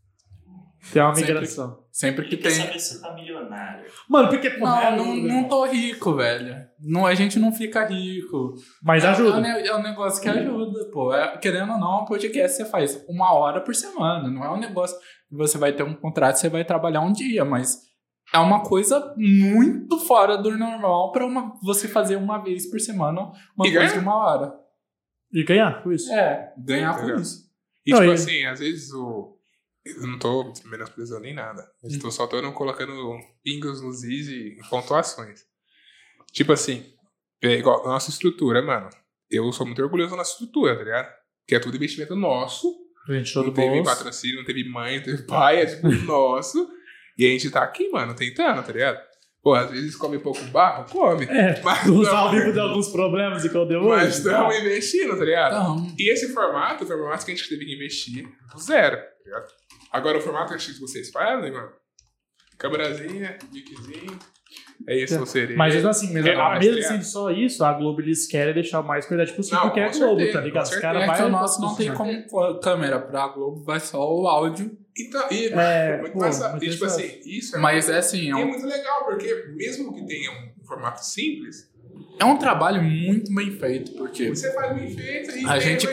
ter uma Sempre. migração? Sempre que Ele quer tem. saber se você tá milionário. Mano, porque... pô, Não tô rico, velho. Não, a gente não fica rico. Mas ajuda. É um negócio que ajuda, pô. Querendo ou não, um podcast você faz 1 hora por semana. Não é um negócio que você vai ter um contrato e você vai trabalhar um dia, mas é uma coisa muito fora do normal pra você fazer uma vez por semana uma E coisa ganhar? de 1 hora. E ganhar com isso. Ganhar com Legal. isso. E Não, tipo e- assim, às vezes eu não tô menosprezando nem nada. Mas tô só colocando pingos nos is e pontuações. Tipo assim, é igual a nossa estrutura, mano. Eu sou muito orgulhoso da nossa estrutura, tá ligado? Que é tudo investimento nosso. A gente todo Não teve bolso. patrocínio, não teve mãe, não teve pai, é tipo nosso. E a gente tá aqui, mano, tentando, tá ligado? Pô, às vezes come pouco barro, come. É, Mas os não- ao vivo deu alguns problemas e que eu deu Mas hoje. estamos investindo, tá ligado? Então, E esse formato foi o formato que a gente teve que investir do zero, tá ligado? Agora o formato que vocês fazem, mano, câmerazinha, miczinho, é isso, você. Mas mesmo assim, mesmo, É nóis, mesmo tá sendo só isso, a Globo eles querem deixar o mais qualidade possível, Não, porque é a com Globo, certeza, tá ligado? com Os caras é que vai. o nosso não tem como câmera pra Globo, vai só o áudio. Então, muito pô, mais, muito e, tipo interessante. assim, isso é Mas é assim, e é muito legal, porque mesmo que tenha um formato simples, é um trabalho muito bem feito, porque você faz bem feito e a tem gente mais-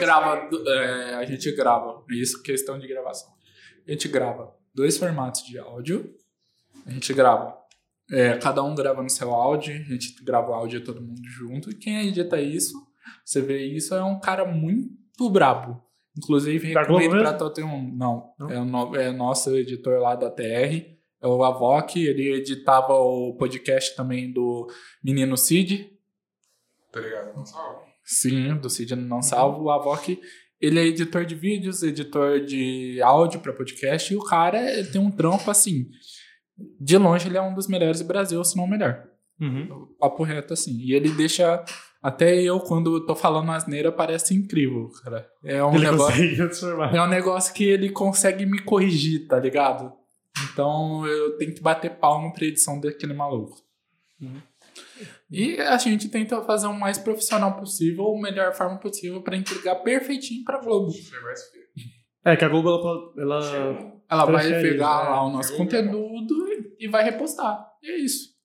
grava, isso questão de gravação. A gente grava 2 formatos de áudio, a gente grava, cada um grava no seu áudio, a gente grava o áudio todo mundo junto, e quem edita isso, você vê isso, é um cara muito brabo. Inclusive, Da Globo recomendo pra mesmo? todo um. Não, é nosso editor lá da TR, é o Avok, ele editava o podcast também do Menino Cid. Tá ligado? Não salva. Sim, do Cid Não Salvo. O Avok, ele é editor de vídeos, editor de áudio pra podcast, e o cara ele tem um trampo assim. De longe, ele é um dos melhores do Brasil, se não o melhor. Uhum. Papo reto, assim. E ele deixa. Até eu, quando eu tô falando asneira, parece incrível, cara. É um Ele negócio. consegue transformar. É um negócio que ele consegue me corrigir, tá ligado? Então eu tenho que bater palma pra edição daquele maluco. E a gente tenta fazer o mais profissional possível, a melhor forma possível pra entregar perfeitinho pra Globo. Você vai se ver. É que a Globo, ela Ela vai Prefere, pegar né? lá o nosso conteúdo e vai repostar. E é isso.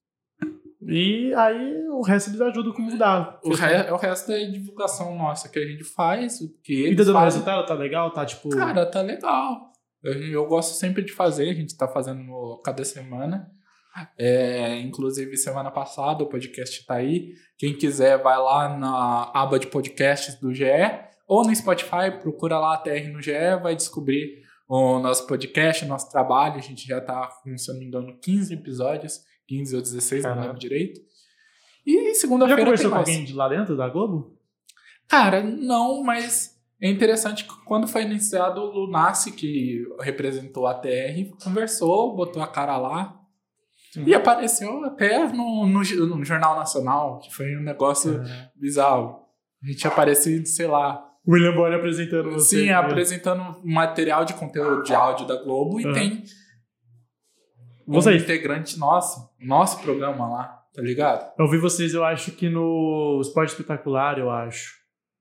E aí o resto eles ajudam como dá. O resto é divulgação nossa que a gente faz, o que E eles tá dando fazem. resultado? Tá legal? Tá tipo. Cara, tá legal. Eu gosto sempre de fazer, a gente tá fazendo cada semana. Inclusive, semana passada o podcast tá aí. Quem quiser, vai lá na aba de podcasts do GE ou no Spotify, procura lá a TR no GE, vai descobrir o nosso podcast, nosso trabalho. A gente já tá com, se eu não me engano, 15 episódios, 15 ou 16, não lembro direito. E Já segunda-feira tem conversou com mais. alguém de lá dentro da Globo? Cara, não, mas é interessante que quando foi iniciado o Lunassi, que representou a TR, conversou, botou a cara lá. E apareceu até no Jornal Nacional, que foi um negócio bizarro. A gente apareceu, sei lá... William Bonner apresentando você. Sim, apresentando material de conteúdo de áudio da Globo e tem um integrante nosso programa lá, tá ligado? Eu vi vocês, eu acho que no Esporte Espetacular, eu acho.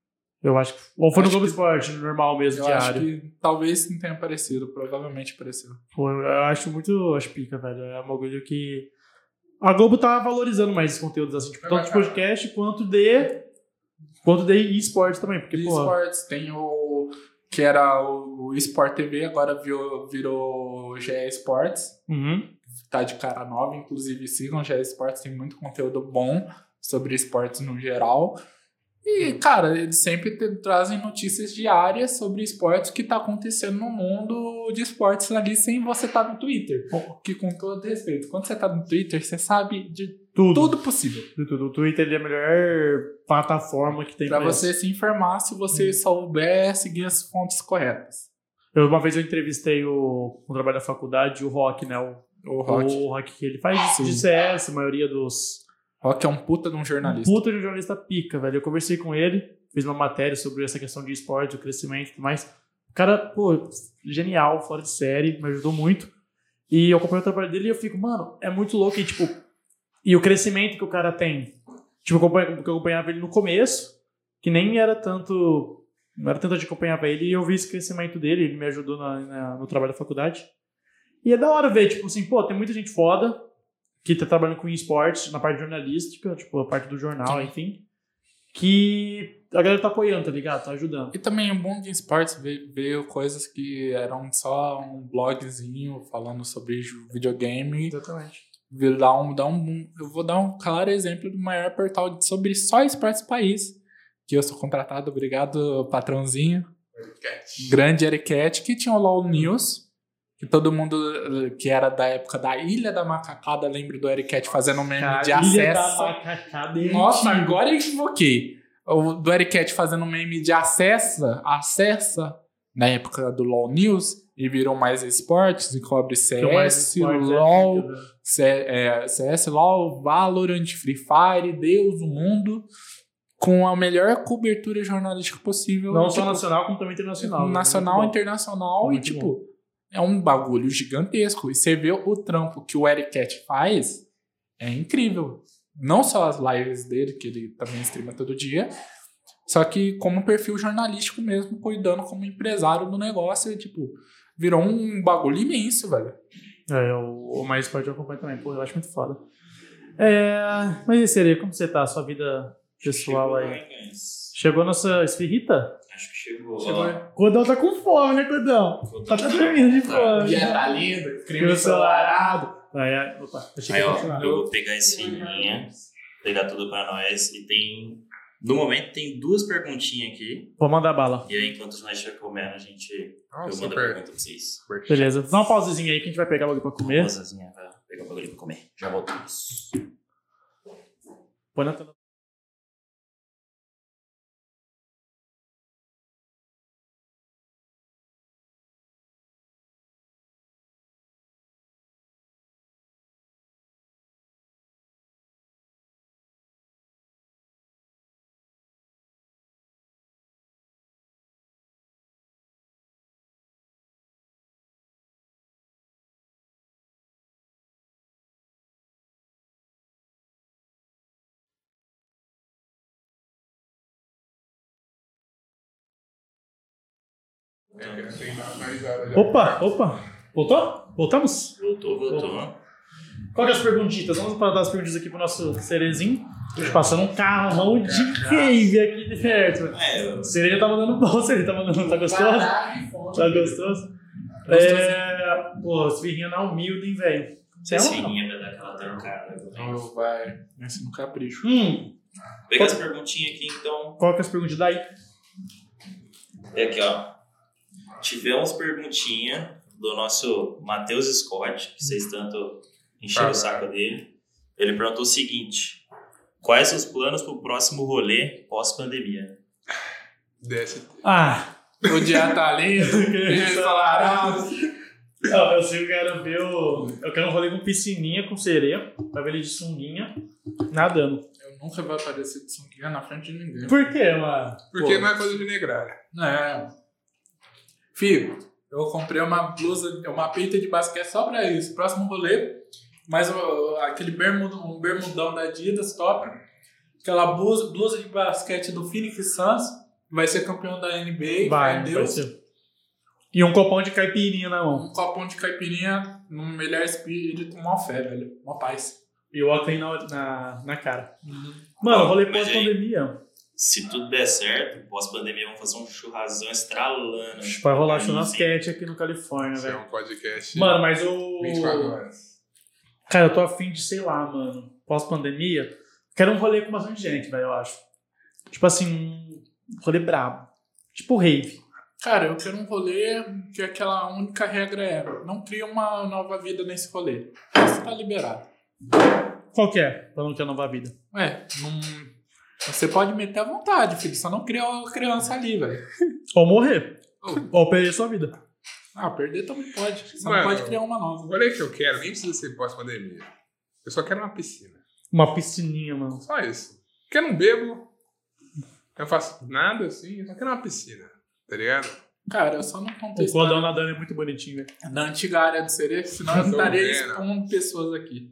Ou foi no Globo Esporte, normal mesmo, diário. Eu acho que talvez não tenha aparecido, provavelmente apareceu. Pô, eu acho pica, velho. É um bagulho que... A Globo tá valorizando mais esses conteúdos, assim, tipo, tanto de podcast quanto de esportes também. Porque, esportes, tem o... que era o Sport TV, agora virou GE Esportes. Tá de cara nova, inclusive sigam GE Esportes, tem muito conteúdo bom sobre esportes no geral. E, cara, eles sempre trazem notícias diárias sobre esportes que tá acontecendo no mundo de esportes ali sem você estar no Twitter. Que, com todo respeito, quando você tá no Twitter, você sabe de tudo possível. De tudo. O Twitter ele é a melhor plataforma que tem pra você se informar se você souber seguir as fontes corretas. Uma vez eu entrevistei no trabalho da faculdade, o Rock, né? O Rock que ele faz de CS, a maioria dos... Rock é um puta de um jornalista. Um jornalista pica, velho. Eu conversei com ele, fiz uma matéria sobre essa questão de esporte, o crescimento e tudo mais. O cara, pô, genial, fora de série, me ajudou muito. E eu acompanho o trabalho dele e eu fico, mano, é muito louco. E, tipo, e o crescimento que o cara tem. Tipo, eu acompanhava ele no começo, que nem era tanto... Não era tanto de acompanhava ele, e eu vi esse crescimento dele, ele me ajudou no trabalho da faculdade. E é da hora ver, tipo assim, pô, tem muita gente foda que tá trabalhando com esportes, na parte jornalística, tipo, a parte do jornal, enfim, que a galera tá apoiando, tá ligado? Tá ajudando. E também o bom de esportes veio coisas que eram só um blogzinho falando sobre videogame. Exatamente. Eu vou dar um claro exemplo do maior portal sobre só esportes do país, que eu sou contratado, obrigado, patrãozinho. Grande Ericat, que tinha o LOL News, que todo mundo que era da época da Ilha da Macacada lembra do Ericat fazendo um meme de acesso. Ilha da Macacada. Nossa, agora eu equivoquei. O do Ericat fazendo um meme de acessa na época do LOL News e virou mais esportes e cobre CS, LOL, CS, LOL, Valorant, Free Fire, Deus, o mundo, com a melhor cobertura jornalística possível. Não só nacional, como também internacional. Nacional, internacional e tipo... É um bagulho gigantesco. E você vê o trampo que o Ericat faz, é incrível. Não só as lives dele, que ele também streama todo dia, só que como perfil jornalístico mesmo, cuidando como empresário do negócio. E, tipo, virou um bagulho imenso, velho. O Mais Esporte eu acompanho também. Pô, eu acho muito foda. Mas e Sereia, como você tá? A sua vida pessoal aí? Chegou nossa esfirrita? Acho que chegou. Codão tá com fome, né, Codão? Tá dormindo de fome. Já tá lindo. Creme ensolarado. Eu vou pegar esse fininha, pegar tudo pra nós. E tem... No momento tem 2 perguntinhas aqui. Vou mandar bala. E aí, enquanto nós estiver comendo, eu mando a pergunta pra vocês. Beleza. Dá uma pausazinha aí que a gente vai pegar o bagulho pra comer. Uma pausazinha pra pegar o bagulho pra comer. Já voltamos. Põe na tela. Opa! Voltou? Voltamos? Voltou. Qual que é as perguntitas? Vamos para dar as perguntas aqui pro nosso Cerezinho. Passando um carrão de cave aqui de perto. O Cereja tá mandando bom, o Cereja tá mandando. Tá gostoso? Tá gostoso? Pô, esfirrinha na humilde, hein, velho? Esfirrinha vai dar aquela trancada. Vai, nesse no capricho. Pega as perguntinhas aqui, então. Qual que é as perguntas daí? É aqui, ó. Tivemos perguntinha do nosso Matheus Scott, que vocês tanto encheram o saco dele. Ele perguntou o seguinte: quais os planos pro próximo rolê pós-pandemia? DST. O dia tá lindo, ensolarado. Não, eu sei que eu quero ver eu quero um rolê com piscininha, com sereia, pra ver ele de sunguinha, nadando. Eu nunca vou aparecer de sunguinha na frente de ninguém. Por quê, mano? Porque não é coisa de negrária. Filho, eu comprei uma blusa, uma peita de basquete só pra isso. Próximo rolê, mas aquele bermudão da Adidas, top. Aquela blusa de basquete do Phoenix Suns, vai ser campeão da NBA. Vai ser. E um copão de caipirinha na mão. Um copão de caipirinha no melhor espírito, mó fé, velho. Mó paz. E o óculos na cara. Mano, rolê pós-pandemia. Se tudo der certo, pós-pandemia vamos fazer um churrasão estralando. Vai rolar churrasquete aqui no Califórnia, Isso é velho. um podcast. Mano, mas 24 horas. Cara, eu tô afim de, sei lá, mano. Pós-pandemia, quero um rolê com bastante gente, velho, eu acho. Tipo assim, um rolê brabo. Tipo rave. Cara, eu quero um rolê que aquela única regra é: não cria uma nova vida nesse rolê. Isso tá liberado. Qual que é? Pra não ter nova vida. Você pode meter à vontade, filho. Só não cria uma criança ali, velho. Ou morrer. Ou perder sua vida. Perder também pode. Só Mano, não pode criar uma nova. O rolê que eu quero nem precisa ser pós-pandemia. Eu só quero uma piscina. Uma piscininha, mano. Só isso. Porque eu não bebo. Eu não faço nada assim. Eu só quero uma piscina. Tá ligado? Cara, eu só não contei O cordão nadando é muito bonitinho, velho. na antiga área do Serê, senão eu estaria expondo pessoas aqui.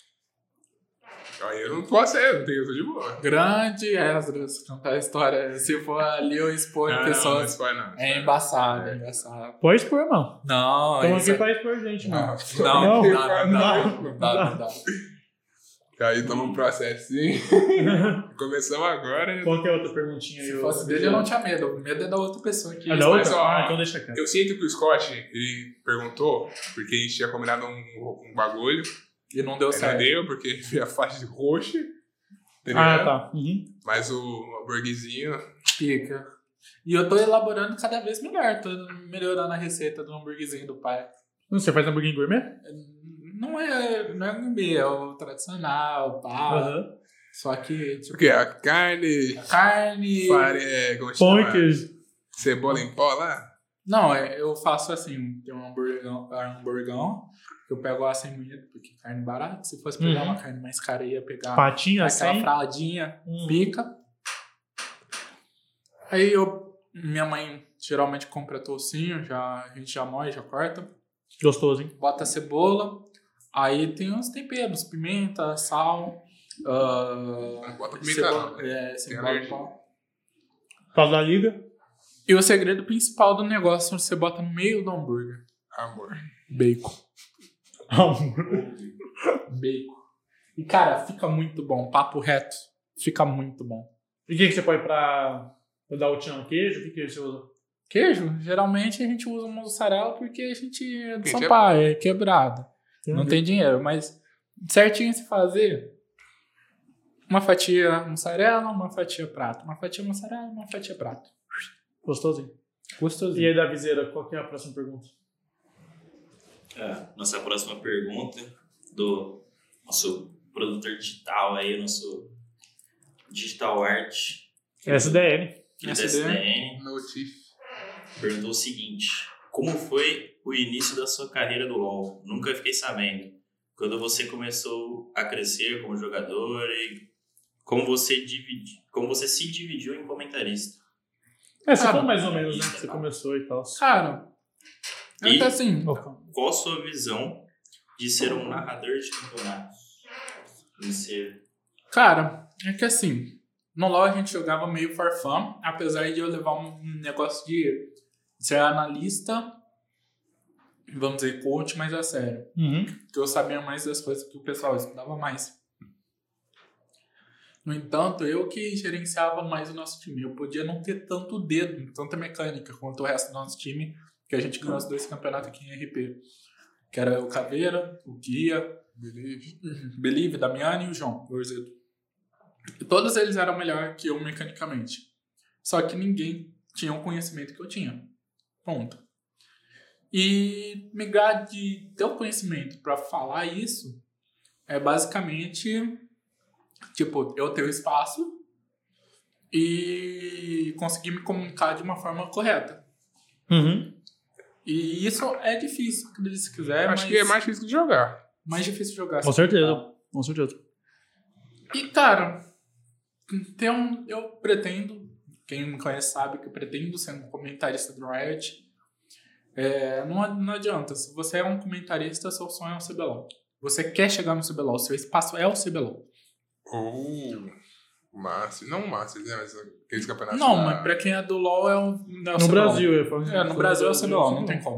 Aí eu não posso, eu tô de boa. Grande Esdras, contar a história. Se for ali eu exponho pessoas. Não, é embaçado, é embaçado. Pode expor, irmão. Não, Estamos aqui pra expor gente, mano. Não. Aí toma um processinho. Começamos agora. Qual que é a outra perguntinha aí? Se fosse dele, eu não tinha medo. O medo é da outra pessoa aqui. Da outra? Mas, Então deixa quieto. Eu sinto que o Scott, ele perguntou, porque a gente tinha combinado um bagulho. E não deu certo. Não deu, porque veio a faixa de roxa. Tá. Mas o hambúrguerzinho... Pica. E eu tô elaborando cada vez melhor. Tô melhorando a receita do hambúrguerzinho do pai. Você faz hambúrguer gourmet? Não é gourmet, é o tradicional, pá. Só que... Tipo, o quê? A carne... Como se pão chama? e queijo. Cebola em pó lá? Não, eu faço assim, tem um hamburgão, eu pego ela sem moído, porque carne barata. Se fosse pegar uma carne mais cara, ia pegar patinha, aquela fraladinha, pica. Aí minha mãe geralmente compra toucinho, a gente já moe, já corta. Gostoso, hein? Bota a cebola, aí tem uns temperos, pimenta, sal. Bota pimenta não. Cebola em pó. Fala da liga. E o segredo principal do negócio você bota no meio do hambúrguer. Amor. Bacon. Bacon. E, cara, fica muito bom. Papo reto. Fica muito bom. E o que você põe pra dar o tchan? Queijo? O que você usa? Queijo? Geralmente a gente usa mussarela porque a gente é de São Paulo, é quebrado. Não tem dinheiro, mas certinho se fazer... Uma fatia mussarela, uma fatia prato. Uma fatia mussarela, uma fatia prato. Gostosinho. Gostosinho. E aí, da Viseira, qual que é a próxima pergunta? Nossa próxima pergunta do nosso produtor digital aí, nosso digital art. SDN. SDN. Notif. Perguntou o seguinte: como foi o início da sua carreira do LoL? Nunca fiquei sabendo. Quando você começou a crescer como jogador e como você se dividiu em comentarista? Você falou mais ou menos, né? Que você começou e tal. Cara, é que assim... Qual a sua visão de ser um narrador de campeonatos? Cara, é que assim... No LoL a gente jogava meio for fun, apesar de eu levar um negócio de ser analista, vamos dizer, coach, mas a sério. Porque eu sabia mais das coisas que o pessoal estudava mais. No entanto, eu que gerenciava mais o nosso time. Eu podia não ter tanto dedo, tanta mecânica quanto o resto do nosso time, que a gente ganhou os 2 campeonatos aqui em RP. Que era o Caveira, o Guia, Believe, Damiani e o João, o Orzeto. E todos eles eram melhor que eu mecanicamente. Só que ninguém tinha o conhecimento que eu tinha. Ponto. E migrar de ter o conhecimento para falar isso é basicamente, tipo, eu ter o espaço e conseguir me comunicar de uma forma correta. E isso é difícil, se quiser. Acho que é mais difícil de jogar. Mais difícil de jogar. Com certeza. Com certeza. E, cara, eu pretendo, quem me conhece sabe que eu pretendo ser um comentarista do Riot. Não adianta, se você é um comentarista, seu sonho é o CBLOL. Você quer chegar no CBLOL, seu espaço é o CBLOL. Márcio. Não o Márcio, né? Mas aqueles campeonatos. Não, mas pra quem é do LoL é o no Brasil, eu falo. no Brasil é o CBLOL, não tem como.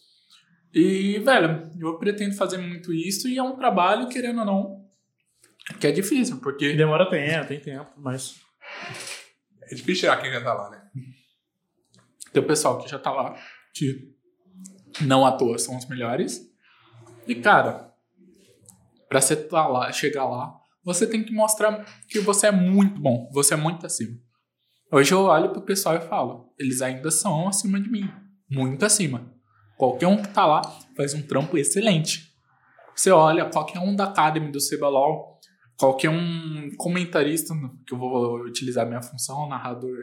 E, velho, eu pretendo fazer muito isso e é um trabalho, querendo ou não, que é difícil, porque... Demora tem tempo, mas... É difícil tirar quem já tá lá, né? Tem o pessoal que já tá lá, que não à toa são os melhores. E, cara, pra você tá lá, chegar lá, você tem que mostrar que você é muito bom, você é muito acima. Hoje eu olho pro pessoal e falo, eles ainda são acima de mim, muito acima. Qualquer um que tá lá faz um trampo excelente. Você olha, qualquer um da Academy do CBLOL, qualquer um comentarista, que eu vou utilizar minha função, narrador,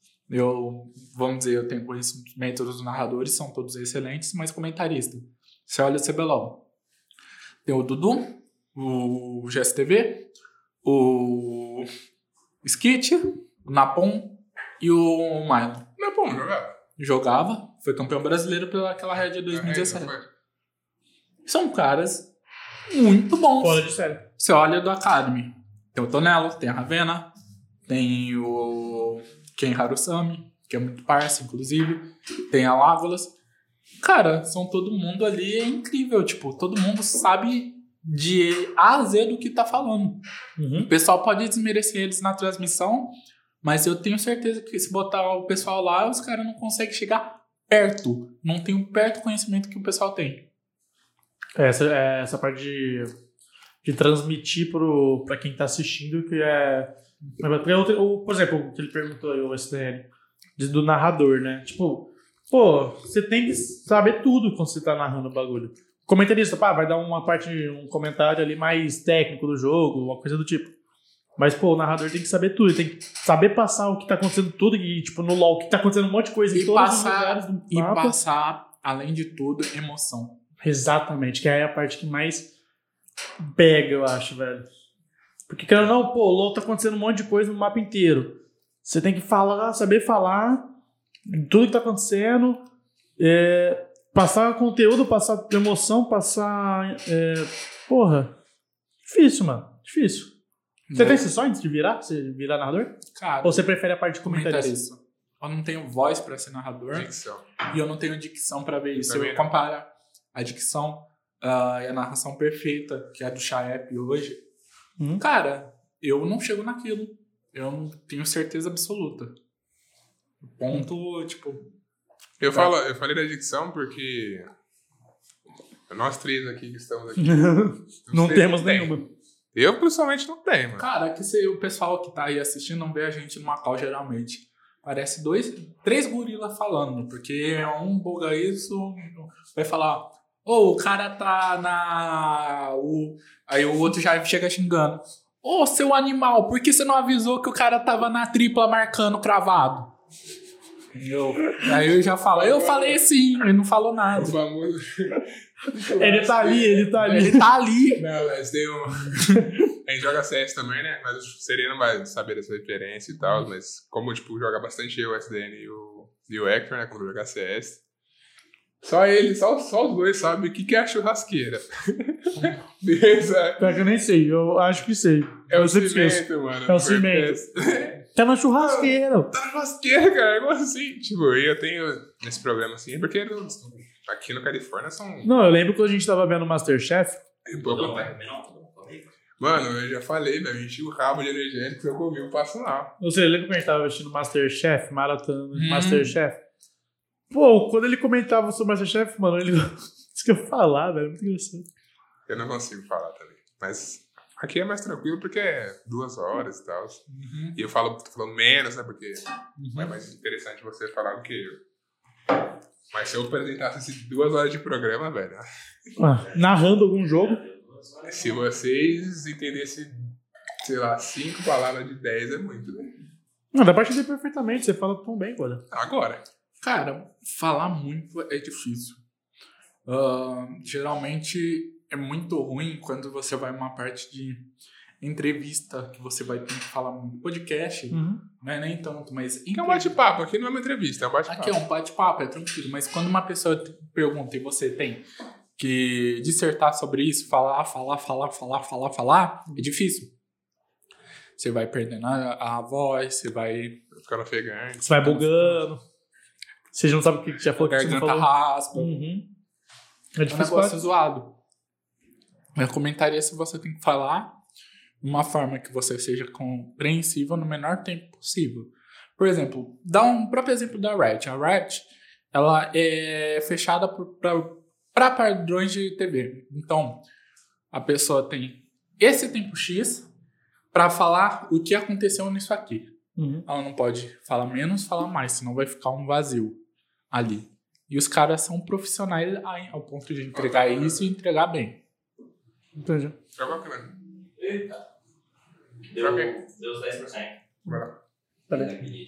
vamos dizer, eu tenho conhecimento dos narradores, são todos excelentes, mas comentarista. Você olha o CBLOL, tem o Dudu, o GSTV, o Skit, o Napom e o Milo. Napom jogava, foi campeão brasileiro pelaquela Red de 2017. São caras muito bons. Fora de série. Você olha do Academy, tem o Tonelo, tem a Ravena, tem o Ken Harusami, que é muito parça, inclusive, tem a Lágolas. Cara, são todo mundo ali, é incrível, tipo, todo mundo sabe de A a Z do que tá falando. O pessoal pode desmerecer eles na transmissão, mas eu tenho certeza que se botar o pessoal lá, os caras não conseguem chegar perto. Não tem o perto conhecimento que o pessoal tem. Essa parte de transmitir pra quem tá assistindo, que é... Por exemplo, o que ele perguntou aí, o STN, do narrador, né? Tipo, você tem que saber tudo quando você tá narrando o bagulho. Comentarista, vai dar um comentário ali mais técnico do jogo, uma coisa do tipo. Mas, o narrador tem que saber tudo, ele tem que saber passar o que tá acontecendo tudo, e, tipo, no LoL, que tá acontecendo um monte de coisa em todos os lugares do mapa. E passar, além de tudo, emoção. Exatamente, que é a parte que mais pega, eu acho, velho. Porque, querendo ou não, o LoL tá acontecendo um monte de coisa no mapa inteiro. Você tem que saber falar tudo que tá acontecendo, passar conteúdo, passar emoção, passar... difícil, mano, difícil. Você tem esse sonho de virar narrador? Cara, ou você prefere a parte de comentarista? Eu não tenho voz pra ser narrador. Dicção. E eu não tenho dicção pra ver isso. Se eu comparar a dicção e a narração perfeita, que é a do Chaep hoje, cara, eu não chego naquilo. Eu não tenho certeza absoluta. Ponto, tipo... Eu falei da dicção porque nós três aqui que estamos aqui... não temos nenhuma. Eu, pessoalmente, não tenho, mano. Cara, que se o pessoal que tá aí assistindo não vê a gente numa call, geralmente. Parece 3 gorilas falando, porque um buga isso, vai falar, o cara tá aí o outro já chega xingando. Seu animal, por que você não avisou que o cara tava na tripla marcando cravado? Aí eu já falo, eu falei sim, ele não falou nada. O famoso... Ele tá ali. Não, mas tem um... A gente joga CS também, né? Mas o Sereno vai saber dessa referência e tal, mas como, tipo, joga bastante eu, o SDN e o Hector, né? Quando joga CS. Só os dois sabem o que é a churrasqueira. Beleza? Pior que eu nem sei, eu acho que sei. É o cimento, mano. É o cimento. Tá na churrasqueira. Tá na churrasqueira, cara. Como assim? Tipo, eu tenho esse problema assim, porque aqui no Califórnia são... Não, eu lembro que a gente tava vendo o Masterchef. Mano, eu já falei, velho, eu enchi o rabo de energético e eu comi o passo lá. Você lembra que a gente tava assistindo Masterchef, maratona Masterchef? Quando ele comentava sobre Masterchef, mano, ele disse que eu falar, velho, muito engraçado. Eu não consigo falar também, mas aqui é mais tranquilo porque é 2 horas e tal. E eu tô falando menos, né, porque é mais interessante você falar do que eu. Mas se eu apresentasse 2 horas de programa, velho... narrando algum jogo... Se vocês entendessem, sei lá, 5 palavras de 10 é muito, né? Não, dá pra entender perfeitamente. Você fala tão bem, cara. Agora. Cara, falar muito é difícil. Geralmente é muito ruim quando você vai uma parte de entrevista que você vai ter que falar muito. Podcast, não é nem tanto, mas... Aqui é um bate-papo, aqui não é uma entrevista, é um bate-papo. Aqui é um bate-papo, é tranquilo. Mas quando uma pessoa te pergunta e você tem que dissertar sobre isso, falar, é difícil. Você vai perdendo a voz, você vai... Ficando ofegante. Você vai bugando. Você já não sabe o que já falou, que você não garganta falou. raspa. É É um difícil. negócio zoado. Eu comentaria se você tem que falar de uma forma que você seja compreensível no menor tempo possível. Por exemplo, dá um próprio exemplo da Riot. A Riot, ela é fechada para padrões de TV. Então, a pessoa tem esse tempo X para falar o que aconteceu nisso aqui. Ela não pode falar menos, falar mais, senão vai ficar um vazio ali. E os caras são profissionais ao ponto de entregar isso e entregar bem. Entendi. Joga a câmera. Eita. Deu os 10%. Vai lá. Tá bem.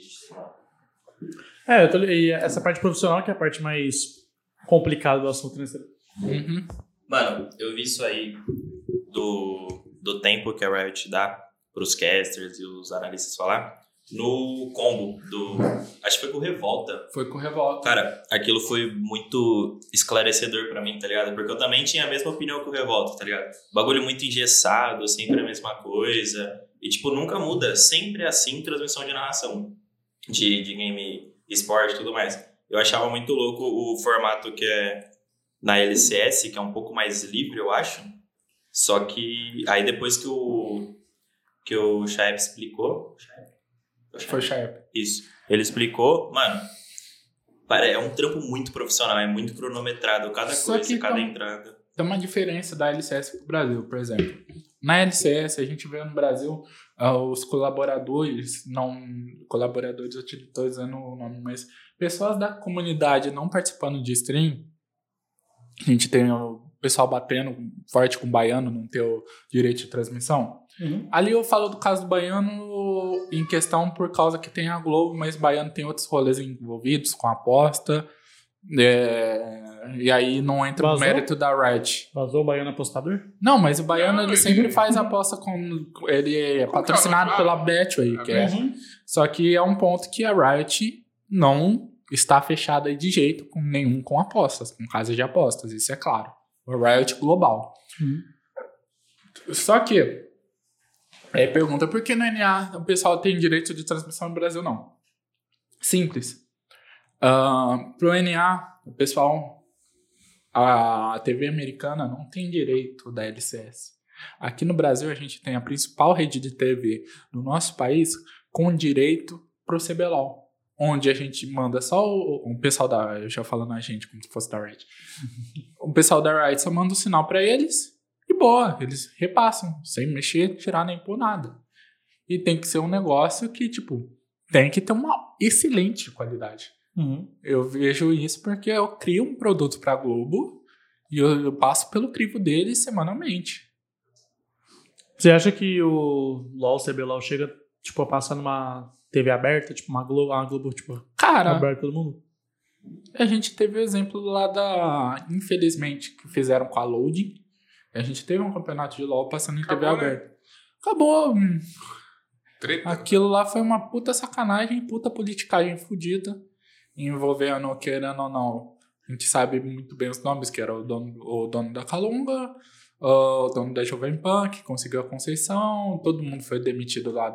E essa parte profissional que é a parte mais complicada do assunto, né? Mano, eu vi isso aí do tempo que a Riot dá pros casters e os analistas falar no combo acho que foi com o Revolta. Foi com o Revolta. Cara, aquilo foi muito esclarecedor pra mim, tá ligado? Porque eu também tinha a mesma opinião que o Revolta, tá ligado? Bagulho muito engessado, sempre a mesma coisa. E, tipo, nunca muda. Sempre assim, transmissão de narração. De game esporte e tudo mais. Eu achava muito louco o formato que é na LCS, que é um pouco mais livre, eu acho. Só que aí depois que o Shaep explicou... Foi Shaep. Isso. Ele explicou, mano, é um trampo muito profissional, é muito cronometrado, cada coisa, cada entrada. Tem uma diferença da LCS pro Brasil, por exemplo. Na LCS, a gente vê no Brasil os colaboradores, eu estou dizendo o nome, mas pessoas da comunidade não participando de stream. A gente tem o pessoal batendo forte com o Baiano, não ter o direito de transmissão. Ali eu falo do caso do Baiano em questão por causa que tem a Globo, mas o Baiano tem outros rolês envolvidos com aposta. E aí não entra no mérito da Riot. Vazou o Baiano apostador? Não, mas o Baiano ele sempre faz aposta com... Ele é patrocinado pela Betway, que é. Só que é um ponto que a Riot não está fechada aí de jeito nenhum com apostas, com casas de apostas, isso é claro. O Riot global. Só que pergunta por que no NA o pessoal tem direito de transmissão no Brasil não? Simples. Pro NA, o pessoal, a TV americana não tem direito da LCS. Aqui no Brasil a gente tem a principal rede de TV do nosso país com direito pro CBLOL, onde a gente manda só o pessoal da... Eu já falando a gente como se fosse da Riot. O pessoal da Riot só manda o sinal pra eles e boa, eles repassam, sem mexer, tirar nem pôr nada. E tem que ser um negócio que, tipo, tem que ter uma excelente qualidade. Eu vejo isso porque eu crio um produto pra Globo e eu passo pelo crivo deles semanalmente. Você acha que o LoL, CBLOL chega, tipo, a passar numa TV aberta, tipo uma Globo tipo, cara, aberta todo mundo? A gente teve o exemplo lá infelizmente, que fizeram com a Loading. A gente teve um campeonato de LoL passando em TV aberta. Acabou. Treta. Aquilo lá foi uma puta sacanagem, puta politicagem fodida. Envolvendo, querendo ou não, a gente sabe muito bem os nomes, que era o dono da Calunga, o dono da Jovem Pan, que conseguiu a concessão, todo mundo foi demitido lá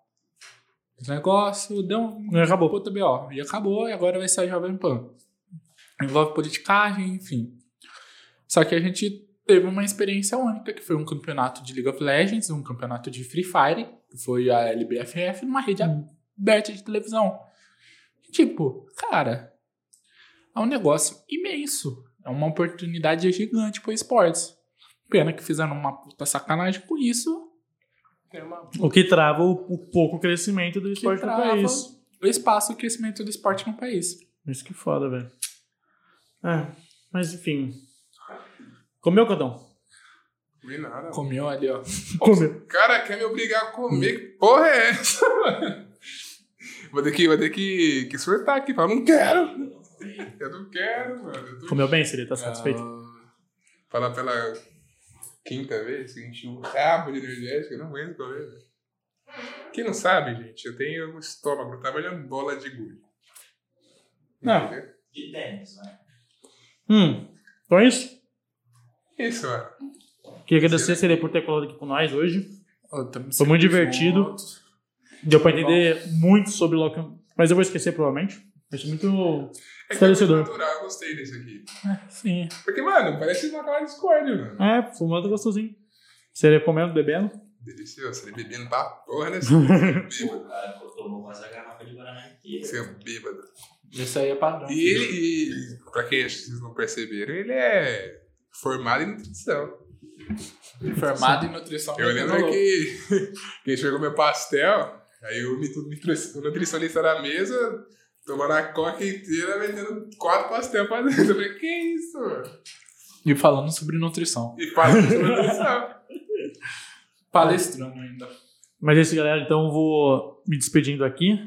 dos negócios, deu um puta B.O. E acabou, e agora vai ser a Jovem Pan. Envolve politicagem, enfim. Só que a gente teve uma experiência única, que foi um campeonato de League of Legends, um campeonato de Free Fire, que foi a LBFF, numa rede aberta de televisão. Tipo, cara, é um negócio imenso. É uma oportunidade gigante pro esportes. Pena que fizeram uma puta sacanagem com isso. O que trava o pouco crescimento do esporte no país. O espaço e o crescimento do esporte no país. Isso que foda, velho. Mas enfim. Comeu, Codão? Comi nada. Comeu ali, ó. Comeu. O cara quer me obrigar a comer. Que porra é essa, mano? Vou ter que surtar aqui. Falar, não quero. Eu não quero, mano. Comeu bem, Siri? Tá satisfeito? Falar pela 5ª vez que enchi um rabo de energética, eu não aguento comer, velho. Quem não sabe, gente, eu tenho um estômago do tamanho de uma bola de gude. Não. De tênis, né? Então é isso. Isso, mano. Queria agradecer, Siri, por ter colado aqui com nós hoje. Foi muito divertido. Deu pra entender muito sobre o Loki, mas eu vou esquecer provavelmente. Vai ser muito esclarecedor. Natural, eu gostei desse aqui. Sim. Porque, mano, parece uma clara Discord, mano. Fumando gostosinho. Seria comendo, bebendo. Delicioso, ele bebendo pra porra, né? O cara tomou quase a garrafa de Guaraná inteira. Você é bêbado. Isso aí é padrão. E ele, pra quem vocês não perceberam, ele é formado em nutrição. Formado em nutrição. Eu lembro que a gente pegou meu pastel, aí o nutricionista na mesa, tomando a coca inteira, vendendo 4 pastéis pra dentro. Eu falei, que isso, mano? E falando sobre nutrição. E falando sobre nutrição. Palestrando ainda. Mas é isso, galera. Então eu vou me despedindo aqui.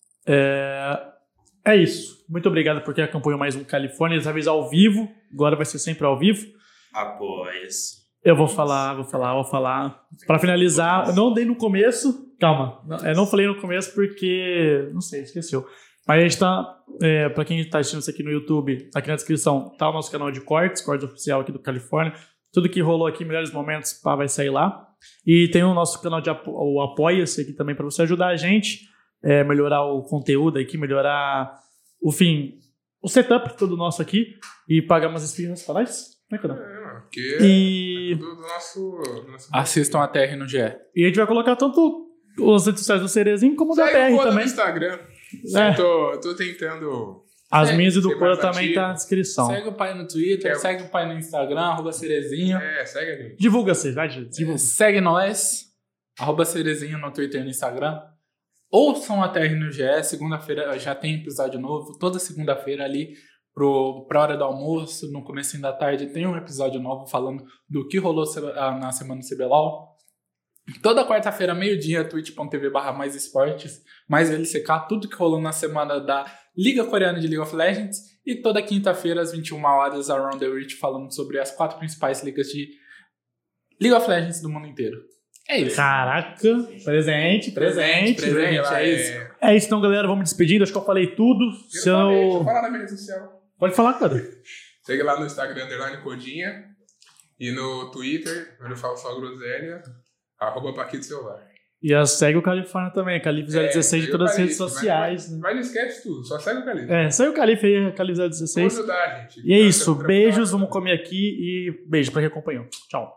É isso. Muito obrigado por quem acompanhou mais um Califórnia. Dessa vez ao vivo. Agora vai ser sempre ao vivo. Apoia-se. Eu vou falar. Pra finalizar, eu não dei no começo. Calma. Eu não falei no começo porque... Não sei, esqueceu. Mas a gente tá... pra quem tá assistindo isso aqui no YouTube, aqui na descrição tá o nosso canal de cortes oficial aqui do Califórnia. Tudo que rolou aqui, melhores momentos, vai sair lá. E tem o nosso canal de o Apoia-se aqui também para você ajudar a gente, melhorar o conteúdo aqui, melhorar, o setup todo nosso aqui e pagar umas esfirras para nós. Né, Cadão? Porque do nosso... Assistam a TR no GE. E a gente vai colocar tanto os redes sociais do Cerezinho como da BR também. no Instagram. Eu tô tentando... As minhas e do Cora também tá na descrição. Segue o pai no Twitter, segue o pai no Instagram, @Cerezinho. Segue a gente. Divulga vocês, vai, gente. Segue nós, @Cerezinho no Twitter e no Instagram. Ouçam a TR no GE, segunda-feira já tem episódio novo. Toda segunda-feira ali, pra hora do almoço, no comecinho da tarde, tem um episódio novo falando do que rolou na semana do CBLOL. Toda quarta-feira, meio-dia, twitch.tv/maisesportes, mais LCK, tudo que rolou na semana da Liga Coreana de League of Legends. E toda quinta-feira, às 21 horas, Around the Reach, falando sobre as 4 principais ligas de League of Legends do mundo inteiro. É isso. Caraca, presente, é isso. É isso então, galera, vamos despedindo. Acho que eu falei tudo. Deixa eu falar na minha rede social. Pode falar, cara. Segue lá no Instagram, _Codinha. E no Twitter, onde eu falo só groselha, @PaquitoCelular. E segue o Califórnia também, Calife016 em todas as redes sociais. Mas não esquece tudo, só segue o Calife. Segue o Calife aí, Calife016. Vamos ajudar, gente. E é isso, beijos, vamos comer aqui e beijo pra quem acompanhou. Tchau.